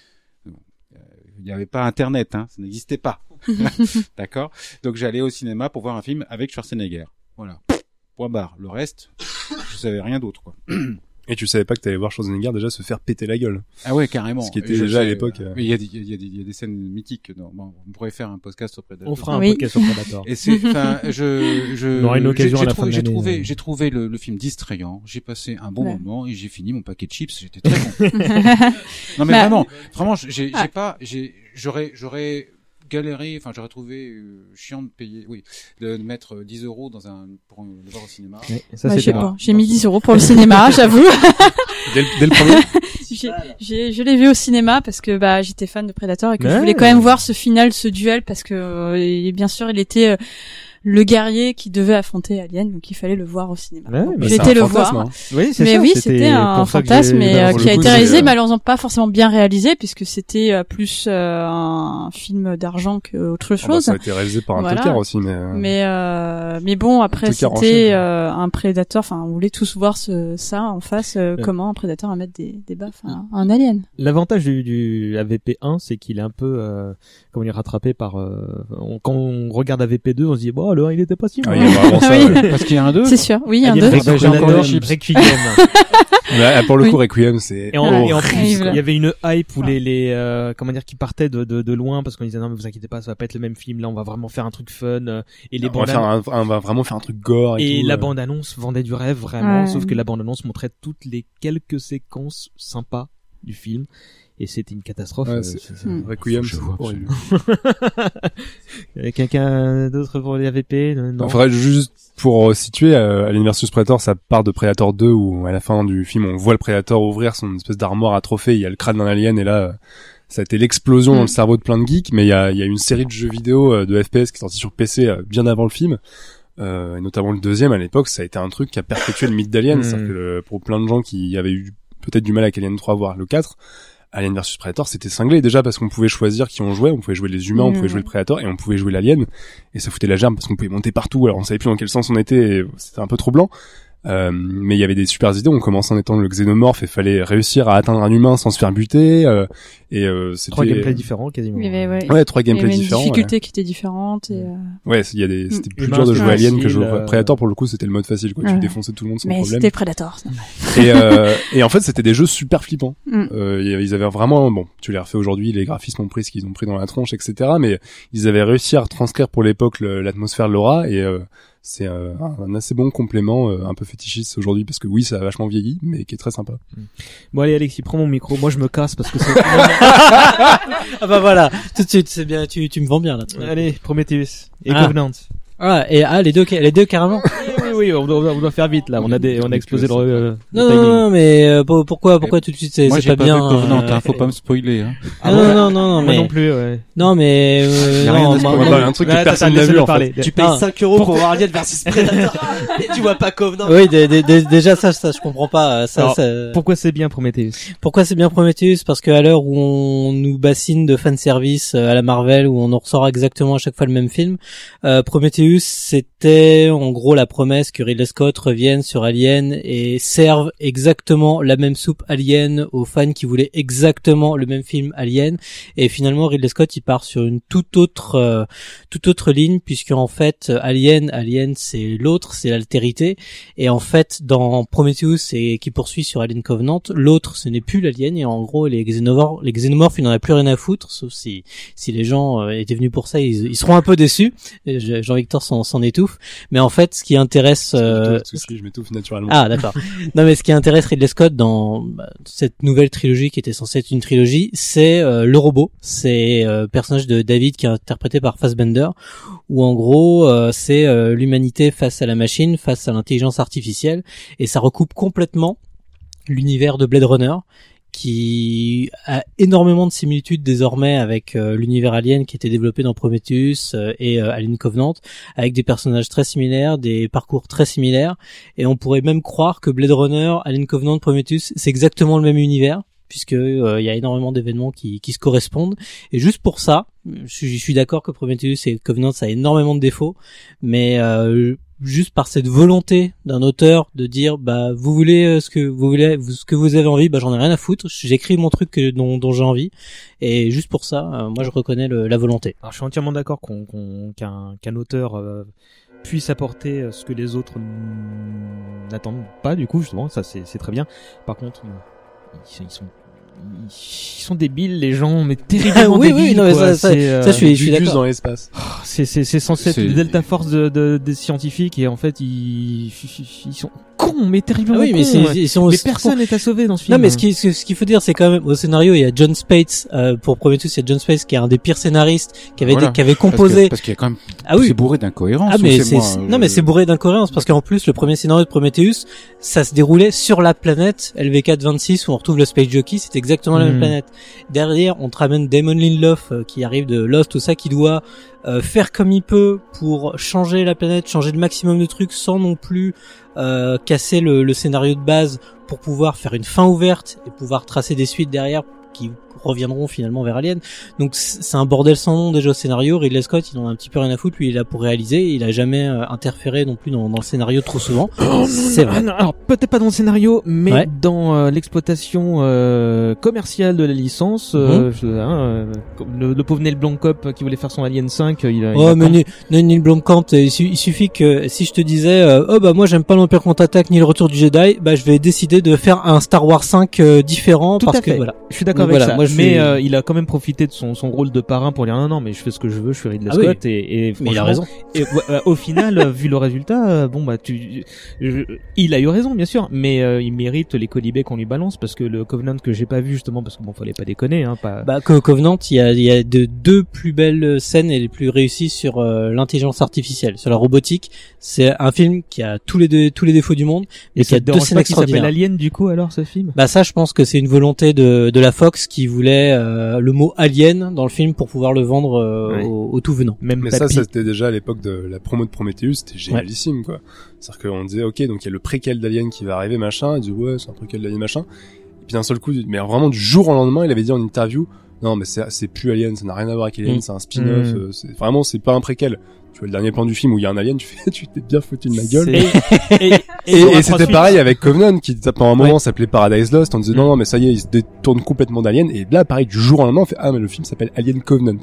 Il n'y avait pas Internet, hein, ça n'existait pas. D'accord. Donc j'allais au cinéma pour voir un film avec Schwarzenegger. Voilà. Point barre. Le reste, je savais rien d'autre, quoi. Et tu savais pas que t'allais voir Schwarzenegger déjà se faire péter la gueule. Ah ouais, carrément. Ce qui était je déjà sais, à l'époque. Euh... Il y a des, il y a des, il y a des scènes mythiques. Non, bon, on pourrait faire un podcast sur Predator. On fera un oui. podcast sur Predator. Et c'est, enfin, je, je, on aura une occasion j'ai, à la trouvé, fin de j'ai l'année. trouvé, j'ai trouvé le, le film distrayant. J'ai passé un bon ouais. moment et j'ai fini mon paquet de chips. J'étais très bon. Non mais bah, vraiment, vraiment, j'ai, ah. j'ai pas, j'ai, j'aurais, j'aurais galéré, enfin j'aurais trouvé euh, chiant de payer, oui, de mettre dix euros dans un pour le voir au cinéma. Oui, ça bah, c'est j'ai, pas. j'ai mis dix euros pour le cinéma, j'avoue. Dès le, dès le premier. j'ai, j'ai, je l'ai vu au cinéma parce que bah j'étais fan de Predator et que ouais. je voulais quand même voir ce final, ce duel, parce que euh, et bien sûr il était euh, le guerrier qui devait affronter Alien, donc il fallait le voir au cinéma. Ouais, donc, bah, j'ai été le voir. Hein. Oui, c'est mais ça, oui, c'était, c'était un fantasme mais, euh, qui a été réalisé, malheureusement pas forcément bien réalisé, puisque c'était euh, plus euh, un film d'argent qu'autre chose. Oh, bah, ça a été réalisé par un voilà. tocard aussi, mais. Euh... Mais euh, mais bon, après c'était euh, un prédateur. Enfin, on voulait tous voir ce, ça en face. Euh, ouais. Comment un prédateur va mettre des, des baffes à un, un alien. L'avantage du, du A V P un, c'est qu'il est un peu, euh, comment dire, rattrapé par. Euh, on, quand on regarde A V P deux, on se dit bon, le un, il était pas si mal. Ah, il y a vraiment ça, oui. ouais. Parce qu'il y a un deux. C'est sûr, oui, il y a un deux. J'ai encore le chips. Requiem. Là, pour le oui. coup, Requiem, c'est. Et en, oh. et en plus, il y avait une hype où les, les, euh, comment dire, qui partaient de, de, de loin parce qu'on disait non, mais vous inquiétez pas, ça va pas être le même film. Là, on va vraiment faire un truc fun. Euh, et les on, va faire un, on va vraiment faire un truc gore. Et, et tout, la euh. bande annonce vendait du rêve vraiment, ouais. sauf que la bande annonce montrait toutes les quelques séquences sympas du film. Et c'était une catastrophe. Ouais, euh, c'est, c'est, c'est, mmh. Requiem, c'est horrible. Quelqu'un d'autre pour les A V P? Non. Faudrait juste pour situer, euh, Alien versus Predator, ça part de Predator deux où à la fin du film on voit le Predator ouvrir son espèce d'armoire à trophées, il y a le crâne d'un alien et là ça a été l'explosion mmh. dans le cerveau de plein de geeks. Mais il y a, il y a une série de jeux vidéo de F P S qui est sortie sur P C bien avant le film. Euh, et notamment le deuxième à l'époque, ça a été un truc qui a perpétué le mythe d'Alien. Mmh. C'est-à-dire que le, pour plein de gens qui avaient eu peut-être du mal avec Alien trois voire le quatre, Alien versus Predator c'était cinglé déjà parce qu'on pouvait choisir qui on jouait, on pouvait jouer les humains, mmh. on pouvait jouer le Predator et on pouvait jouer l'Alien et ça foutait la gerbe parce qu'on pouvait monter partout, alors on savait plus dans quel sens on était et c'était un peu troublant. Euh, mais il y avait des super idées, on commençait en étant le xénomorphe et fallait réussir à atteindre un humain sans se faire buter euh, et euh, c'était trois gameplays différents quasiment. Il y avait, ouais. ouais, trois gameplays différents. Il y avait une difficulté ouais. qui était différente et euh... ouais, il y a des c'était mmh. plus dur de jouer Alien que jouer euh... Predator. Pour le coup, c'était le mode facile quoi, ouais. Tu défonçais tout le monde sans mais problème. Mais c'était Predator. et euh, et en fait, c'était des jeux super flippants. Mmh. Euh, ils avaient vraiment bon, tu les refais aujourd'hui, les graphismes ont pris ce qu'ils ont pris dans la tronche et cetera, mais ils avaient réussi à retranscrire pour l'époque le, l'atmosphère de l'aura et euh, c'est euh, un assez bon complément, euh, un peu fétichiste aujourd'hui, parce que oui, ça a vachement vieilli, mais qui est très sympa. Bon allez Alexis, prends mon micro, moi je me casse parce que c'est... ah bah voilà, tout de suite, c'est bien, tu, tu me vends bien là. Allez, Prometheus et ah. Covenant. Ah, et ah, les deux, les deux carrément. oui, oui, on doit, on doit faire vite là. On a des, on a explosé le, euh, non, le non, non, mais euh, pourquoi, pourquoi tout de suite c'est, moi, c'est pas, pas bien. Moi, j'ai pas vu Covenant, euh, hein, faut pas me spoiler. Hein. Ah non, non, non, non, moi mais non plus, ouais. Non, mais euh, non, il y a un truc que personne n'a vu en fait. Tu payes cinq euros pour voir Alien versus Predator et tu vois pas Covenant. Oui, d- d- d- déjà ça, ça, je comprends pas. Ça, Alors, ça... Pourquoi c'est bien Prometheus? Pourquoi c'est bien Prometheus? Parce qu'à l'heure où on nous bassine de fanservice à la Marvel, où on nous ressort exactement à chaque fois le même film, euh, Prometheus, c'était en gros la promesse que Ridley Scott revienne sur Alien et serve exactement la même soupe Alien aux fans qui voulaient exactement le même film Alien. Et finalement, Ridley Scott, il part sur une toute autre, euh, toute autre ligne, puisque en fait, Alien, Alien, c'est l'autre, c'est l'altérité. Et en fait, dans Prometheus, et qui poursuit sur Alien Covenant, l'autre, ce n'est plus l'Alien. Et en gros, les xénomorphes, les xénomorphes, il n'en a plus rien à foutre, sauf si, si les gens euh, étaient venus pour ça, ils, ils seront un peu déçus. Jean-Victor s'en, s'en étouffe. Mais en fait, ce qui intéresse, euh... je m'étouffe naturellement. Ah, d'accord. Non, mais ce qui intéresse Ridley Scott dans bah, cette nouvelle trilogie qui était censée être une trilogie, c'est euh, le robot. C'est euh, le personnage de David qui est interprété par Fassbender, où en gros, euh, c'est euh, l'humanité face à la machine, face à l'intelligence artificielle, et ça recoupe complètement l'univers de Blade Runner, qui a énormément de similitudes désormais avec euh, l'univers Alien qui était développé dans Prometheus euh, et euh, Alien Covenant, avec des personnages très similaires, des parcours très similaires, et on pourrait même croire que Blade Runner, Alien Covenant, Prometheus, c'est exactement le même univers, puisque euh, il y a énormément d'événements qui, qui se correspondent. Et juste pour ça, je suis, je suis d'accord que Prometheus et Covenant, ça a énormément de défauts, mais euh, juste par cette volonté d'un auteur de dire bah vous voulez ce que vous voulez ce que vous avez envie, bah j'en ai rien à foutre, j'écris mon truc que, dont, dont j'ai envie, et juste pour ça euh, moi je reconnais le, la volonté. Alors je suis entièrement d'accord qu'on, qu'on, qu'un, qu'un auteur euh, puisse apporter ce que les autres n'attendent pas, du coup justement ça c'est, c'est très bien. Par contre ils, ils sont ils sont débiles les gens, mais terriblement oui, débiles. Oui, non, mais quoi. ça, ça, c'est, ça, je suis, je suis d'accord. Dans l'espace. C'est, c'est, c'est censé être le Delta Force de, de, des scientifiques, et en fait, ils, ils sont cons, mais terriblement ah oui, cons. Mais, c'est, ils sont mais personne n'est à sauver dans ce film. Non, mais ce, qui, ce, ce qu'il faut dire, c'est quand même, au scénario, il y a John Spates, euh, pour Prometheus, il y a John Spates qui est un des pires scénaristes, qui avait, voilà. des, qui avait composé. Parce, que, parce qu'il y a quand même, ah oui. c'est bourré d'incohérences. Ah, mais c'est, c'est, moi, c'est... je... non, mais c'est bourré d'incohérences, parce qu'en plus, le premier scénario de Prometheus, ça se déroulait sur la planète L V quatre vingt-six, où on retrouve le Space Jockey, c'était exactement la mmh. même planète. Derrière, on te ramène Damon Lindelof euh, qui arrive de Lost, tout ça, qui doit euh, faire comme il peut pour changer la planète, changer le maximum de trucs sans non plus euh, casser le, le scénario de base pour pouvoir faire une fin ouverte et pouvoir tracer des suites derrière qui reviendront finalement vers Alien. Donc c'est un bordel sans nom déjà au scénario. Ridley Scott, il en a un petit peu rien à foutre, lui il est là pour réaliser, il a jamais euh, interféré non plus dans, dans le scénario trop souvent. Oh, c'est vrai. Alors peut-être pas dans le scénario, mais ouais. dans euh, l'exploitation euh, commerciale de la licence. Euh, mm-hmm. je, hein, euh, le, le pauvre Neil Blomkamp qui voulait faire son Alien cinq, il a. Oh il a mais quand... Neil, Neil Blomkamp, il, su, il suffit que si je te disais, euh, oh bah moi j'aime pas l'Empire contre-attaque ni le Retour du Jedi, bah je vais décider de faire un Star Wars cinq euh, différent. Tout parce à fait. Que voilà. Je suis d'accord Donc, avec voilà, ça. Moi, je mais suis... euh, il a quand même profité de son, son rôle de parrain pour dire non non mais je fais ce que je veux, je suis Ridley ah Scott oui. et, et mais il a raison. Et euh, au final, vu le résultat, euh, bon bah tu, je, il a eu raison bien sûr, mais euh, il mérite les colibés qu'on lui balance parce que le Covenant que j'ai pas vu justement parce que bon fallait pas déconner hein pas. Bah que Covenant, il y a il y a de deux plus belles scènes et les plus réussies sur euh, l'intelligence artificielle, sur la robotique. C'est un film qui a tous les deux, tous les défauts du monde et qui a deux scènes extraordinaires. S'appelle Alien du coup alors ce film. Bah ça je pense que c'est une volonté de de la Fox qui voulait euh, le mot alien dans le film pour pouvoir le vendre euh, ouais. au, au tout venant. Même mais papy. Ça c'était déjà à l'époque de la promo de Prometheus, c'était génialissime ouais. quoi. C'est-à-dire qu'on disait ok donc il y a le préquel d'Alien qui va arriver machin, il dit ouais c'est un préquel d'Alien machin. Et puis d'un seul coup mais vraiment du jour au lendemain il avait dit en interview non mais c'est c'est plus Alien, ça n'a rien à voir avec Alien, mmh. c'est un spin-off, mmh. euh, c'est vraiment c'est pas un préquel. Tu vois le dernier plan du film où il y a un alien, tu fais, tu t'es bien foutu de ma gueule. Et, et, et, et, et c'était pareil avec Covenant, qui pendant un moment ouais. s'appelait Paradise Lost, on disait mmh. non, non, mais ça y est, il se détourne complètement d'Alien, et là, pareil, du jour au lendemain, on fait, ah, mais le film s'appelle Alien Covenant.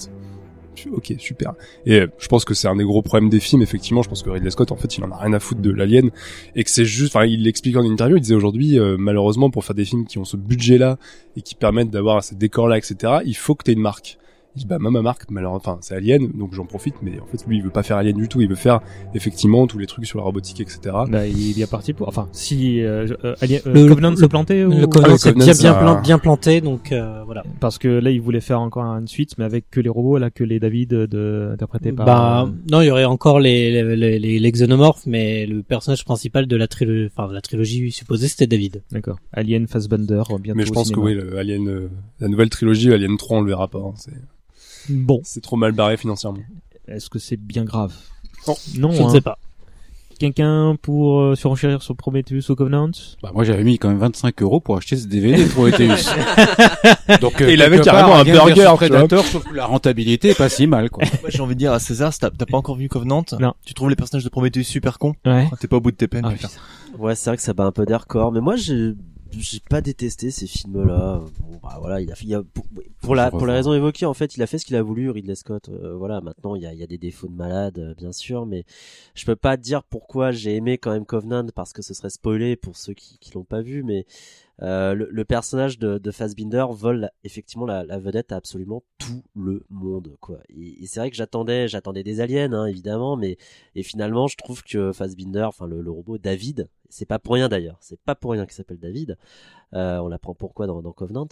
Ok, super. Et euh, je pense que c'est un des gros problèmes des films, effectivement, je pense que Ridley Scott, en fait, il en a rien à foutre de l'Alien, et que c'est juste, enfin, il l'explique en interview, il disait aujourd'hui, euh, malheureusement, pour faire des films qui ont ce budget-là, et qui permettent d'avoir ces décors-là, et cetera, il faut que t'aies une marque. Il dit bah moi ma marque malheureusement enfin c'est Alien donc j'en profite mais en fait lui il veut pas faire Alien du tout, il veut faire effectivement tous les trucs sur la robotique etc. Bah il y a parti pour enfin si euh, euh, Alien, euh, le, Covenant le, se plantait ou... le Covenant ah, c'est bien bien, plan, bien planté donc euh, voilà parce que là il voulait faire encore une suite mais avec que les robots là que les David de interprétés par bah euh... non il y aurait encore les les, les les les xénomorphes mais le personnage principal de la trilogie enfin la trilogie supposée c'était David. D'accord. Alien Fassbender bientôt. Mais je pense que oui le Alien euh, la nouvelle trilogie Alien trois on le verra pas hein, c'est bon, c'est trop mal barré financièrement. Est-ce que c'est bien grave? Non, non je hein. ne sais pas. Quelqu'un pour euh, surenchérir sur Prometheus ou Covenant? Bah moi j'avais mis quand même vingt-cinq euros pour acheter ce D V D de Prometheus. Donc euh, et il avait carrément un burger Predator, sauf que la rentabilité est pas si mal quoi. Moi j'ai envie de dire à César, t'as pas encore vu Covenant? Non. Tu trouves les personnages de Prometheus super cons? Ouais. T'es pas au bout de tes peines. Ah, ouais, c'est vrai que ça bat un peu d'air corps, mais moi j'ai j'ai pas détesté ces films-là. Bon, bah voilà, il a, il a pour, pour la pour la raison évoquée, en fait, il a fait ce qu'il a voulu, Ridley Scott. Euh, voilà, maintenant il y a il y a des défauts de malade, euh, bien sûr, mais je peux pas dire pourquoi j'ai aimé quand même Covenant parce que ce serait spoilé pour ceux qui qui l'ont pas vu, mais euh, le, le personnage de, de Fassbinder vole la, effectivement la, la vedette à absolument tout le monde, quoi. Et, et c'est vrai que j'attendais, j'attendais des aliens, hein, évidemment, mais et finalement, je trouve que Fassbinder, enfin le, le robot David, c'est pas pour rien d'ailleurs, c'est pas pour rien qu'il s'appelle David. Euh, on apprend pourquoi dans, dans Covenant.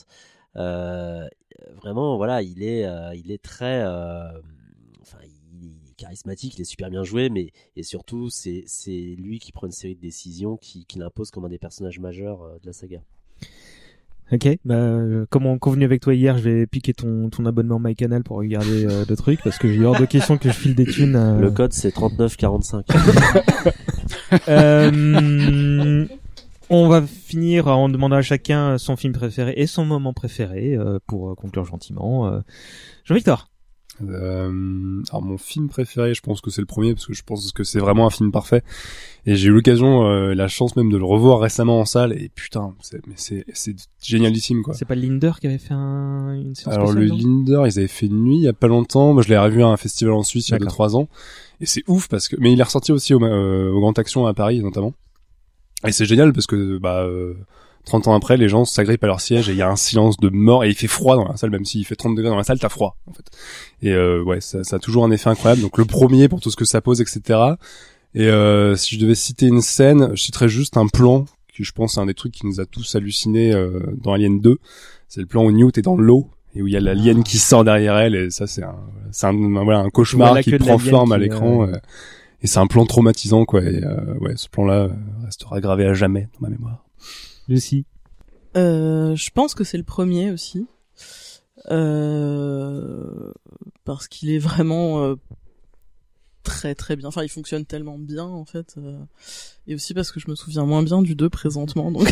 Euh, vraiment, voilà, il est, euh, il est très, euh, enfin, il est charismatique, il est super bien joué, mais et surtout, c'est c'est lui qui prend une série de décisions qui, qui l'impose comme un des personnages majeurs euh, de la saga. Ok, bah euh, comme on convenu avec toi hier, je vais piquer ton ton abonnement MyCanal pour regarder euh, de trucs parce que j'ai hors de question que je file des thunes. Euh... Le code c'est trente-neuf quarante-cinq. euh, on va finir en demandant à chacun son film préféré et son moment préféré euh, pour conclure gentiment. Euh... Jean-Victor. Euh, alors mon film préféré, je pense que c'est le premier parce que je pense que c'est vraiment un film parfait. Et j'ai eu l'occasion, euh, la chance même de le revoir récemment en salle. Et putain, c'est, mais c'est, c'est génialissime quoi. C'est pas Linder qui avait fait un, une séance Alors spéciale, le non Linder, ils avaient fait une nuit il y a pas longtemps. Moi, je l'ai revu à un festival en Suisse il y a deux trois ans. Et c'est ouf parce que, mais il est ressorti aussi au, euh, au Grand Action à Paris notamment. Et c'est génial parce que bah. Euh, trente ans après, les gens s'agrippent à leur siège et il y a un silence de mort et il fait froid dans la salle, même s'il fait trente degrés dans la salle, t'as froid, en fait. Et euh, ouais, ça, ça a toujours un effet incroyable. Donc le premier pour tout ce que ça pose, et cetera. Et euh, si je devais citer une scène, je citerais juste un plan qui, je pense, est un des trucs qui nous a tous hallucinés euh, dans Alien deux. C'est le plan où Newt est dans l'eau et où il y a l'alien qui sort derrière elle. Et ça, c'est un, c'est un, un voilà, un cauchemar qui prend forme à l'écran. Euh... Et c'est un plan traumatisant, quoi. Et euh, ouais, ce plan-là restera gravé à jamais dans ma mémoire. Lucie. Euh, je pense que c'est le premier aussi. Euh, parce qu'il est vraiment euh, très très bien. Enfin, il fonctionne tellement bien en fait. Euh, et aussi parce que je me souviens moins bien du deux présentement. Donc.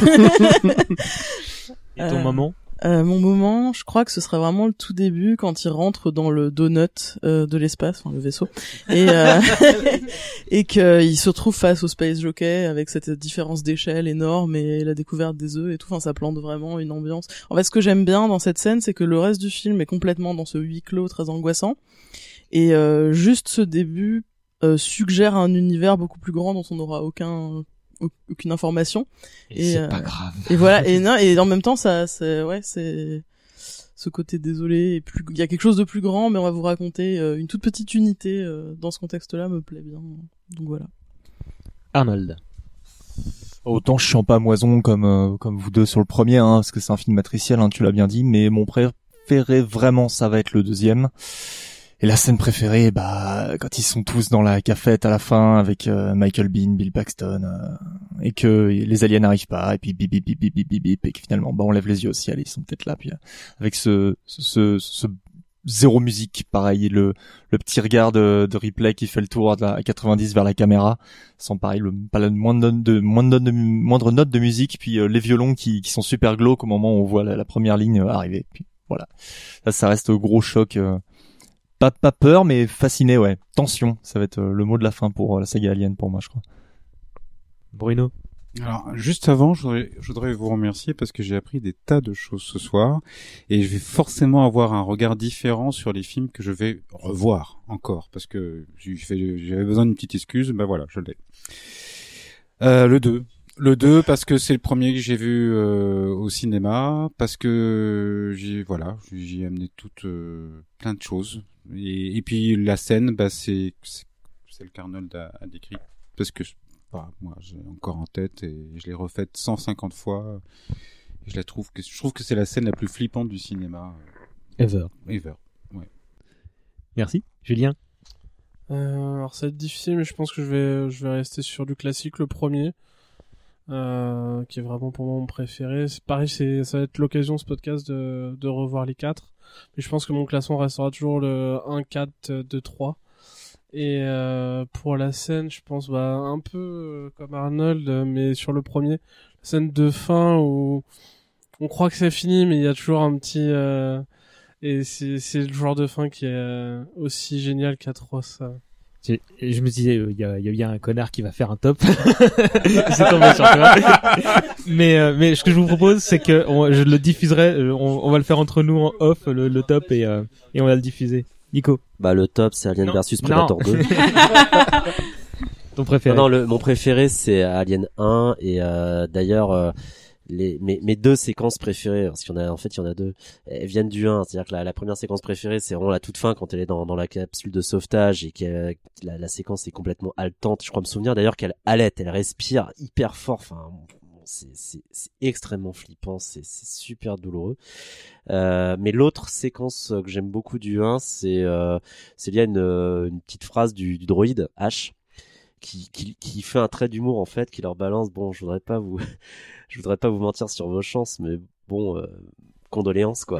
Et ton euh, moment euh, Mon moment, je crois que ce sera vraiment le tout début quand il rentre dans le donut euh, de l'espace, enfin le vaisseau, et euh, et qu'il se retrouve face au Space Jockey avec cette différence d'échelle énorme et la découverte des œufs et tout. Enfin, ça plante vraiment une ambiance. En fait, ce que j'aime bien dans cette scène, c'est que le reste du film est complètement dans ce huis clos très angoissant, et euh, juste ce début euh, suggère un univers beaucoup plus grand dont on n'aura aucun aucune information et, et c'est euh, pas grave et voilà et non et en même temps ça c'est ouais c'est ce côté désolé et plus il y a quelque chose de plus grand mais on va vous raconter euh, une toute petite unité euh, dans ce contexte-là me plaît bien, donc voilà. Arnold. Autant je suis en pamoison comme euh, comme vous deux sur le premier, hein, parce que c'est un film matriciel, hein, tu l'as bien dit, mais mon préféré vraiment ça va être le deuxième. Et la scène préférée, bah, quand ils sont tous dans la cafette à la fin avec euh, Michael Biehn, Bill Paxton, euh, et que les aliens n'arrivent pas, et puis bip bip bip bip bip bip bip, et que finalement, bah, on lève les yeux au ciel, et ils sont peut-être là, puis euh, avec ce, ce, ce, ce zéro musique, pareil, le, le petit regard de, de Ripley qui fait le tour de la, à quatre-vingt-dix vers la caméra, sans pareil, le, pas la moindre note de, moindre note de, moindre note de musique, puis euh, les violons qui, qui sont super glauques au moment où on voit la, la première ligne euh, arriver, puis voilà. Ça, ça reste gros choc. Euh, Pas, pas peur, mais fasciné, ouais. Tension, ça va être euh, le mot de la fin pour euh, la saga Alien pour moi, je crois. Bruno. Alors, juste avant, je voudrais, je voudrais vous remercier parce que j'ai appris des tas de choses ce soir et je vais forcément avoir un regard différent sur les films que je vais revoir encore parce que j'avais besoin d'une petite excuse, ben voilà, je l'ai. Euh, le deux. Le deux parce que c'est le premier que j'ai vu euh, au cinéma, parce que j'ai voilà, j'ai amené toutes euh, plein de choses. Et, et puis la scène, bah c'est c'est celle qu'Arnold a, a décrit parce que bah, moi j'ai encore en tête et je l'ai refaite cent cinquante fois. Et je la trouve que je trouve que c'est la scène la plus flippante du cinéma ever. Ever. Ouais. Merci, Julien. Euh, alors ça va être difficile, mais je pense que je vais je vais rester sur du classique, le premier. Euh, qui est vraiment pour moi mon préféré. C'est pareil, c'est ça va être l'occasion ce podcast de de revoir les quatre. Mais je pense que mon classement restera toujours le un, quatre, deux, trois. Et euh, pour la scène, je pense bah un peu comme Arnold, mais sur le premier, la scène de fin où on croit que c'est fini, mais il y a toujours un petit euh, et c'est c'est le genre de fin qui est aussi génial qu'Atroce. Ça. Et je me disais, il euh, y, a, y a un connard qui va faire un top. C'est tombé sur toi. mais, euh, mais ce que je vous propose, c'est que on, je le diffuserai. On, on va le faire entre nous en off, le, le top, et, euh, et on va le diffuser. Nico. Bah le top, c'est Alien versus Predator deux. Ton préféré? Non, non, le, mon préféré c'est Alien un et euh, d'ailleurs. Euh, Les, mes, mes deux séquences préférées, parce qu'il y en a, en fait, il y en a deux, elles viennent du un. C'est-à-dire que la, la première séquence préférée, c'est vraiment la toute fin quand elle est dans, dans la capsule de sauvetage et que la, la séquence est complètement haletante. Je crois me souvenir d'ailleurs qu'elle halète, elle respire hyper fort. Enfin, c'est, c'est, c'est extrêmement flippant, c'est, c'est super douloureux. Euh, mais l'autre séquence que j'aime beaucoup du un, c'est, euh, c'est lié à une, une petite phrase du, du droïde H. Qui, qui, qui fait un trait d'humour en fait, qui leur balance. Bon, je voudrais pas vous, je voudrais pas vous mentir sur vos chances, mais bon, euh, condoléances quoi.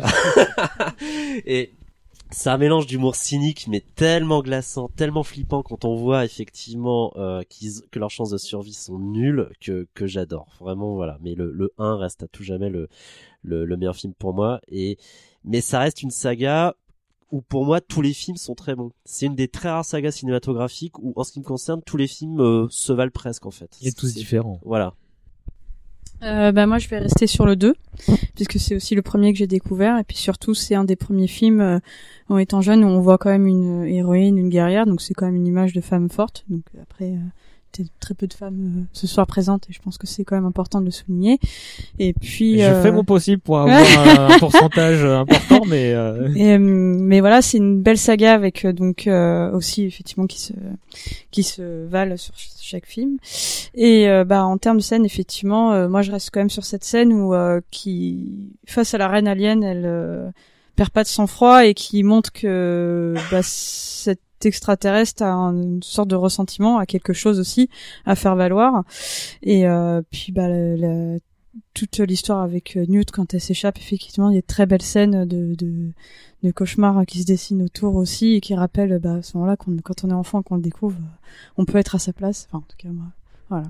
Et c'est un mélange d'humour cynique, mais tellement glaçant, tellement flippant quand on voit effectivement euh, qu'ils, que leurs chances de survie sont nulles, que que j'adore. Vraiment voilà. Mais le le un reste à tout jamais le le, le meilleur film pour moi. Et mais ça reste une saga où pour moi tous les films sont très bons. C'est une des très rares sagas cinématographiques où en ce qui me concerne tous les films euh, se valent presque en fait. Ils sont tous différents. Voilà. Euh, bah moi je vais rester sur le deux puisque c'est aussi le premier que j'ai découvert et puis surtout c'est un des premiers films euh, en étant jeune où on voit quand même une héroïne, une guerrière, donc c'est quand même une image de femme forte. Donc après euh, très peu de femmes euh, ce soir présentes et je pense que c'est quand même important de le souligner. Et puis je euh... fais mon possible pour avoir un, un pourcentage important, mais euh... et, mais voilà, c'est une belle saga avec euh, donc euh, aussi effectivement qui se qui se valent sur chaque film. Et euh, bah en termes de scène, effectivement, euh, moi je reste quand même sur cette scène où euh, qui face à la reine alien, elle euh, perd pas de sang-froid et qui montre que bah cette extraterrestre a une sorte de ressentiment, a quelque chose aussi à faire valoir. Et euh, puis bah la, la, toute l'histoire avec Newt quand elle s'échappe, effectivement, il y a de très belles scènes de, de, de cauchemars qui se dessinent autour aussi et qui rappellent, bah, à ce moment-là, qu'on, quand on est enfant, qu'on le découvre, on peut être à sa place. Enfin, en tout cas, moi, voilà.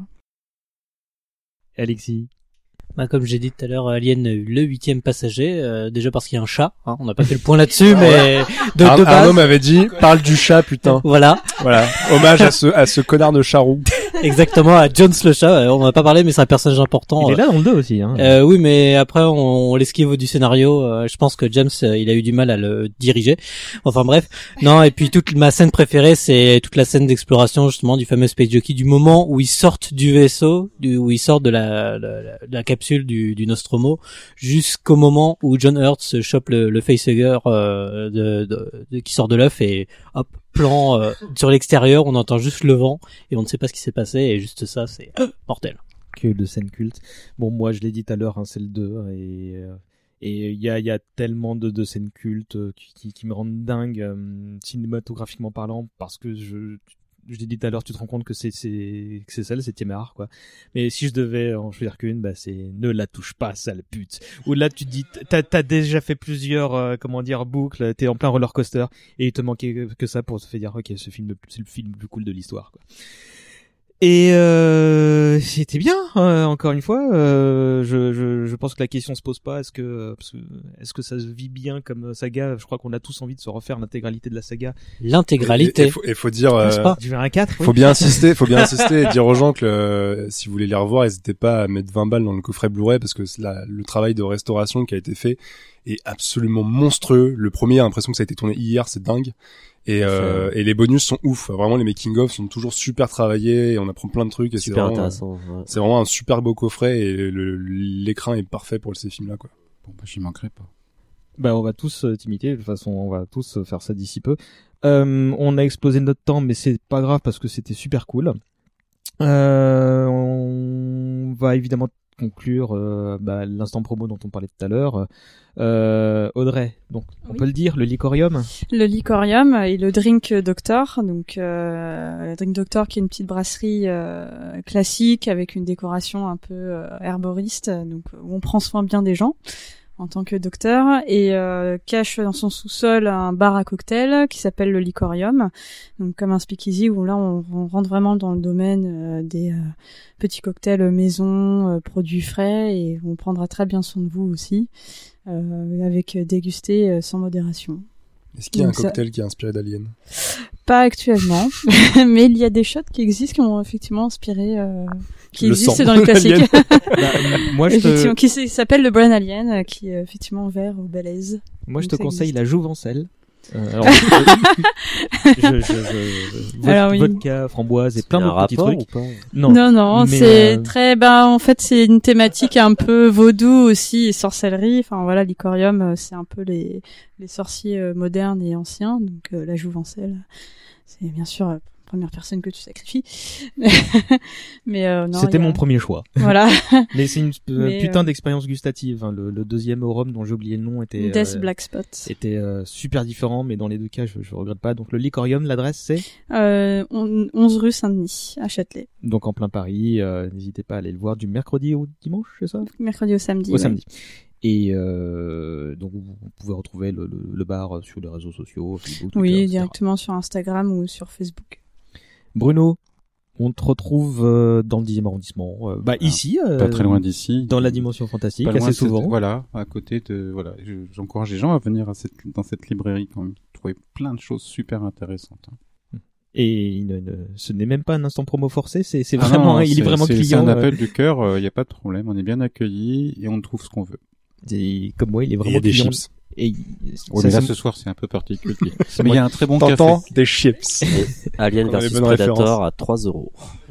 Alexis. Bah, comme j'ai dit tout à l'heure, Alien a eu le huitième passager, euh, déjà parce qu'il y a un chat, hein, on n'a pas fait le point là-dessus, mais de, Ar- de base. Arnaud m'avait dit, parle du chat, putain. Voilà. Voilà. Hommage à ce, à ce connard de charroux. Exactement, à Jones le chat, on en a pas parlé, mais c'est un personnage important. Il est là dans le deux aussi, hein. Euh, oui, mais après, on, on l'esquive du scénario, euh, je pense que James, euh, il a eu du mal à le diriger. Enfin bref. Non, et puis toute ma scène préférée, c'est toute la scène d'exploration, justement, du fameux Space Jockey, du moment où ils sortent du vaisseau, du, où ils sortent de la, la, la, la capsule du, du Nostromo, jusqu'au moment où John Hurt se chope le, le facehugger euh, de, de, de, qui sort de l'œuf et hop, plan euh, sur l'extérieur, on entend juste le vent et on ne sait pas ce qui s'est passé et juste ça, c'est euh, mortel. Que de scènes cultes. Bon, moi, je l'ai dit tout à l'heure, hein, c'est le deux et euh, et il y a il y a tellement de, de scènes cultes euh, qui, qui qui me rendent dingue euh, cinématographiquement parlant, parce que je je l'ai dit tout à l'heure, tu te rends compte que c'est c'est que c'est ça le septième art, quoi. Mais si je devais en choisir qu'une, bah c'est ne la touche pas, sale pute. Ou là tu te dis t'as t'as déjà fait plusieurs euh, comment dire boucles, t'es en plein roller coaster et il te manquait que ça pour te faire dire ok, ce film c'est le film le plus cool de l'histoire, quoi. Et euh, c'était bien, euh, encore une fois. Euh, je, je, je pense que la question se pose pas. Est-ce que, parce que est-ce que ça se vit bien comme saga ? Je crois qu'on a tous envie de se refaire l'intégralité de la saga. L'intégralité. Il faut, faut dire. Euh, tu veux un quatre ? Faut bien insister. Faut bien insister et dire aux gens que euh, si vous voulez les revoir, n'hésitez pas à mettre vingt balles dans le coffret Blu-ray parce que la, le travail de restauration qui a été fait est absolument monstrueux. Le premier a l'impression que ça a été tourné hier, c'est dingue. Et, euh, et les bonus sont ouf. Vraiment, les making-of sont toujours super travaillés et on apprend plein de trucs. Et super c'est intéressant. Ouais. Ouais. C'est vraiment un super beau coffret et le, l'écran est parfait pour ces films-là, quoi. Bon, bah, j'y manquerai pas. Bah, on va tous euh, t'imiter. De toute façon, on va tous faire ça d'ici peu. Euh, on a explosé notre temps, mais c'est pas grave parce que c'était super cool. Euh, on va évidemment conclure euh, bah, l'instant promo dont on parlait tout à l'heure. Euh, Audrey, donc on oui. peut le dire, le Licorium. Le Licorium et le Drink Doctor, donc euh, le Drink Doctor qui est une petite brasserie euh, classique avec une décoration un peu euh, herboriste, donc où on prend soin bien des gens en tant que docteur, et euh, cache dans son sous-sol un bar à cocktail qui s'appelle le Licorium, donc comme un speakeasy où là on, on rentre vraiment dans le domaine euh, des euh, petits cocktails maison, euh, produits frais, et on prendra très bien soin de vous aussi, euh, avec dégusté euh, sans modération. Est-ce qu'il y a donc un cocktail ça... qui est inspiré d'Alien ? Pas actuellement, mais il y a des shots qui existent qui ont effectivement inspiré, euh, qui le existent sang. dans les classiques. bah, moi, je effectivement, te... qui s'appelle le Brain Alien, qui est effectivement vert au balèze. Moi, je donc te conseille existe. la Jouvencelle. Euh, alors, je, je, je, je, alors, oui. vodka, framboise et plein d'autres petits trucs. Non, non, non mais, c'est euh... très, ben, en fait, c'est une thématique un peu vaudou aussi et sorcellerie. Enfin, voilà, Licorium, c'est un peu les, les sorciers euh, modernes et anciens. Donc, euh, la Jouvencelle, c'est bien sûr euh, première personne que tu sacrifies. mais euh, non. C'était a... mon premier choix. Voilà. Mais c'est une mais, putain euh... d'expérience gustative. Hein. Le, le deuxième au rhum dont j'ai oublié le nom était Death euh, Black Spot. Était euh, super différent, mais dans les deux cas, je, je regrette pas. Donc le Licorium, l'adresse c'est euh, onze rue Saint-Denis à Châtelet. Donc en plein Paris. Euh, n'hésitez pas à aller le voir du mercredi au dimanche, c'est ça ? Mercredi au samedi. Au ouais. samedi. Et euh, donc vous pouvez retrouver le, le, le bar sur les réseaux sociaux, Facebook, Twitter, oui, et cetera. directement sur Instagram ou sur Facebook. Bruno, on te retrouve euh, dans le dixième arrondissement, euh, bah ah, ici, euh, pas très loin d'ici, dans la dimension fantastique, pas assez souvent. Cette, voilà, à côté de, voilà, je, j'encourage les gens à venir à cette, dans cette librairie quand même, trouver plein de choses super intéressantes. Hein. Et il ne, ne, ce n'est même pas un instant promo forcé, c'est, c'est ah vraiment, non, il c'est, est vraiment c'est, client. C'est un appel euh... du cœur, il euh, n'y a pas de problème, on est bien accueillis et on trouve ce qu'on veut. Et comme moi, il est vraiment et y a des client. Chips. Et oh, mais là, ce soir, c'est un peu particulier. Mais il y a un très bon T'entends café. Des chips. Alien versus Predator à trois euros.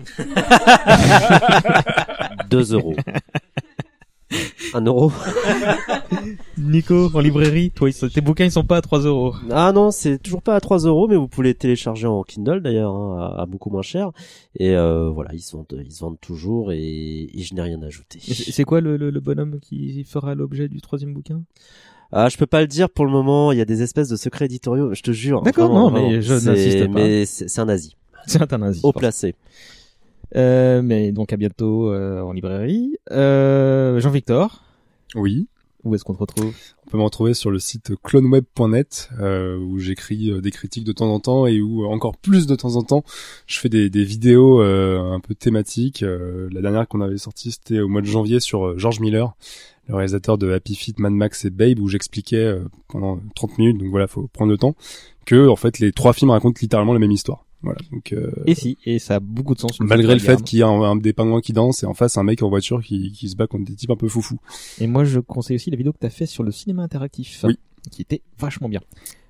deux euros. un euro. Nico, en librairie, toi, tes bouquins, ils sont pas à trois euros. Ah non, c'est toujours pas à trois euros, mais vous pouvez les télécharger en Kindle, d'ailleurs, hein, à, à beaucoup moins cher. Et euh, voilà, ils se vendent, ils se vendent toujours et, et je n'ai rien ajouté. C'est, c'est quoi le, le, le bonhomme qui fera l'objet du troisième bouquin ? Ah, je peux pas le dire pour le moment. Il y a des espèces de secrets éditoriaux. Je te jure. D'accord, vraiment, non, mais vraiment, je c'est, n'insiste pas. Mais c'est, c'est un nazi. C'est un nazi. Haut placé. Euh, mais donc à bientôt euh, en librairie. Euh, Jean-Victor. Oui. Où est-ce qu'on te retrouve? On peut me retrouver sur le site cloneweb point net euh, où j'écris euh, des critiques de temps en temps et où euh, encore plus de temps en temps je fais des, des vidéos euh, un peu thématiques. Euh, la dernière qu'on avait sortie c'était au mois de janvier sur euh, George Miller, le réalisateur de Happy Feet, Mad Max et Babe, où j'expliquais euh, pendant trente minutes, donc voilà, faut prendre le temps, que en fait les trois films racontent littéralement la même histoire. Voilà, donc euh, et si, et ça a beaucoup de sens. Malgré le fait qu'il y a un, un des pingouins qui dansent et en face un mec en voiture qui, qui se bat contre des types un peu foufous. Et moi je conseille aussi la vidéo que t'as fait sur le cinéma interactif. Oui. Qui était vachement bien.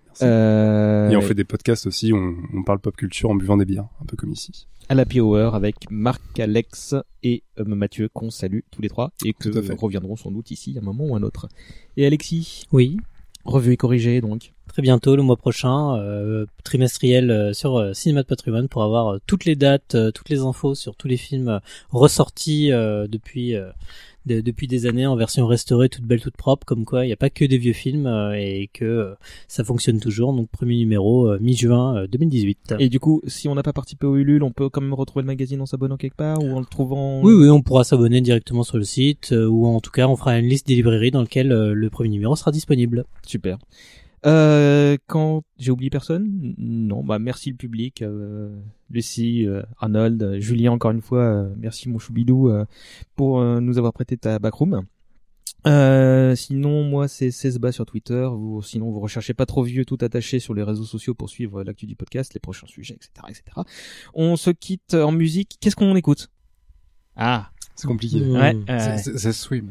Euh... Et on fait des podcasts aussi, on, on parle pop culture en buvant des bières, un peu comme ici. À l'Happy Hour avec Marc, Alex et euh, Mathieu qu'on salue tous les trois et que reviendront sans doute ici à un moment ou un autre. Et Alexis? Oui. Revue et corrigée donc. Très bientôt, le mois prochain, euh, trimestriel euh, sur euh, Cinéma de Patrimoine pour avoir euh, toutes les dates, euh, toutes les infos sur tous les films euh, ressortis euh, depuis euh, de, depuis des années en version restaurée, toute belle, toute propre, comme quoi il n'y a pas que des vieux films euh, et que euh, ça fonctionne toujours. Donc premier numéro euh, mi-juin euh, deux mille dix-huit. Et du coup, si on n'a pas participé au Ulule, on peut quand même retrouver le magazine en s'abonnant quelque part ou en le trouvant. Oui, oui, on pourra s'abonner directement sur le site euh, ou en tout cas on fera une liste des librairies dans laquelle euh, le premier numéro sera disponible. Super. Euh, quand j'ai oublié personne, non, bah merci le public, euh, Lucie, euh, Arnold, euh, Julien encore une fois, euh, merci mon choubidou euh, pour euh, nous avoir prêté ta backroom. Euh, sinon moi c'est Cesba sur Twitter, vous, sinon vous recherchez pas trop vieux tout attaché sur les réseaux sociaux pour suivre l'actu du podcast, les prochains sujets, et cetera, et cetera. On se quitte en musique. Qu'est-ce qu'on écoute? Ah, c'est compliqué. Mmh. Ouais, euh... c'est, c'est, c'est Swim.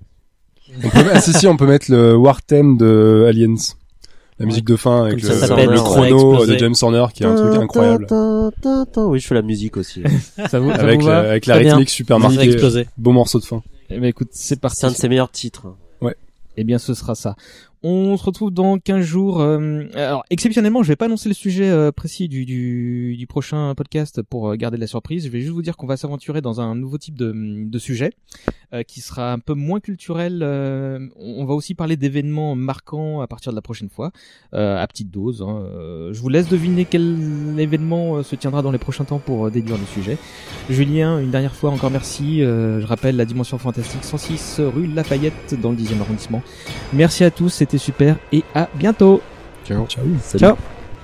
On peut, ah, si si, on peut mettre le War Theme de Aliens. La musique de fin avec le, le chrono de James Horner qui est un truc incroyable. Oui, je fais la musique aussi. Ça vous, ça avec vous la, va avec la rythmique super marquée. Beau morceau de fin. Eh ben écoute, c'est parti. C'est un de ses meilleurs titres. Ouais. Eh bien, ce sera ça. On se retrouve dans quinze jours. Euh, alors, exceptionnellement, je vais pas annoncer le sujet euh, précis du, du, du prochain podcast pour euh, garder la surprise. Je vais juste vous dire qu'on va s'aventurer dans un nouveau type de, de sujet euh, qui sera un peu moins culturel. Euh, on va aussi parler d'événements marquants à partir de la prochaine fois, euh, à petite dose. Hein. Euh, je vous laisse deviner quel événement euh, se tiendra dans les prochains temps pour euh, déduire le sujet. Julien, une dernière fois encore merci. Euh, je rappelle la Dimension Fantastique, cent six rue Lafayette dans le dixième arrondissement. Merci à tous. C'était super et à bientôt. Ciao. Ciao. Salut. Ciao.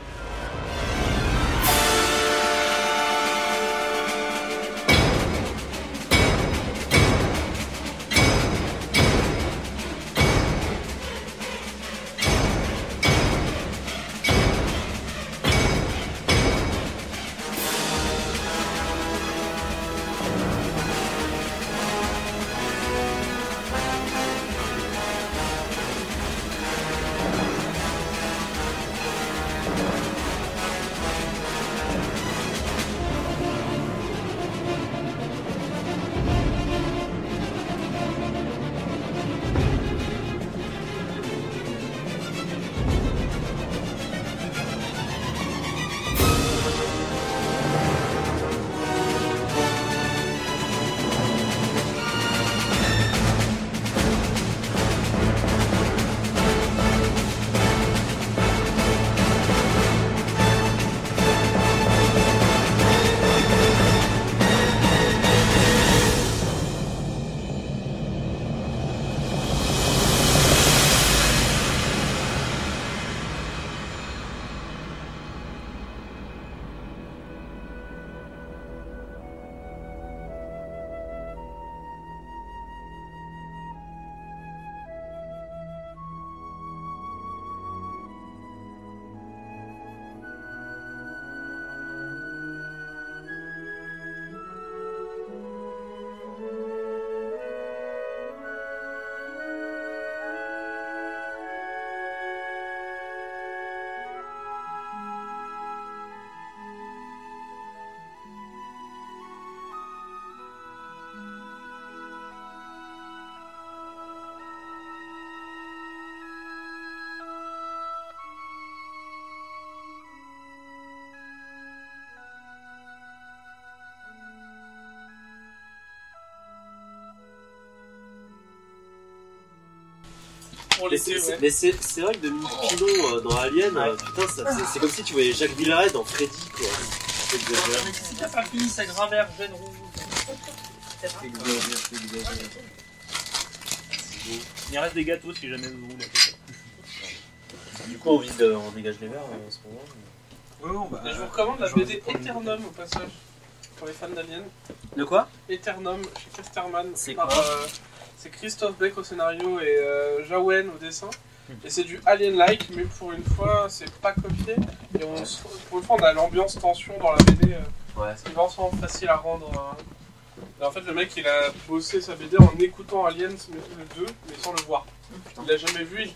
Mais c'est, c'est, mais c'est, c'est vrai que de Pilon euh, dans Alien, euh, putain, ça, c'est, c'est comme si tu voyais Jacques Villeret dans Freddy, quoi. Si t'as pas fini sa grammaire jaune rouge. T'exagères, t'exagères. Il reste des gâteaux si jamais vous voulez. Du coup, on vide, on dégage les verres en ce moment. Oui, bon, bah, et je vous recommande la B D Eternum au passage, pour les fans d'Alien. De quoi? Eternum, chez Casterman. C'est par, quoi euh, C'est Christophe Beck au scénario et euh, Jaouen au dessin. Et c'est du Alien-like, mais pour une fois, c'est pas copié. Et on, pour une fois, on a l'ambiance tension dans la B D. Euh, ouais. C'est vraiment facile à rendre. Euh... Et en fait, le mec, il a bossé sa B D en écoutant Aliens, mais le deux, mais sans le voir. Il l'a jamais vu, il